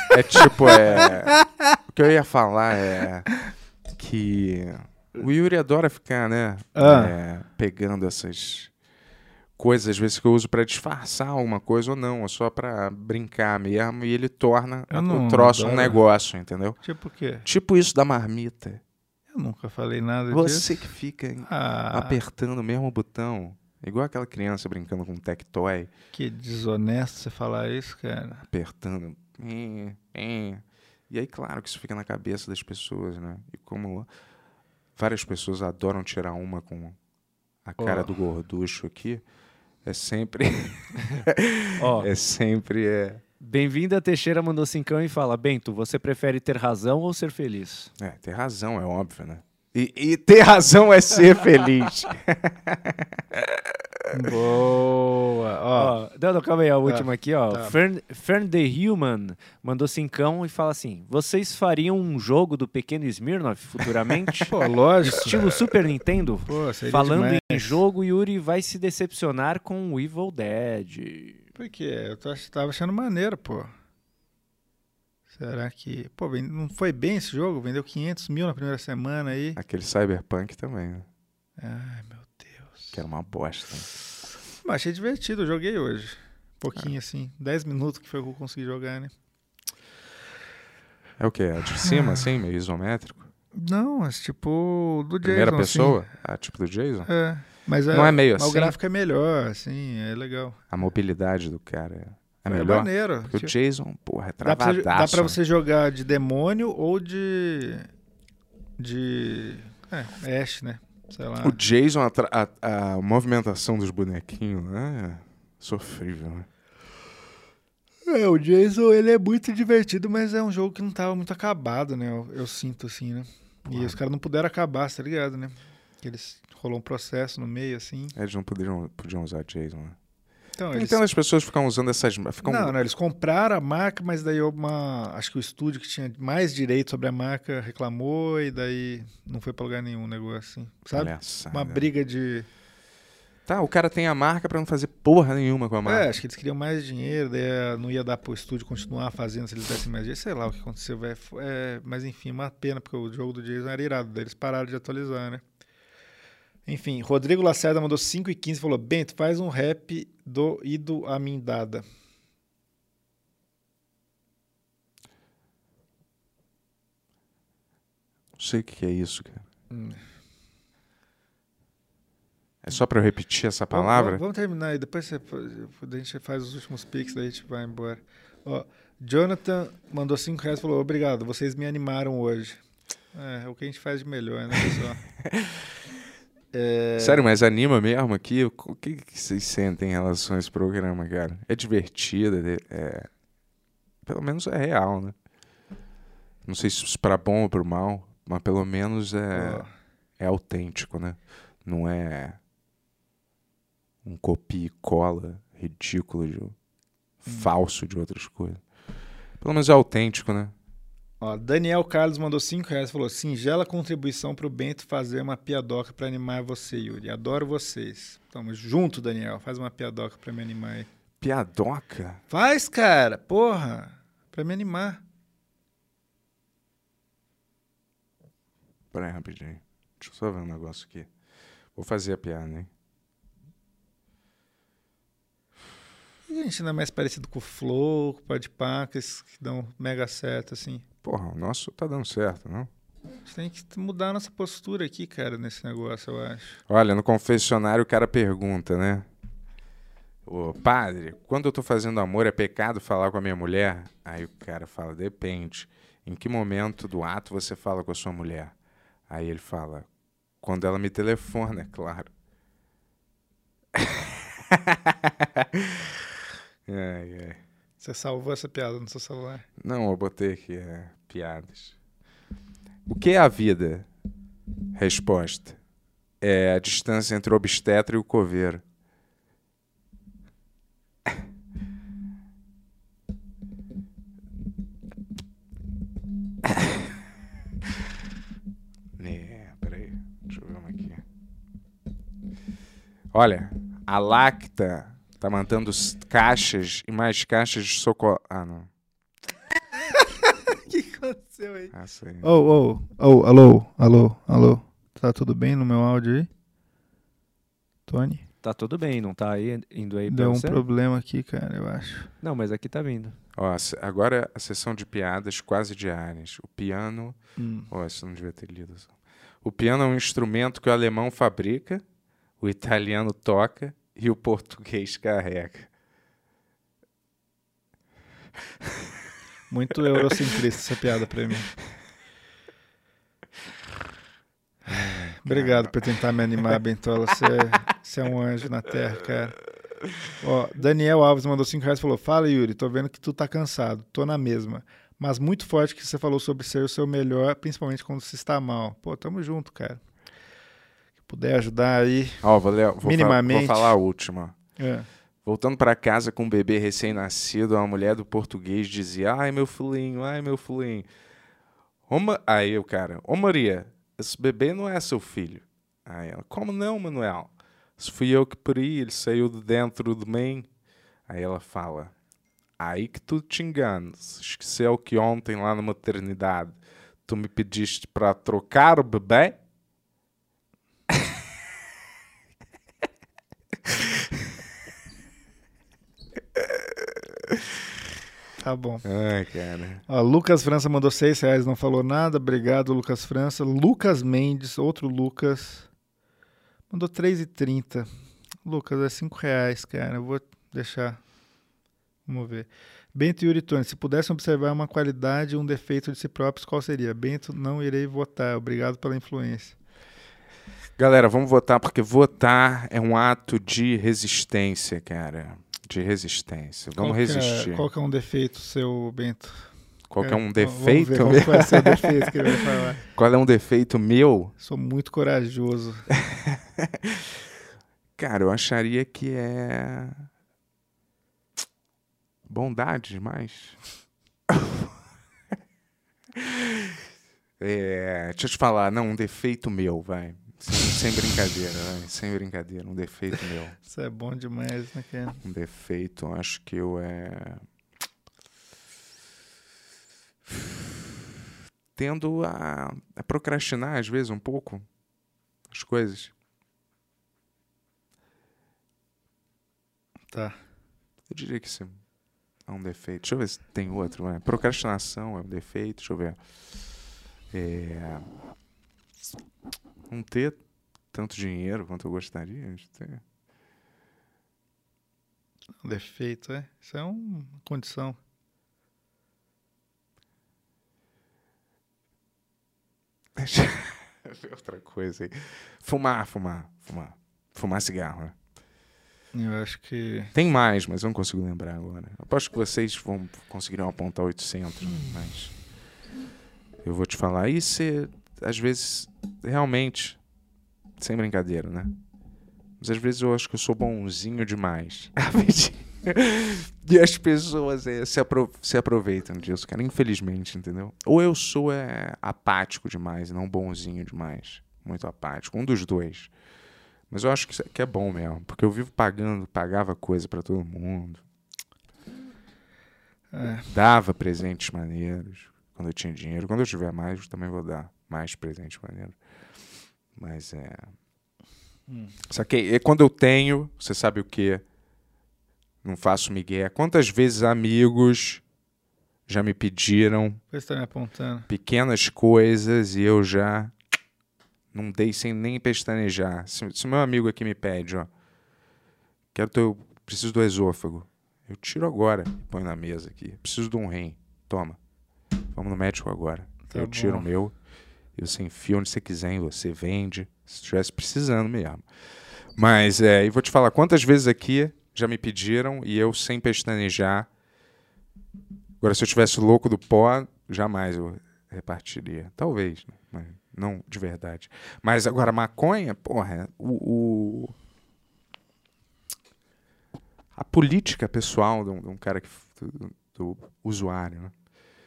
C: O que eu ia falar é que o Yuri adora ficar, né? Pegando essas coisas, às vezes, que eu uso pra disfarçar alguma coisa ou não, ou só pra brincar mesmo, e ele torna
D: Eu não
C: o troço um
D: adoro.
C: negócio, entendeu?
D: Tipo o quê?
C: Tipo isso da marmita.
D: Eu nunca falei nada disso.
C: Você que fica
D: Ah,
C: apertando o mesmo botão, igual aquela criança brincando com um tectoy,
D: que desonesto você falar isso, cara.
C: apertando. E aí, claro que isso fica na cabeça das pessoas, né? E como várias pessoas adoram tirar uma com a cara do gorducho aqui, é sempre...
E: Ó, Bem-vinda, Teixeira mandou 5 e fala, Bento, você prefere ter razão ou ser feliz?
C: ter razão, é óbvio, né? E ter razão é ser feliz.
D: Boa. Ó,
E: Não, calma aí, a última aqui, ó.
D: tá.
E: Fern the Human mandou 5 e fala assim, vocês fariam um jogo do Pequeno Smirnoff futuramente?
D: pô, lógico.
E: Estilo Super Nintendo?
D: Pô, seria
E: Falando
D: demais.
E: em jogo, Yuri vai se decepcionar com o Evil Dead.
D: Por quê? Eu tava achando maneiro, pô. Será que... Pô, não foi bem esse jogo? Vendeu 500 mil na primeira semana aí.
C: Aquele Cyberpunk também, né?
D: Ai, meu Deus.
C: Que era uma bosta.
D: Mas achei divertido, eu joguei hoje. Pouquinho assim. 10 minutos que foi que eu consegui jogar, né?
C: É o quê? É de cima, assim, meio isométrico?
D: Não, é tipo do Jason.
C: Primeira pessoa?
D: Assim.
C: Ah, tipo do Jason?
D: É. Mas
C: Não é meio
D: mas
C: assim?
D: o gráfico é melhor, assim, é legal.
C: A mobilidade do cara é
D: É
C: melhor?
D: maneiro.
C: Porque o Jason, porra, é
D: Dá
C: travadaço.
D: pra você jogar de demônio ou Ash, né? Sei lá.
C: O Jason, a movimentação dos bonequinhos, né? É sofrível, né?
D: O Jason, ele é muito divertido, mas é um jogo que não tava muito acabado, né? Eu sinto assim, né? E os caras não puderam acabar, tá ligado, né? Que eles rolou um processo no meio, assim.
C: Eles não podiam usar Jason, né?
D: Então,
C: Eu entendo as pessoas ficam usando essas...
D: Não, eles compraram a marca, mas daí acho que o estúdio que tinha mais direito sobre a marca reclamou e daí não foi pra lugar nenhum o negócio, assim. Sabe?
C: Palhaçada.
D: Uma briga de...
C: Tá, o cara tem a marca pra não fazer porra nenhuma com a marca.
D: acho que eles queriam mais dinheiro, daí não ia dar pro estúdio continuar fazendo se eles dessem mais dinheiro. Sei lá o que aconteceu, velho. Mas enfim, uma pena, porque o jogo do Jason era irado, daí eles pararam de atualizar, né? Enfim, Rodrigo Lacerda mandou 5,15 e falou: Bento, faz um rap do Ido Amindada.
C: Não sei o que é isso, cara. É só pra eu repetir essa palavra?
D: Vamos terminar aí, depois a gente faz os últimos pics, daí a gente vai embora. Ó, Jonathan mandou 5 reais e falou: obrigado, vocês me animaram hoje. É o que a gente faz de melhor, né, pessoal?
C: Sério, mas anima mesmo aqui? O que vocês sentem em relação a esse programa, cara? É divertido, pelo menos é real, né? Não sei se pra bom ou pro mal, mas pelo menos é autêntico, né? Não é um copia e cola ridículo, falso de outras coisas. Pelo menos é autêntico, né?
D: Ó, Daniel Carlos mandou 5 reais e falou: singela contribuição pro Bento fazer uma piadoca pra animar você, Yuri. Adoro vocês. Tamo junto, Daniel. Faz uma piadoca pra me animar aí.
C: Piadoca?
D: Faz, cara. Porra. Pra me animar.
C: Pera aí, rapidinho. Deixa eu só ver um negócio aqui. Vou fazer a piada, hein?
D: E a gente não é mais parecido com o Flow, com o Podpah, que dão mega certo, assim.
C: Porra, o nosso tá dando certo, não?
D: A gente tem que mudar a nossa postura aqui, cara, nesse negócio, eu acho.
C: Olha, no confessionário o cara pergunta, né? Ô, padre, quando eu tô fazendo amor é pecado falar com a minha mulher? Aí o cara fala, depende. Em que momento do ato você fala com a sua mulher? Aí ele fala, quando ela me telefona, é claro. Ai.
D: Você salvou essa piada no seu celular?
C: Não, eu botei aqui piadas. O que é a vida? Resposta. É a distância entre o obstetra e o coveiro. Peraí. Deixa eu ver uma aqui. Olha, a Lacta tá mandando caixas e mais caixas de socorro. Ah, não.
D: O que aconteceu aí?
C: Ah, sei.
D: Alô. Tá tudo bem no meu áudio aí? Tony?
E: Tá tudo bem, não tá aí indo aí pra
D: Deu um
E: você?
D: problema aqui, cara, eu acho.
E: Não, mas aqui tá vindo.
C: Ó, agora a sessão de piadas quase diárias. O piano... isso não devia ter lido. O piano é um instrumento que o alemão fabrica, o italiano toca e o português carrega.
D: Muito eurocentrista essa piada pra mim. Obrigado por tentar me animar, Bentola. Você é um anjo na terra, cara. Ó, Daniel Alves mandou 5 reais e falou: fala, Yuri, tô vendo que tu tá cansado. Tô na mesma. Mas muito forte que você falou sobre ser o seu melhor, principalmente quando se está mal. Pô, tamo junto, cara. Se puder ajudar aí,
C: Ó, vou
D: minimamente.
C: Vou falar a última.
D: É.
C: Voltando para casa com um bebê recém-nascido, uma mulher do português dizia, ai, meu fulinho. Aí o cara, ô Maria, esse bebê não é seu filho. Aí ela, como não, Manuel? Se fui eu que pari, ele saiu de dentro de mim. Aí ela fala, aí que tu te enganas. Esqueceu que ontem lá na maternidade tu me pediste para trocar o bebê?
D: Tá bom.
C: Ai, cara.
D: Ó, Lucas França mandou R$6, não falou nada. Obrigado, Lucas França. Lucas Mendes, outro Lucas, mandou 3,30. Lucas, é R$5, cara. Eu vou deixar. Vamos ver. Bento e Yuri Tony, se pudessem observar uma qualidade e um defeito de si próprios, qual seria? Bento, não irei votar. Obrigado pela influência.
C: Galera, vamos votar, porque votar é um ato de resistência, cara. De resistência. Vamos resistir.
D: Qual que é um defeito seu, Bento?
C: Qual que é um
D: Vamos
C: defeito
D: ver qual
C: meu?
D: que vai ser o defeito que ele vai falar.
C: Qual é um defeito meu?
D: Sou muito corajoso.
C: Cara, eu acharia que é... bondade demais. Deixa eu te falar, não, um defeito meu, vai. Sem brincadeira, vai. Sem brincadeira, um defeito meu.
D: Isso é bom demais, né, cara?
C: Um defeito, acho que eu tendo a procrastinar, às vezes, um pouco as coisas.
D: Tá.
C: Eu diria que sim. É um defeito. Deixa eu ver se tem outro. Vai. Procrastinação é um defeito. Deixa eu ver. Não ter tanto dinheiro quanto eu gostaria de ter.
D: Um defeito, é? Isso é uma condição.
C: Deixa eu ver outra coisa aí. Fumar cigarro, né?
D: Eu acho que...
C: Tem mais, mas eu não consigo lembrar agora. Aposto que vocês conseguirem apontar 800, mas eu vou te falar. E você, às vezes, realmente, sem brincadeira, né? Mas às vezes eu acho que eu sou bonzinho demais. E as pessoas se aproveitam disso, cara. Infelizmente, entendeu? Ou eu sou apático demais, não bonzinho demais. Muito apático. Um dos dois. Mas eu acho que é bom mesmo, porque eu vivo pagava coisa pra todo mundo. Dava presentes maneiros quando eu tinha dinheiro. Quando eu tiver mais, eu também vou dar mais presentes maneiros. Mas Só que quando eu tenho, você sabe o quê? Não faço migué. Quantas vezes amigos já me pediram
D: Você tá me apontando.
C: pequenas coisas e eu já não dei sem nem pestanejar. Se meu amigo aqui me pede, ó, preciso do esôfago, eu tiro agora e ponho na mesa aqui. Preciso de um rim, toma. Vamos no médico agora.
D: Tá
C: eu tiro
D: bom.
C: o meu e você enfia onde você quiser e você vende, se estivesse precisando mesmo. Mas, e vou te falar, quantas vezes aqui já me pediram e eu sem pestanejar. Agora, se eu tivesse louco do pó, jamais eu repartiria. Talvez, né? Mas não de verdade. Mas agora, maconha, porra, a política pessoal de um cara do usuário, né?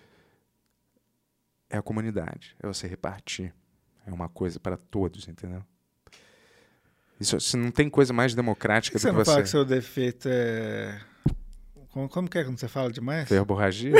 C: É a comunidade, é você repartir. É uma coisa para todos, entendeu? Isso não tem coisa mais democrática do
D: Você
C: que
D: não fala
C: você.
D: que seu defeito é... Como que é quando você fala demais?
C: Verborragia?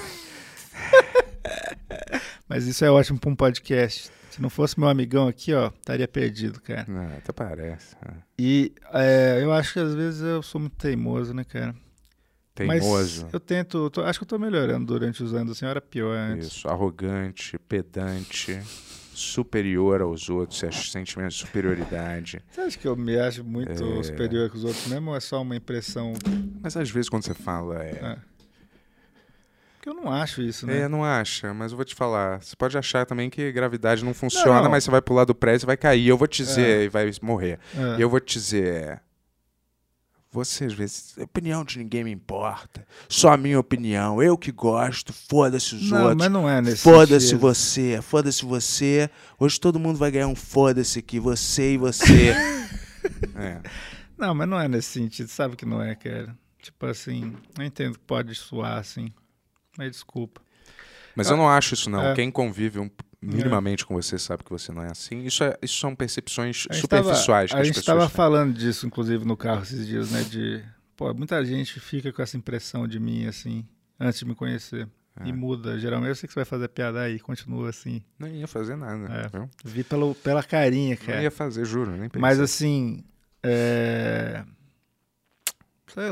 D: Mas isso é ótimo pra um podcast. Se não fosse meu amigão aqui, ó, estaria perdido, cara.
C: Não, até parece.
D: E eu acho que às vezes eu sou muito teimoso, né, cara?
C: Teimoso.
D: Mas eu tento... acho que eu tô melhorando durante os anos, assim, eu era pior antes.
C: Isso, arrogante, pedante, superior aos outros, sentimento de superioridade.
D: Você acha que eu me acho muito superior que os outros mesmo ou é só uma impressão?
C: Mas às vezes quando você fala
D: Porque eu não acho isso, né?
C: não acha, mas eu vou te falar. Você pode achar também que gravidade não funciona,
D: Não.
C: mas você vai pular do prédio e vai cair. Eu vou te dizer e vai morrer.
D: É.
C: E eu vou te dizer... Você, às vezes, a opinião de ninguém me importa. Só a minha opinião. Eu que gosto. Foda-se os
D: Não,
C: outros.
D: mas não é nesse
C: Foda-se
D: sentido.
C: você. Foda-se você. Hoje todo mundo vai ganhar um foda-se aqui. Você e você.
D: Não, mas não é nesse sentido. Sabe que não é, cara? Tipo assim, eu entendo que pode soar assim. Mas desculpa.
C: Mas eu não acho isso, não.
D: É.
C: Quem convive minimamente com você sabe que você não é assim. Isso são percepções
D: A gente
C: superficiais que
D: a
C: as
D: gente
C: pessoas
D: tava
C: têm.
D: falando disso, inclusive, no carro esses dias, né? Muita gente fica com essa impressão de mim, assim, antes de me conhecer. E muda. Geralmente eu sei que você vai fazer piada aí, continua assim.
C: Não ia fazer nada. Viu?
D: Vi pela carinha,
C: Não
D: cara.
C: ia fazer, juro. Nem pensei.
D: Mas assim, sei lá.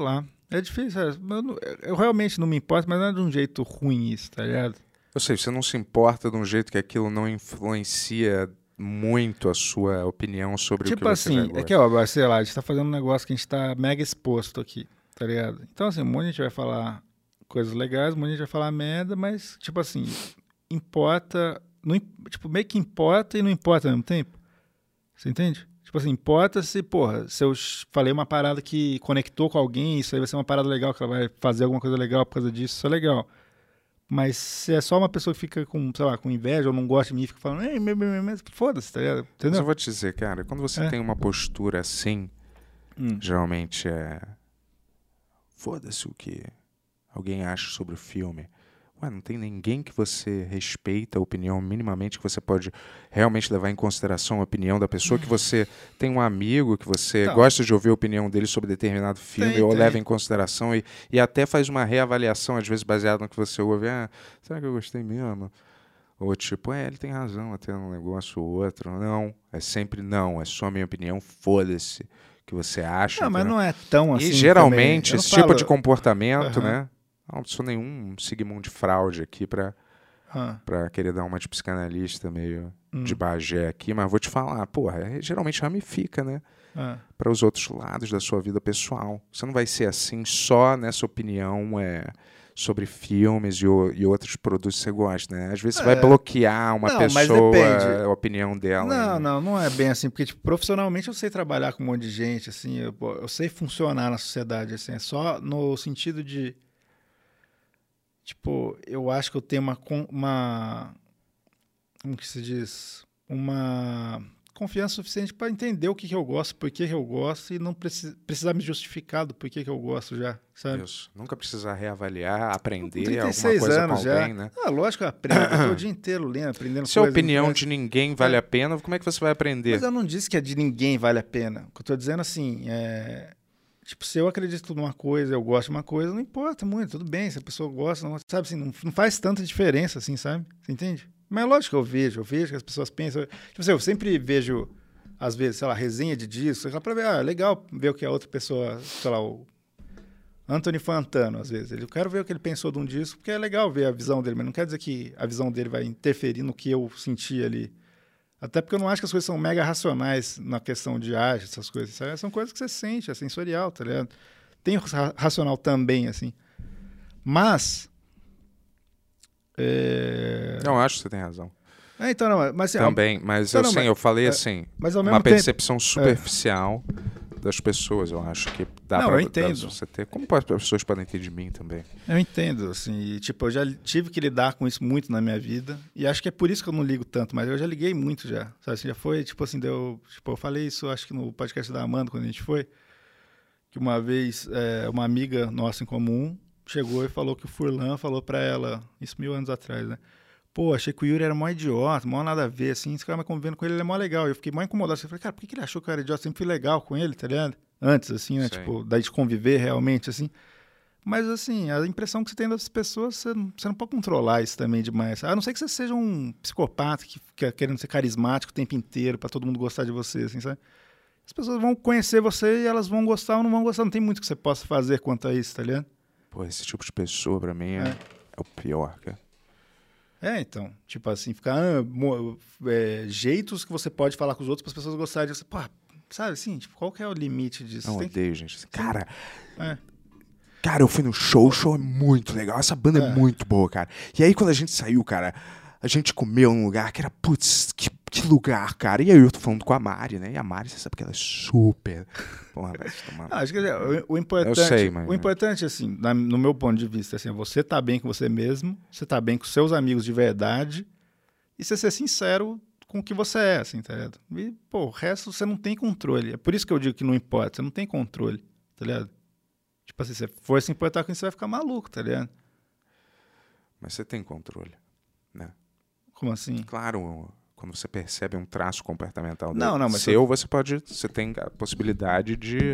D: É difícil, eu realmente não me importo, mas não é de um jeito ruim isso, tá ligado?
C: Eu sei, você não se importa de um jeito que aquilo não influencia muito a sua opinião sobre o que
D: Tipo
C: você já
D: assim,
C: gosta.
D: é que, ó, sei lá, a gente tá fazendo um negócio que a gente tá mega exposto aqui, tá ligado? Então, assim, um monte de gente vai falar coisas legais, um monte de gente vai falar merda, mas, tipo assim, importa, não, tipo, meio que importa e não importa ao mesmo tempo. Você entende? Tipo assim, importa se, porra, se eu falei uma parada que conectou com alguém, isso aí vai ser uma parada legal, que ela vai fazer alguma coisa legal por causa disso, isso é legal. Mas se é só uma pessoa que fica com, sei lá, com inveja ou não gosta de mim e fica falando, foda-se, tá ligado?
C: Mas
D: Entendeu?
C: eu vou te dizer, cara, quando você tem uma postura assim, geralmente é... Foda-se o que alguém acha sobre o filme. Ué, não tem ninguém que você respeita a opinião minimamente, que você pode realmente levar em consideração a opinião da pessoa, que você tem um amigo, que você
D: Então,
C: gosta de ouvir a opinião dele sobre determinado filme, ou
D: tem.
C: leva em consideração e até faz uma reavaliação, às vezes baseado no que você ouve. Ah, será que eu gostei mesmo? Ou tipo, ele tem razão até num negócio ou outro. Não, é sempre não, é só a minha opinião, foda-se o que você acha.
D: Não, mas
C: entendeu?
D: não é tão assim.
C: E geralmente,
D: também. Eu
C: esse
D: não
C: tipo
D: falo-
C: de comportamento,
D: Aham.
C: né? Não sou nenhum Sigmund Freud aqui pra querer dar uma de psicanalista meio de Bagé aqui, mas vou te falar, porra, geralmente ramifica, né? Para os outros lados da sua vida pessoal. Você não vai ser assim só nessa opinião sobre filmes e outros produtos que você gosta, né? Às vezes você vai bloquear uma
D: Não, mas
C: pessoa,
D: depende.
C: a opinião dela.
D: Não é bem assim, porque tipo, profissionalmente eu sei trabalhar com um monte de gente, assim, eu sei funcionar na sociedade, assim, é só no sentido de, tipo, eu acho que eu tenho uma como que se diz? Uma confiança suficiente para entender o que eu gosto, por que eu gosto e não precisar me justificar do porquê que eu gosto já, sabe?
C: Isso. Nunca precisar reavaliar, aprender
D: Com
C: alguma
D: 36
C: coisa
D: anos
C: com alguém,
D: já.
C: né?
D: Lógico que eu aprendo, eu tô o dia inteiro lendo, aprendendo
C: Se a
D: coisas.
C: opinião de ninguém vale a pena, como é que você vai aprender?
D: Mas eu não disse que a de ninguém vale a pena. O que eu tô dizendo assim, tipo, se eu acredito numa coisa, eu gosto de uma coisa, não importa muito, tudo bem, se a pessoa gosta, não, sabe assim, não faz tanta diferença assim, sabe? Você entende? Mas é lógico que eu vejo que as pessoas pensam, tipo assim, eu sempre vejo, às vezes, sei lá, resenha de disco, pra ver, é legal ver o que a outra pessoa, sei lá, o Anthony Fantano, às vezes, eu quero ver o que ele pensou de um disco, porque é legal ver a visão dele, mas não quer dizer que a visão dele vai interferir no que eu senti ali. Até porque eu não acho que as coisas são mega racionais na questão de arte, essas coisas, sabe? São coisas que você sente, é sensorial, tá ligado? Tem o racional também, assim. Mas...
C: Não, acho que você tem razão.
D: Então, não, mas... Assim,
C: Também, mas
D: Não,
C: eu falei assim,
D: mas ao
C: uma
D: mesmo tempo...
C: percepção superficial das pessoas, eu acho que dá
D: Não,
C: pra
D: eu entendo.
C: você ter. Como as pessoas podem ter de mim também?
D: Eu entendo, assim, e, tipo, eu já tive que lidar com isso muito na minha vida, e acho que é por isso que eu não ligo tanto, mas eu já liguei muito já, sabe, assim, já foi, tipo assim, tipo, eu falei isso, acho que no podcast da Amanda, quando a gente foi, que uma vez uma amiga nossa em comum chegou e falou que o Furlan falou pra ela, isso 1000 anos atrás, né, pô, achei que o Yuri era mó idiota, mó nada a ver, assim, esse cara me convivendo com ele, ele é mó legal, eu fiquei mó incomodado, eu falei, cara, por que ele achou que eu era idiota? Eu sempre fui legal com ele, tá ligado? Antes, assim, né,
C: Sei.
D: tipo, daí de conviver realmente, assim. Mas, assim, a impressão que você tem das pessoas, você não pode controlar isso também demais. A não ser que você seja um psicopata que fica querendo ser carismático o tempo inteiro pra todo mundo gostar de você, assim, sabe? As pessoas vão conhecer você e elas vão gostar ou não vão gostar. Não tem muito que você possa fazer quanto a isso, tá ligado?
C: Pô, esse tipo de pessoa, pra mim, é o pior, cara.
D: Então, tipo assim, ficar jeitos que você pode falar com os outros para as pessoas gostarem de você. Pô, sabe assim, tipo, qual que é o limite disso?
C: Não,
D: Você tem
C: odeio, gente. Cara,
D: É.
C: cara, eu fui no show, o show é muito legal, essa banda é muito boa, cara. E aí, quando a gente saiu, cara, a gente comeu num lugar que era, putz, que lugar, cara. E aí eu tô falando com a Mari, né? E a Mari, você sabe que ela é super... Porra, vai se tomar...
D: Acho que o importante,
C: Eu sei, mas-
D: o importante, assim, no meu ponto de vista, assim, é você tá bem com você mesmo, você tá bem com seus amigos de verdade e você ser sincero com o que você é, assim, tá ligado? E, pô, o resto você não tem controle. É por isso que eu digo que não importa, você não tem controle, tá ligado? Tipo assim, se você for se importar com isso, você vai ficar maluco, tá ligado?
C: Mas você tem controle, né?
D: Como assim?
C: Claro, quando você percebe um traço comportamental
D: Não, mas
C: seu, você tem a possibilidade de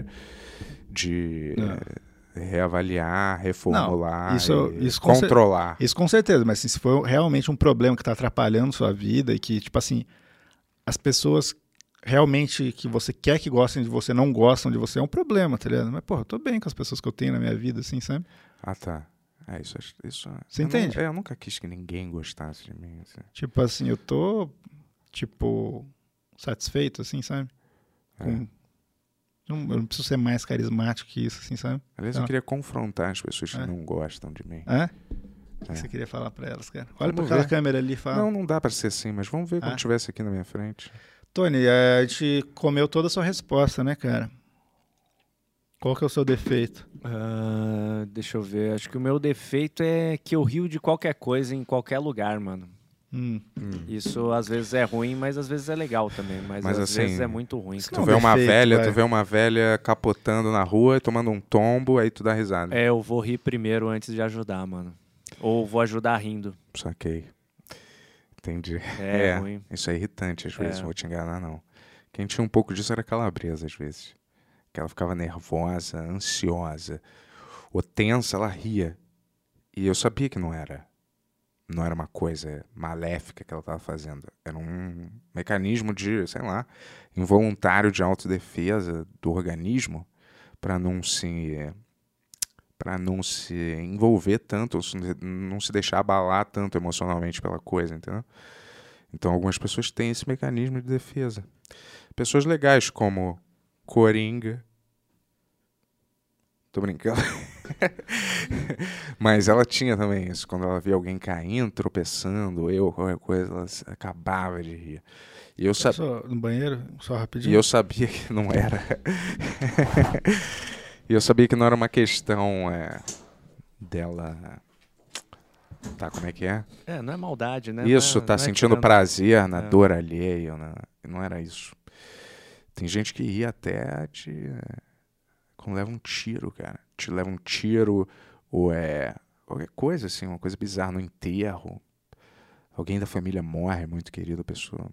C: reavaliar, reformular,
D: Não, isso com
C: controlar.
D: Isso com certeza, mas assim, se for realmente um problema que está atrapalhando sua vida e que, tipo assim, as pessoas realmente que você quer que gostem de você, não gostam de você, é um problema, tá ligado? Mas, porra, eu tô bem com as pessoas que eu tenho na minha vida, assim, sabe?
C: Ah, tá. Isso
D: Você
C: eu
D: entende?
C: Eu nunca quis que ninguém gostasse de mim. Assim.
D: Tipo assim, eu tô, tipo, satisfeito, assim, sabe? Com... eu não preciso ser mais carismático que isso, assim, sabe?
C: Aliás, eu queria confrontar as pessoas que
D: É.
C: não gostam de mim.
D: É? O que você queria falar pra elas, cara? Olha pra
C: Vamos
D: aquela
C: ver.
D: câmera ali e fala.
C: Não dá pra ser assim, mas vamos ver quando
D: Ah.
C: estivesse aqui na minha frente.
D: Tony, a gente comeu toda a sua resposta, né, cara? Qual que é o seu defeito?
E: Deixa eu ver. Acho que o meu defeito é que eu rio de qualquer coisa em qualquer lugar, mano. Isso às vezes é ruim, mas às vezes é legal também. Mas às
C: assim,
E: vezes é muito ruim.
D: isso
E: cara.
C: Tu
D: não é
C: vê uma
D: defeito,
C: velha,
D: vai.
C: tu vê uma velha capotando na rua, tomando um tombo, aí tu dá risada.
E: É, eu vou rir primeiro antes de ajudar, mano. Ou vou ajudar rindo.
C: Saquei. Entendi.
E: É ruim.
C: Isso é irritante às vezes,
E: É.
C: não vou te enganar não. Quem tinha um pouco disso era a Calabresa às vezes. Que ela ficava nervosa, ansiosa, ou tensa, ela ria. E eu sabia que não era uma coisa maléfica que ela estava fazendo. Era um mecanismo de, sei lá, involuntário de autodefesa do organismo para não se envolver tanto, não se deixar abalar tanto emocionalmente pela coisa, entendeu? Então algumas pessoas têm esse mecanismo de defesa. Pessoas legais como Coringa. Tô brincando. Mas ela tinha também isso. Quando ela via alguém caindo, tropeçando, qualquer coisa, ela acabava de rir. E eu,
D: Só no banheiro, só rapidinho.
C: e eu sabia que não era. E eu sabia que não era uma questão dela. Tá, como é que é?
E: É, não é maldade, né?
C: Isso,
E: não
C: tá
E: é
C: sentindo
E: tirando-
C: prazer na
E: É.
C: dor alheia. Não era isso. Tem gente que ri até quando leva um tiro, cara. Te leva um tiro ou qualquer coisa, assim, uma coisa bizarra no enterro. Alguém da família morre, muito querido, a pessoa.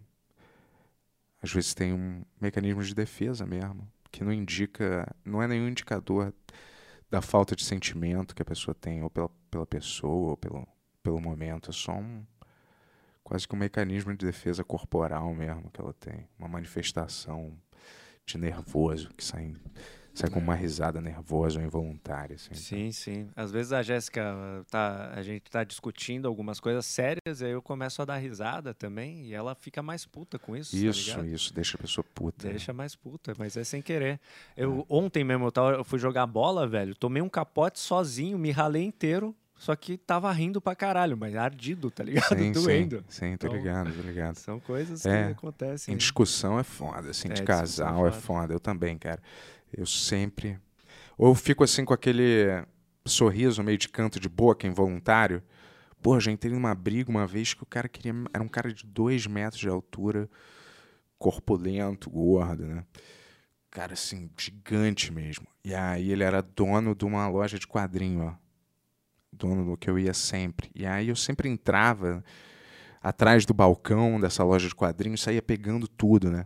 C: Às vezes tem um mecanismo de defesa mesmo, que não é nenhum indicador da falta de sentimento que a pessoa tem, ou pela pessoa, ou pelo momento. É só quase que um mecanismo de defesa corporal mesmo que ela tem. Uma manifestação de nervoso, que sai com uma risada nervosa ou involuntária. Assim,
E: Sim, sim. Às vezes a Jéssica a gente tá discutindo algumas coisas sérias e aí eu começo a dar risada também e ela fica mais puta com isso, tá ligado?
C: Isso, deixa a pessoa puta.
E: Deixa mais puta, mas é sem querer. Ontem mesmo eu fui jogar bola, velho, tomei um capote sozinho, me ralei inteiro, só que tava rindo pra caralho, mas ardido, tá ligado?
C: Sim,
E: Doendo.
C: sim, tô
E: Então,
C: ligado.
E: São coisas que
C: É.
E: acontecem.
C: Em discussão é foda, assim, de
E: discussão
C: casal
E: é
C: é
E: foda.
C: foda. Eu também, cara. Eu sempre... Ou eu fico assim com aquele sorriso meio de canto de boca involuntário. Pô, já entrei numa briga uma vez que o cara queria... Era um cara de 2 metros de altura, corpulento, gordo, né? Cara, assim, gigante mesmo. E aí ele era dono de uma loja de quadrinho, ó. Dono do que eu ia sempre. E aí eu sempre entrava atrás do balcão dessa loja de quadrinhos e saía pegando tudo, né?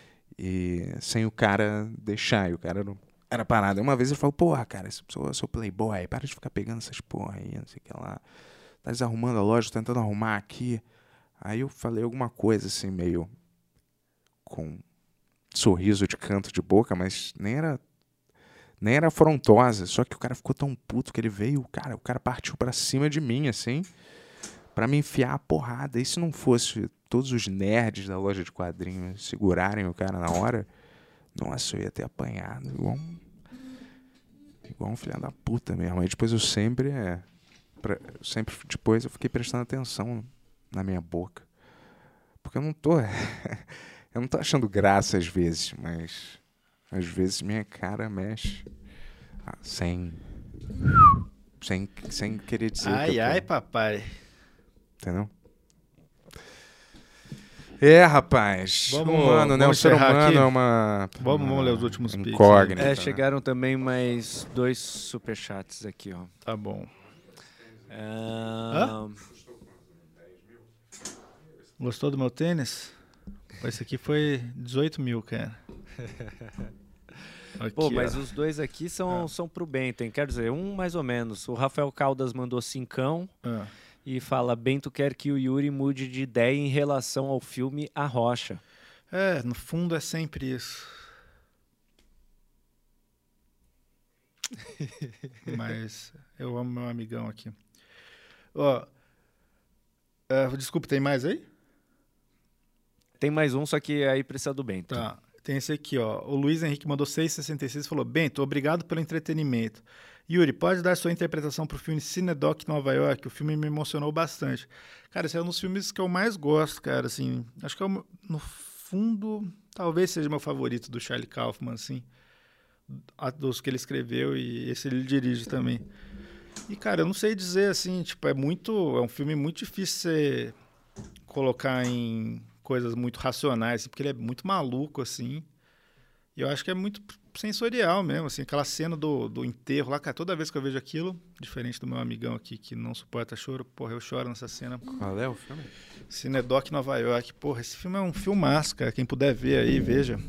C: E sem o cara deixar. E o cara era parado. Uma vez ele falou, porra, cara, eu sou playboy, para de ficar pegando essas porra aí, não sei o que lá. Tá desarrumando a loja, tô tentando arrumar aqui. Aí eu falei alguma coisa assim, meio com sorriso de canto de boca, mas nem era afrontosa. Só que o cara ficou tão puto que ele veio, o cara partiu pra cima de mim, assim, pra me enfiar a porrada. E se não fosse todos os nerds da loja de quadrinhos segurarem o cara na hora, nossa, eu ia ter apanhado igual um filho da puta mesmo. Aí depois eu sempre depois eu fiquei prestando atenção na minha boca. Porque eu não tô achando graça às vezes, mas às vezes minha cara mexe sem querer dizer que eu tô,
D: Ai, papai.
C: entendeu? É, rapaz.
D: Vamos-
C: Humano, né? O
D: vamos
C: ser
D: encerrar
C: humano
D: aqui?
C: é uma
D: Vamos ler os últimos pix,
C: incógnita.
E: É,
C: né?
E: chegaram também mais 2 superchats aqui, ó.
D: Tá bom.
E: Ahn,
D: Gostou do meu tênis? Esse aqui foi 18 mil, cara. Aqui,
E: Pô, mas
D: ó.
E: os dois aqui são pro Bento, quer dizer, um mais ou menos. O Rafael Caldas mandou 5
D: Ah.
E: e fala: Bento quer que o Yuri mude de ideia em relação ao filme A Rocha.
D: É, no fundo é sempre isso. Mas eu amo meu amigão aqui. Ó, desculpa, tem mais aí?
E: Tem mais um, só que aí precisa do Bento.
D: Tá. Tem esse aqui, ó. O Luiz Henrique mandou 6,66 e falou: Bento, obrigado pelo entretenimento. Yuri, pode dar sua interpretação pro filme Cinedoc Nova York? O filme me emocionou bastante. Cara, esse é um dos filmes que eu mais gosto, cara, assim. Acho que no fundo, talvez seja meu favorito do Charlie Kaufman, assim. Dos que ele escreveu e esse ele dirige também. E, cara, eu não sei dizer, assim, tipo, é um filme muito difícil você colocar em coisas muito racionais, assim, porque ele é muito maluco, assim. E eu acho que é muito sensorial mesmo, assim, aquela cena do enterro lá, cara, toda vez que eu vejo aquilo, diferente do meu amigão aqui que não suporta choro, porra, eu choro nessa cena.
C: Qual é o filme?
D: Cinedoc Nova York, porra, esse filme é um filmaço, cara, quem puder ver aí, veja.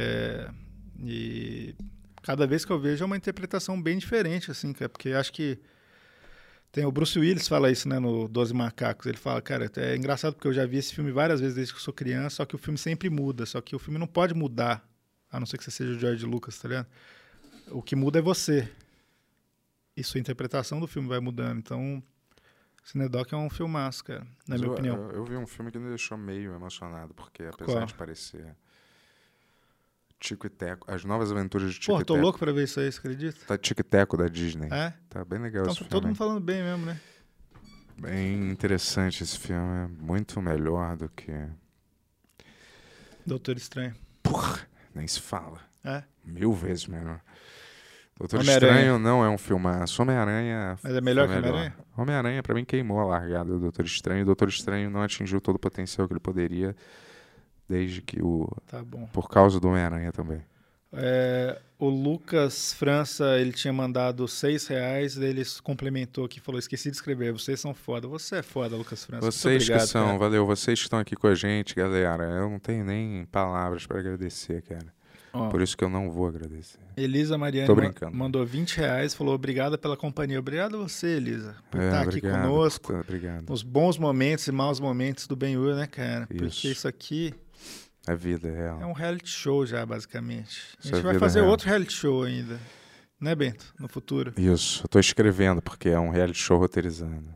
D: E cada vez que eu vejo é uma interpretação bem diferente, assim, cara, porque acho que tem o Bruce Willis fala isso, né, no 12 Macacos. Ele fala, cara, é engraçado porque eu já vi esse filme várias vezes desde que eu sou criança, só que o filme sempre muda, só que o filme não pode mudar, a não ser que você seja o George Lucas, tá ligado? O que muda é você. E sua interpretação do filme vai mudando. Então, Cinedoc é um filmaço, cara, na minha opinião.
C: Eu vi um filme que me deixou meio emocionado, porque apesar
D: Qual?
C: de parecer Tico e Teco, As Novas Aventuras de Tico
D: Pô,
C: e
D: tô
C: Teco.
D: louco pra ver isso aí, você acredita?
C: Tá Tico e Teco da Disney.
D: É?
C: Tá bem legal
D: Então,
C: esse filme.
D: todo mundo falando bem mesmo, né?
C: Bem interessante esse filme. É muito melhor do que...
D: Doutor Estranho.
C: Porra, nem se fala.
D: É?
C: 1000 vezes melhor. Doutor
D: Homem-Aranha.
C: Estranho não é um filmaço. Homem-Aranha...
D: Mas é melhor
C: foi
D: que Homem-Aranha?
C: Homem-Aranha, pra mim, queimou a largada do Doutor Estranho. O Doutor Estranho não atingiu todo o potencial que ele poderia, desde que
D: Tá bom.
C: por causa do Homem-Aranha também.
D: O Lucas França, ele tinha mandado R$6, daí ele complementou aqui, falou, esqueci de escrever, vocês são foda. Você é foda, Lucas França. Muito
C: Vocês
D: obrigado,
C: que são,
D: cara.
C: valeu. Vocês que estão aqui com a gente, galera. Eu não tenho nem palavras pra agradecer, cara.
D: Ó,
C: Por isso que eu não vou agradecer.
D: Elisa Mariane
C: Tô brincando.
D: mandou R$20, falou, obrigada pela companhia. Obrigado a você, Elisa, por estar aqui
C: obrigado,
D: conosco.
C: Obrigado.
D: Nos bons momentos e maus momentos do Ben-Hur, né, cara? Porque
C: Isso.
D: isso aqui
C: A vida é real.
D: é um reality show já, basicamente. A
C: Isso
D: gente
C: é
D: vai
C: vida
D: fazer
C: real.
D: outro reality show ainda. Né, Bento? No futuro.
C: Isso, eu tô escrevendo, porque é um reality show roteirizando.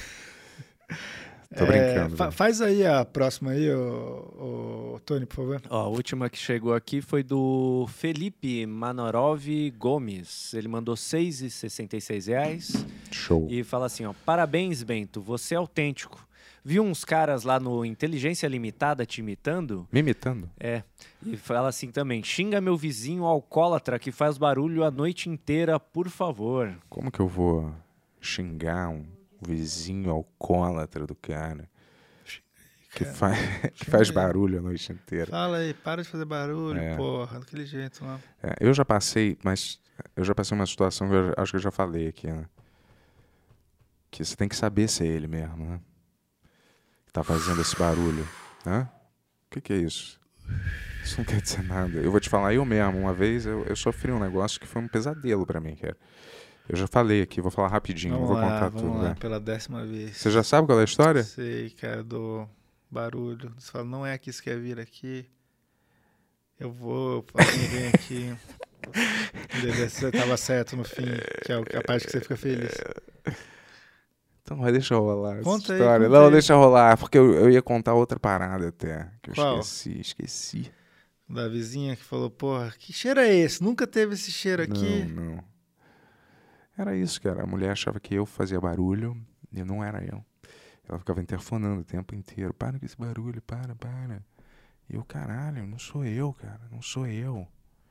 C: Tô brincando. velho.
D: Faz aí a próxima aí, ô Tony, por favor.
E: Ó, a última que chegou aqui foi do Felipe Manorov Gomes. Ele mandou R$6,66
C: Show.
E: e fala assim, ó, parabéns, Bento, você é autêntico. Viu uns caras lá no Inteligência Limitada te imitando?
C: Me imitando?
E: É. E fala assim também, xinga meu vizinho alcoólatra que faz barulho a noite inteira, por favor.
C: Como que eu vou xingar um vizinho alcoólatra do cara que faz barulho a noite inteira?
D: Fala aí, para de fazer barulho,
C: É.
D: porra, daquele jeito lá.
C: Eu já passei uma situação que eu acho que eu já falei aqui, né? Que você tem que saber se é ele mesmo, né? Que tá fazendo esse barulho. Hã? O que é isso? Isso não quer dizer nada. Eu vou te falar, eu mesmo, uma vez eu sofri um negócio que foi um pesadelo pra mim, cara. Eu já falei aqui, vou falar rapidinho, não vou contar tudo,
D: vamos lá,
C: né?
D: pela 10ª vez.
C: Você já sabe qual é a história?
D: Sei, cara, do barulho. Você fala, não é aqui que você quer vir aqui. Eu vou, vem aqui. Você tava certo no fim, que é a parte que você fica feliz.
C: Então vai, deixa rolar essa
D: Conta aí,
C: história.
D: conta
C: Não,
D: aí.
C: deixa rolar, porque eu ia contar outra parada até. Que eu
D: Qual?
C: esqueci.
D: Da vizinha que falou, porra, que cheiro é esse? Nunca teve esse cheiro aqui.
C: Não. Era isso, cara. A mulher achava que eu fazia barulho e não era eu. Ela ficava interfonando o tempo inteiro. Para com esse barulho, para. E eu, caralho, não sou eu, cara. Não sou eu.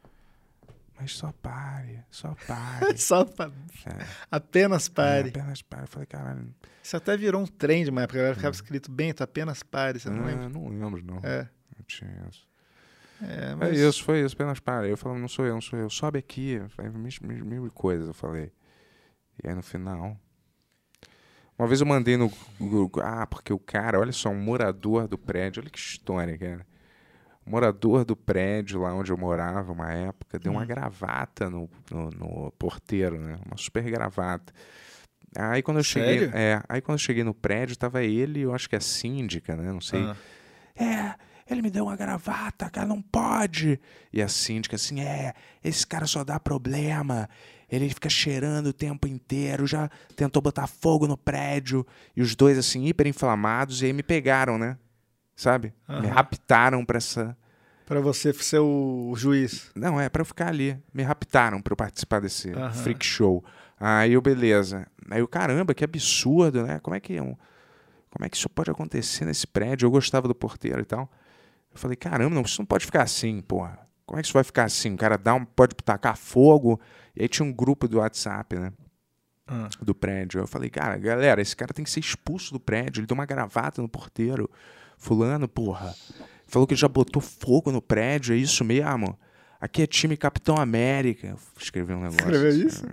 C: Mas só pare.
D: Só apenas pare.
C: Apenas pare. Eu falei, caralho.
D: Isso até virou um trem de uma época. Agora ficava escrito, Bento, apenas pare. Você não lembra?
C: Não lembro, não.
D: É.
C: Não tinha isso.
D: Mas...
C: Foi isso, apenas pare. Eu falei, não sou eu. Sobe aqui. Mil coisas, eu falei. E aí no final... Uma vez eu mandei no Google... porque o cara, olha só, um morador do prédio... Olha que história, cara. O morador do prédio, lá onde eu morava, uma época, deu uma gravata no porteiro, né? Uma super gravata. Aí quando eu cheguei...
D: Sério?
C: Aí quando eu cheguei no prédio, tava ele, eu acho que a síndica, né? Não sei. ele me deu uma gravata, cara, não pode. E a síndica assim, esse cara só dá problema. Ele fica cheirando o tempo inteiro, já tentou botar fogo no prédio. E os dois, assim, hiper inflamados, e aí me pegaram, né? Sabe? Me raptaram pra essa...
D: Pra você ser o juiz.
C: Não, pra eu ficar ali. Me raptaram pra eu participar desse freak show. Aí eu, beleza. Aí eu, caramba, que absurdo, né? Como é que isso pode acontecer nesse prédio? Eu gostava do porteiro e tal. Eu falei, caramba, não, isso não pode ficar assim, porra. Como é que isso vai ficar assim? O cara pode tacar fogo. E aí tinha um grupo do WhatsApp, né? Do prédio. Eu falei, cara, galera, esse cara tem que ser expulso do prédio. Ele deu uma gravata no porteiro. Fulano, porra. Falou que já botou fogo no prédio. É isso mesmo? Aqui é time Capitão América. Eu escrevi um negócio.
D: Escreveu isso?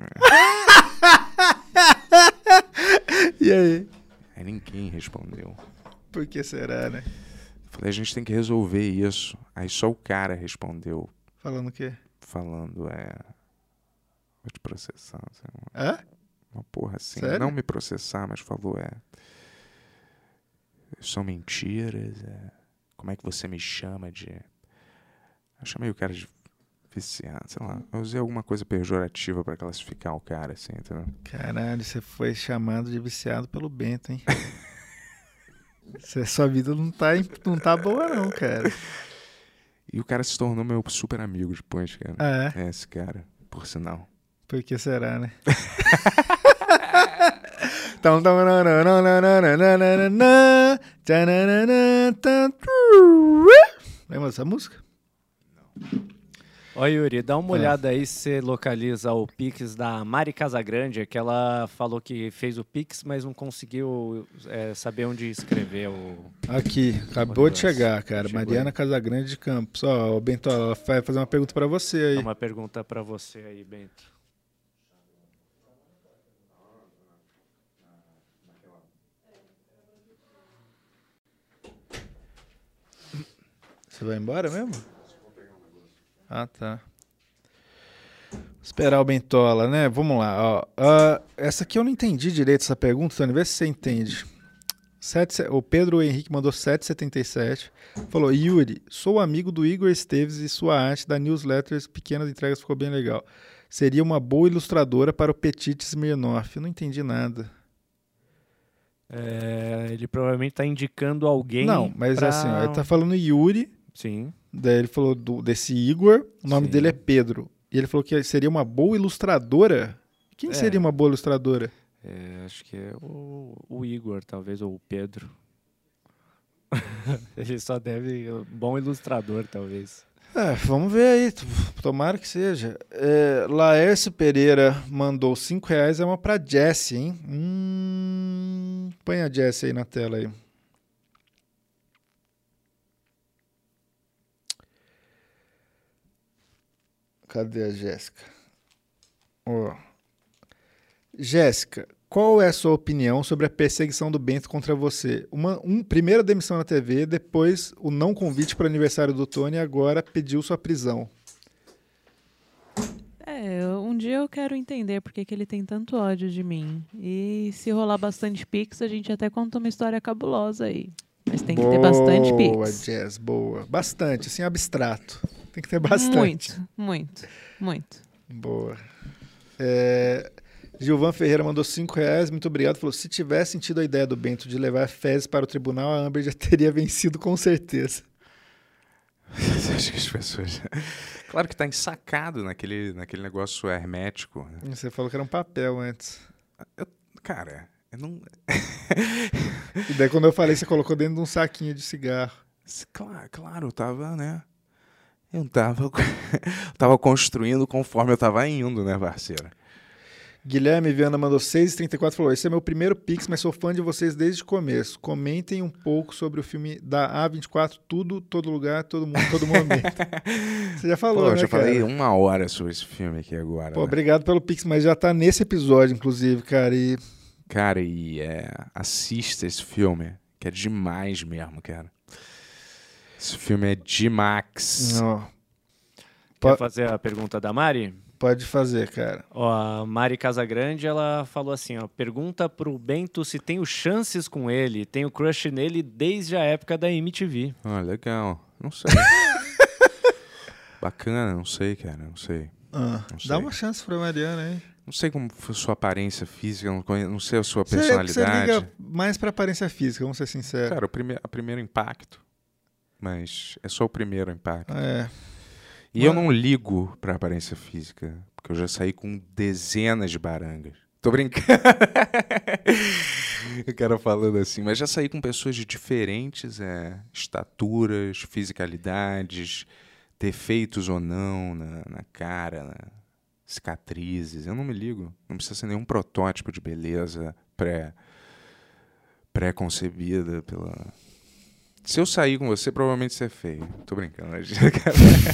D: E aí?
C: Aí ninguém respondeu.
D: Por que será, né?
C: Falei, a gente tem que resolver isso. Aí só o cara respondeu.
D: Falando o quê?
C: Falando, vou te processar.
D: Hã?
C: Uma porra assim.
D: Sério?
C: Não me processar, mas falou, são mentiras. Como é que você me chama de... Eu chamei o cara de viciado, sei lá. Eu usei alguma coisa pejorativa pra classificar o cara, assim, entendeu?
D: Caralho, você foi chamado de viciado pelo Bento, hein? Sua vida não tá boa, não, cara.
C: E o cara se tornou meu super amigo depois, cara.
D: Ah, é?
C: Esse cara, por sinal.
D: Por que será, né? Lembra dessa música?
E: Ó, Yuri, dá uma olhada aí se você localiza o Pix da Mari Casagrande, que ela falou que fez o Pix, mas não conseguiu saber onde escrever o...
D: Aqui, acabou de chegar, cara.
E: Chegou
D: Mariana
E: aí.
D: Casagrande de Campos. Ó, o Bento, ela vai fazer uma pergunta pra você aí.
E: É uma pergunta pra você aí, Bento.
D: Você vai embora mesmo? Ah, tá. Esperar o Bentola, né? Vamos lá. Ó. Essa aqui eu não entendi direito, essa pergunta, Tony. Vê se você entende. O Pedro Henrique mandou 7,77. Falou, Yuri, sou amigo do Igor Esteves e sua arte da newsletter Pequenas Entregas ficou bem legal. Seria uma boa ilustradora para o Petit Smirnoff. Eu não entendi nada.
E: Ele provavelmente tá indicando alguém.
D: Não, mas assim, ó, ele tá falando Yuri.
E: Sim.
D: Daí ele falou desse Igor. O nome
E: Sim.
D: dele é Pedro. E ele falou que seria uma boa ilustradora. Quem seria uma boa ilustradora?
E: Acho que é o Igor, talvez, ou o Pedro. Ele só deve... Bom ilustrador, talvez.
D: Vamos ver aí. Tomara que seja. Laércio Pereira mandou R$5. É uma pra Jessie, hein? Põe a Jessie aí na tela aí. Cadê a Jéssica? Jéssica, qual é a sua opinião sobre a perseguição do Bento contra você? Primeiro a demissão na TV, depois o não convite para o aniversário do Tony e agora pediu sua prisão.
H: Um dia eu quero entender por que ele tem tanto ódio de mim. E se rolar bastante pix, a gente até conta uma história cabulosa aí. Mas tem que ter bastante pix.
D: Boa, Jess, boa. Bastante, assim, abstrato. Tem que ter bastante.
H: Muito.
D: Boa. Gilvan Ferreira mandou R$5. Muito obrigado. Falou, se tivesse sentido a ideia do Bento de levar fezes para o tribunal, a Amber já teria vencido com certeza.
C: Você acha que as pessoas... Claro que tá ensacado naquele negócio hermético.
D: Você falou que era um papel antes.
C: Eu não...
D: E daí quando eu falei, você colocou dentro de um saquinho de cigarro.
C: Claro, eu tava, né? Eu tava construindo conforme eu tava indo, né, parceiro?
D: Guilherme Viana mandou 6,34 e falou, esse é meu primeiro Pix, mas sou fã de vocês desde o começo. Comentem um pouco sobre o filme da A24, tudo, todo lugar, todo mundo, todo momento. Você já falou, né,
C: Eu já falei
D: cara?
C: 1 hora sobre esse filme aqui agora.
D: Pô,
C: né?
D: obrigado pelo Pix, mas já tá nesse episódio, inclusive, cara.
C: Cara, assista esse filme, que é demais mesmo, cara. Esse filme é demais.
D: Ó.
E: Quer fazer a pergunta da Mari?
D: Pode fazer, cara.
E: Ó, a Mari Casagrande, ela falou assim, ó, pergunta pro Bento se tenho chances com ele, tenho crush nele desde a época da MTV.
C: Ah, legal. Não sei. Bacana, não sei, cara, não sei. Não sei.
D: Dá uma chance pra Mariana, hein?
C: Não sei como foi a sua aparência física, não sei a sua
D: Você
C: personalidade.
D: liga mais pra aparência física, vamos ser sinceros.
C: Cara, o primeiro impacto, mas é só o primeiro impacto.
D: É.
C: E eu não ligo pra aparência física, porque eu já saí com dezenas de barangas. Tô brincando. O cara falando assim, mas já saí com pessoas de diferentes estaturas, fisicalidades, defeitos ou não na cara, cicatrizes. Eu não me ligo. Não precisa ser nenhum protótipo de beleza pré-concebida pela... Se eu sair com você, provavelmente você é feio. Tô brincando. Cara.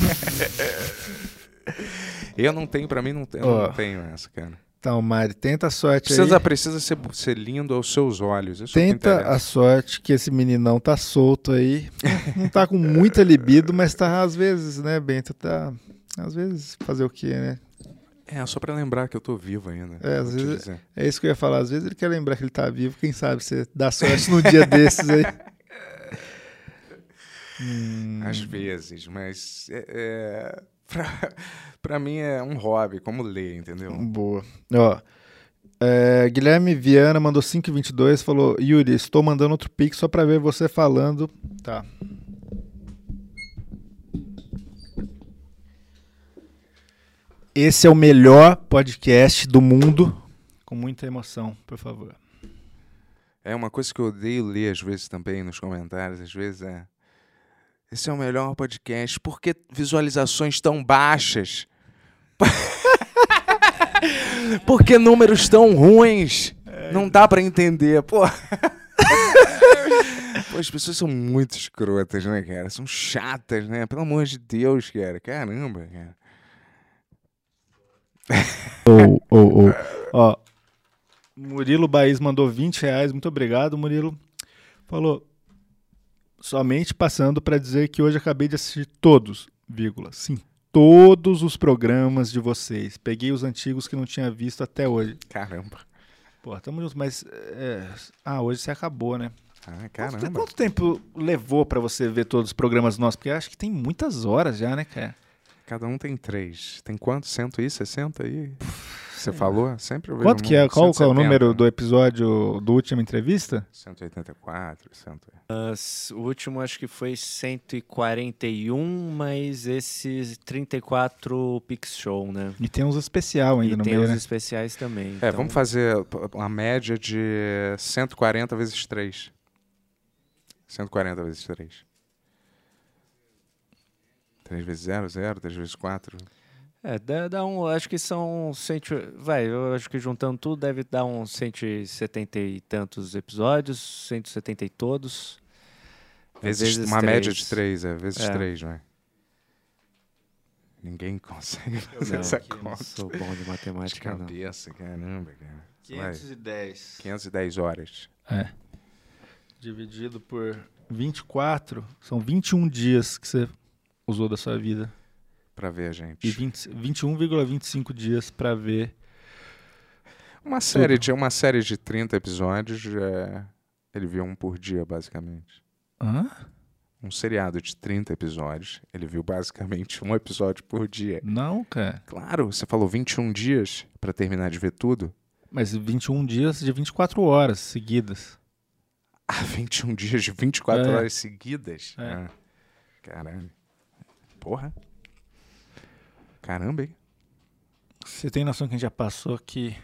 C: Eu não tenho, pra mim, não tenho essa, cara.
D: Então, Mari, tenta a sorte aí.
C: Precisa ser lindo aos seus olhos. Isso
D: Tenta a sorte que esse meninão tá solto aí. Não tá com muita libido, mas tá às vezes, né, Bento? Tá, às vezes, fazer o quê, né?
C: Só pra lembrar que eu tô vivo ainda.
D: Às vezes, é isso que eu ia falar. Às vezes ele quer lembrar que ele tá vivo. Quem sabe você dá sorte num dia desses aí.
C: Às vezes, mas pra mim é um hobby, como ler, entendeu?
D: Boa. Ó, Guilherme Viana mandou 5,22, falou, Yuri, estou mandando outro pix só pra ver você falando. Tá. Esse é o melhor podcast do mundo. Com muita emoção, por favor.
C: É uma coisa que eu odeio ler às vezes também nos comentários, às vezes esse é o melhor podcast. Por que visualizações tão baixas? Por que números tão ruins? Não dá pra entender, pô. Pô, as pessoas são muito escrotas, né, cara? São chatas, né? Pelo amor de Deus, cara. Caramba, cara.
D: Ó, Murilo Baís mandou R$20. Muito obrigado, Murilo. Falou... Somente passando para dizer que hoje acabei de assistir todos, sim, todos os programas de vocês. Peguei os antigos que não tinha visto até hoje.
C: Caramba.
D: Pô, tamo junto, mas... hoje você acabou, né?
C: Ah, caramba.
D: Quanto tempo levou para você ver todos os programas nossos? Porque eu acho que tem muitas horas já, né, cara?
C: Cada um tem 3. Tem quanto? 160 aí? Você falou? Sempre eu vejo.
D: Quanto que é? Qual que é o número do episódio do última entrevista?
C: 184.
E: O último acho que foi 141, mas esses 34 Pix Show, né?
D: E tem uns especial ainda no meio,
E: tem uns
D: né?
E: especiais também. Então...
C: Vamos fazer uma média de 140 vezes 3. 140 vezes 3. 3 vezes 0, 0. 3 vezes 4...
E: dá acho que são... eu acho que juntando tudo deve dar uns 170 e tantos episódios, 170 e todos.
C: Vezes uma 3. Média de 3, vezes 3, não é? Ninguém consegue fazer essa conta.
E: Não sou bom de matemática,
C: de cabeça, não. Caramba, cara.
D: 510.
C: 510 horas.
D: Dividido por 24, são 21 dias que você usou da sua vida.
C: Pra ver a gente.
D: E 21,25 dias pra ver.
C: Uma série de 30 episódios, ele viu um por dia, basicamente.
D: Hã?
C: Um seriado de 30 episódios, ele viu basicamente um episódio por dia.
D: Não, cara.
C: Claro, você falou 21 dias pra terminar de ver tudo.
D: Mas 21 dias de 24 horas seguidas.
C: 21 dias de 24 horas seguidas? Caralho. Porra. Caramba, hein?
D: Você tem noção que a gente já passou aqui...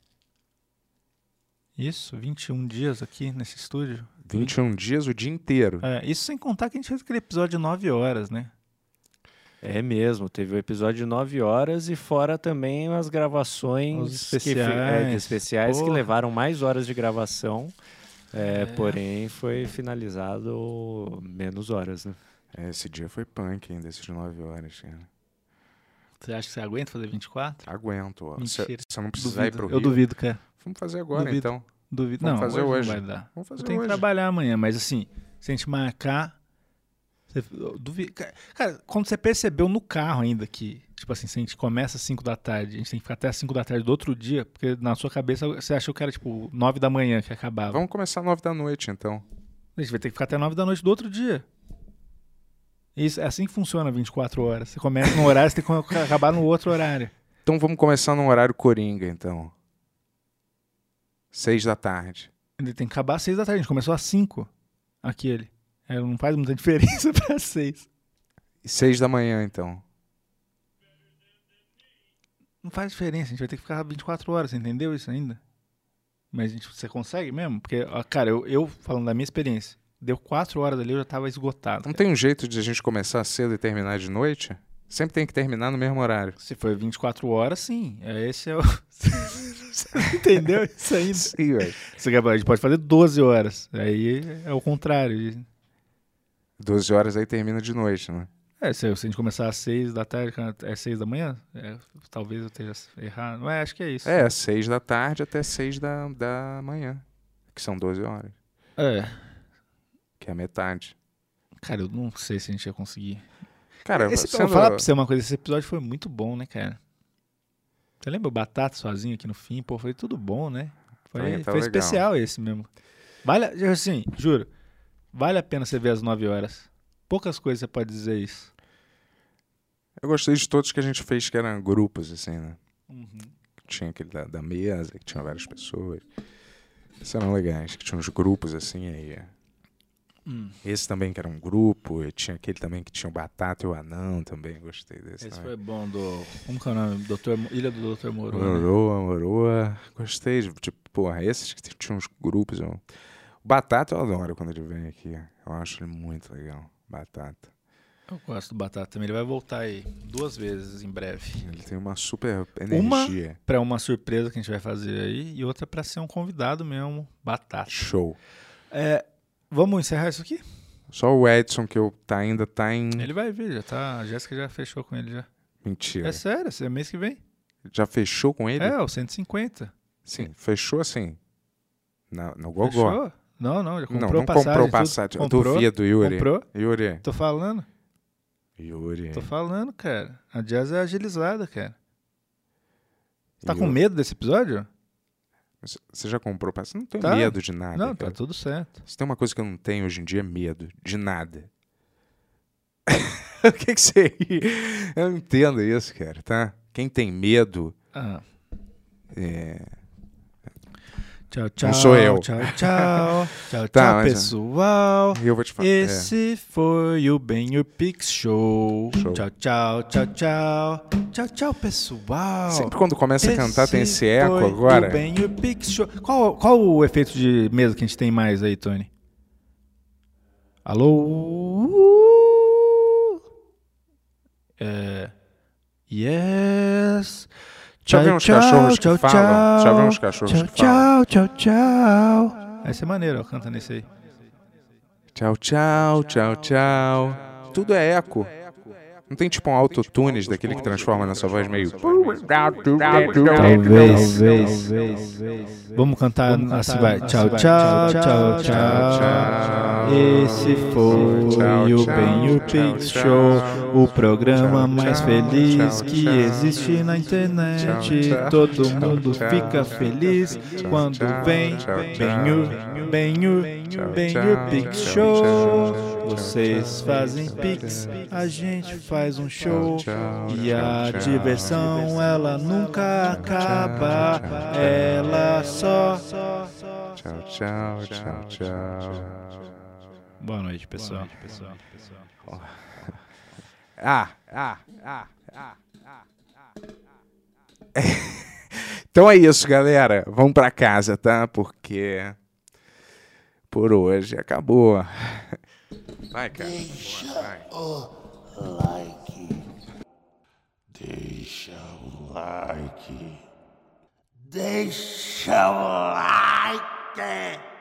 D: Isso, 21 dias aqui nesse estúdio.
C: 21 dias o dia inteiro.
D: Isso sem contar que a gente fez aquele episódio de 9 horas, né?
E: É mesmo, teve o episódio de 9 horas e fora também as gravações especiais que levaram mais horas de gravação, porém foi finalizado menos horas, né?
C: Esse dia foi punk ainda, esses 9 horas, cara.
D: Você acha que você aguenta fazer 24?
C: Aguento.
D: Você
C: não precisa ir pro Rio.
D: Eu duvido, cara.
C: Vamos fazer agora, então.
D: Duvido.
C: Vamos fazer hoje.
D: Não vai dar.
C: Vamos fazer
D: eu tenho
C: hoje.
D: que trabalhar amanhã, mas assim, se a gente marcar, Cara, quando você percebeu no carro ainda que, tipo assim, se a gente começa às 5 da tarde, a gente tem que ficar até às 5 da tarde do outro dia, porque na sua cabeça você achou que era, tipo, 9 da manhã que acabava.
C: Vamos começar 9 da noite, então.
D: A gente vai ter que ficar até 9 da noite do outro dia. Isso, é assim que funciona 24 horas. Você começa num horário, você tem que acabar no outro horário.
C: Então vamos começar num horário coringa, então. 6 da tarde.
D: Ele tem que acabar às 6 da tarde. A gente começou às 5. Aquele. Não faz muita diferença pra 6.
C: E 6 da manhã, então.
D: Não faz diferença. A gente vai ter que ficar 24 horas. Você entendeu isso ainda? Mas você consegue mesmo? Porque, cara, eu falando da minha experiência, deu 4 horas ali, eu já tava esgotado.
C: Não
D: cara.
C: tem um jeito de a gente começar cedo e terminar de noite? Sempre tem que terminar no mesmo horário.
D: Se for 24 horas, sim. Esse é o... Você não entendeu isso ainda?
C: Sim, velho.
D: A gente pode fazer 12 horas. Aí é o contrário.
C: 12 horas aí termina de noite, né?
D: Se a gente começar às 6 da tarde, é 6 da manhã? Talvez eu esteja errado. Não acho que é isso.
C: 6 da tarde até 6 da manhã. Que são 12 horas. Que é a metade.
D: Cara, eu não sei se a gente ia conseguir.
C: Cara,
D: Vou falar pra você uma coisa. Esse episódio foi muito bom, né, cara? Você lembra o Batata sozinho aqui no fim? Pô, foi tudo bom, né? Foi especial esse mesmo. Assim, juro. Vale a pena você ver às 9 horas. Poucas coisas você pode dizer isso.
C: Eu gostei de todos que a gente fez que eram grupos, assim, né?
D: Uhum.
C: Tinha aquele da mesa, que tinha várias pessoas. Esses eram legais, que tinha uns grupos, assim, aí... Esse também que era um grupo, e tinha aquele também que tinha o Batata e o Anão também, gostei desse.
D: Esse
C: também.
D: foi bom, como que é o nome? Ilha do Dr. Moroa.
C: Moroa. Gostei, tipo, porra, esses que tinham uns grupos. O Batata eu adoro quando ele vem aqui, eu acho ele muito legal, Batata.
D: Eu gosto do Batata também, ele vai voltar aí 2 vezes em breve.
C: Ele tem uma super energia.
D: Uma pra uma surpresa que a gente vai fazer aí, e outra pra ser um convidado mesmo, Batata.
C: Show.
D: Vamos encerrar isso aqui?
C: Só o Edson que ainda tá em...
D: Ele vai vir, já tá. A Jéssica já fechou com ele já.
C: Mentira.
D: É sério, é mês que vem.
C: Já fechou com ele?
D: O 150.
C: Sim, fechou assim. No Gogó.
D: Fechou? Não, já comprou
C: não
D: passagem.
C: Comprou passagem. Eu duvido, Yuri.
D: Comprou?
C: Yuri.
D: Tô falando.
C: Yuri.
D: Tô falando, cara. A Jazz é agilizada, cara. Você tá com
C: Yuri.
D: medo desse episódio?
C: Você já comprou passagem? Não tenho
D: Tá.
C: medo de nada.
D: Não,
C: cara.
D: tá tudo certo.
C: Se tem uma coisa que eu não tenho hoje em dia é medo. De nada. O que você ri? Eu não entendo isso, cara, tá? Quem tem medo...
D: Tchau, tchau.
C: Não sou eu.
D: Tchau, tchau. Tchau,
C: Tá,
D: tchau,
C: mas,
D: pessoal.
C: Eu vou te falar.
D: Esse foi o Ben Pix Show.
C: Show.
D: Tchau, tchau, tchau, tchau. Tchau, tchau, pessoal.
C: Sempre quando começa a cantar tem esse eco
D: foi
C: agora.
D: O Ben Pix Show. Qual o efeito de mesa que a gente tem mais aí, Tony? Alô? Yes.
C: Já viu uns cachorros que falam? Já viu uns cachorros que falam?
D: Tchau, tchau. Essa é maneira, ó. Canta nesse aí.
C: Tchau, tchau, tchau, tchau. Tudo é eco. Não tem tipo um autotunes daquele que transforma na sua voz meio...
D: Talvez. Vamos cantar assim, vai. Tchau, tchau, tchau, tchau. Esse foi o Ben Pix Show, o programa mais feliz que existe na internet. Todo mundo fica feliz quando vem Ben Pix Show. Vocês fazem Pix, a gente faz um show. E a diversão, ela nunca acaba. Ela só...
C: Tchau, tchau, tchau, tchau.
D: Boa noite, pessoal.
C: Então é isso, galera. Vamos pra casa, tá? Porque por hoje acabou. Vai, cara. Vai.
B: Deixa o like. Deixa o like.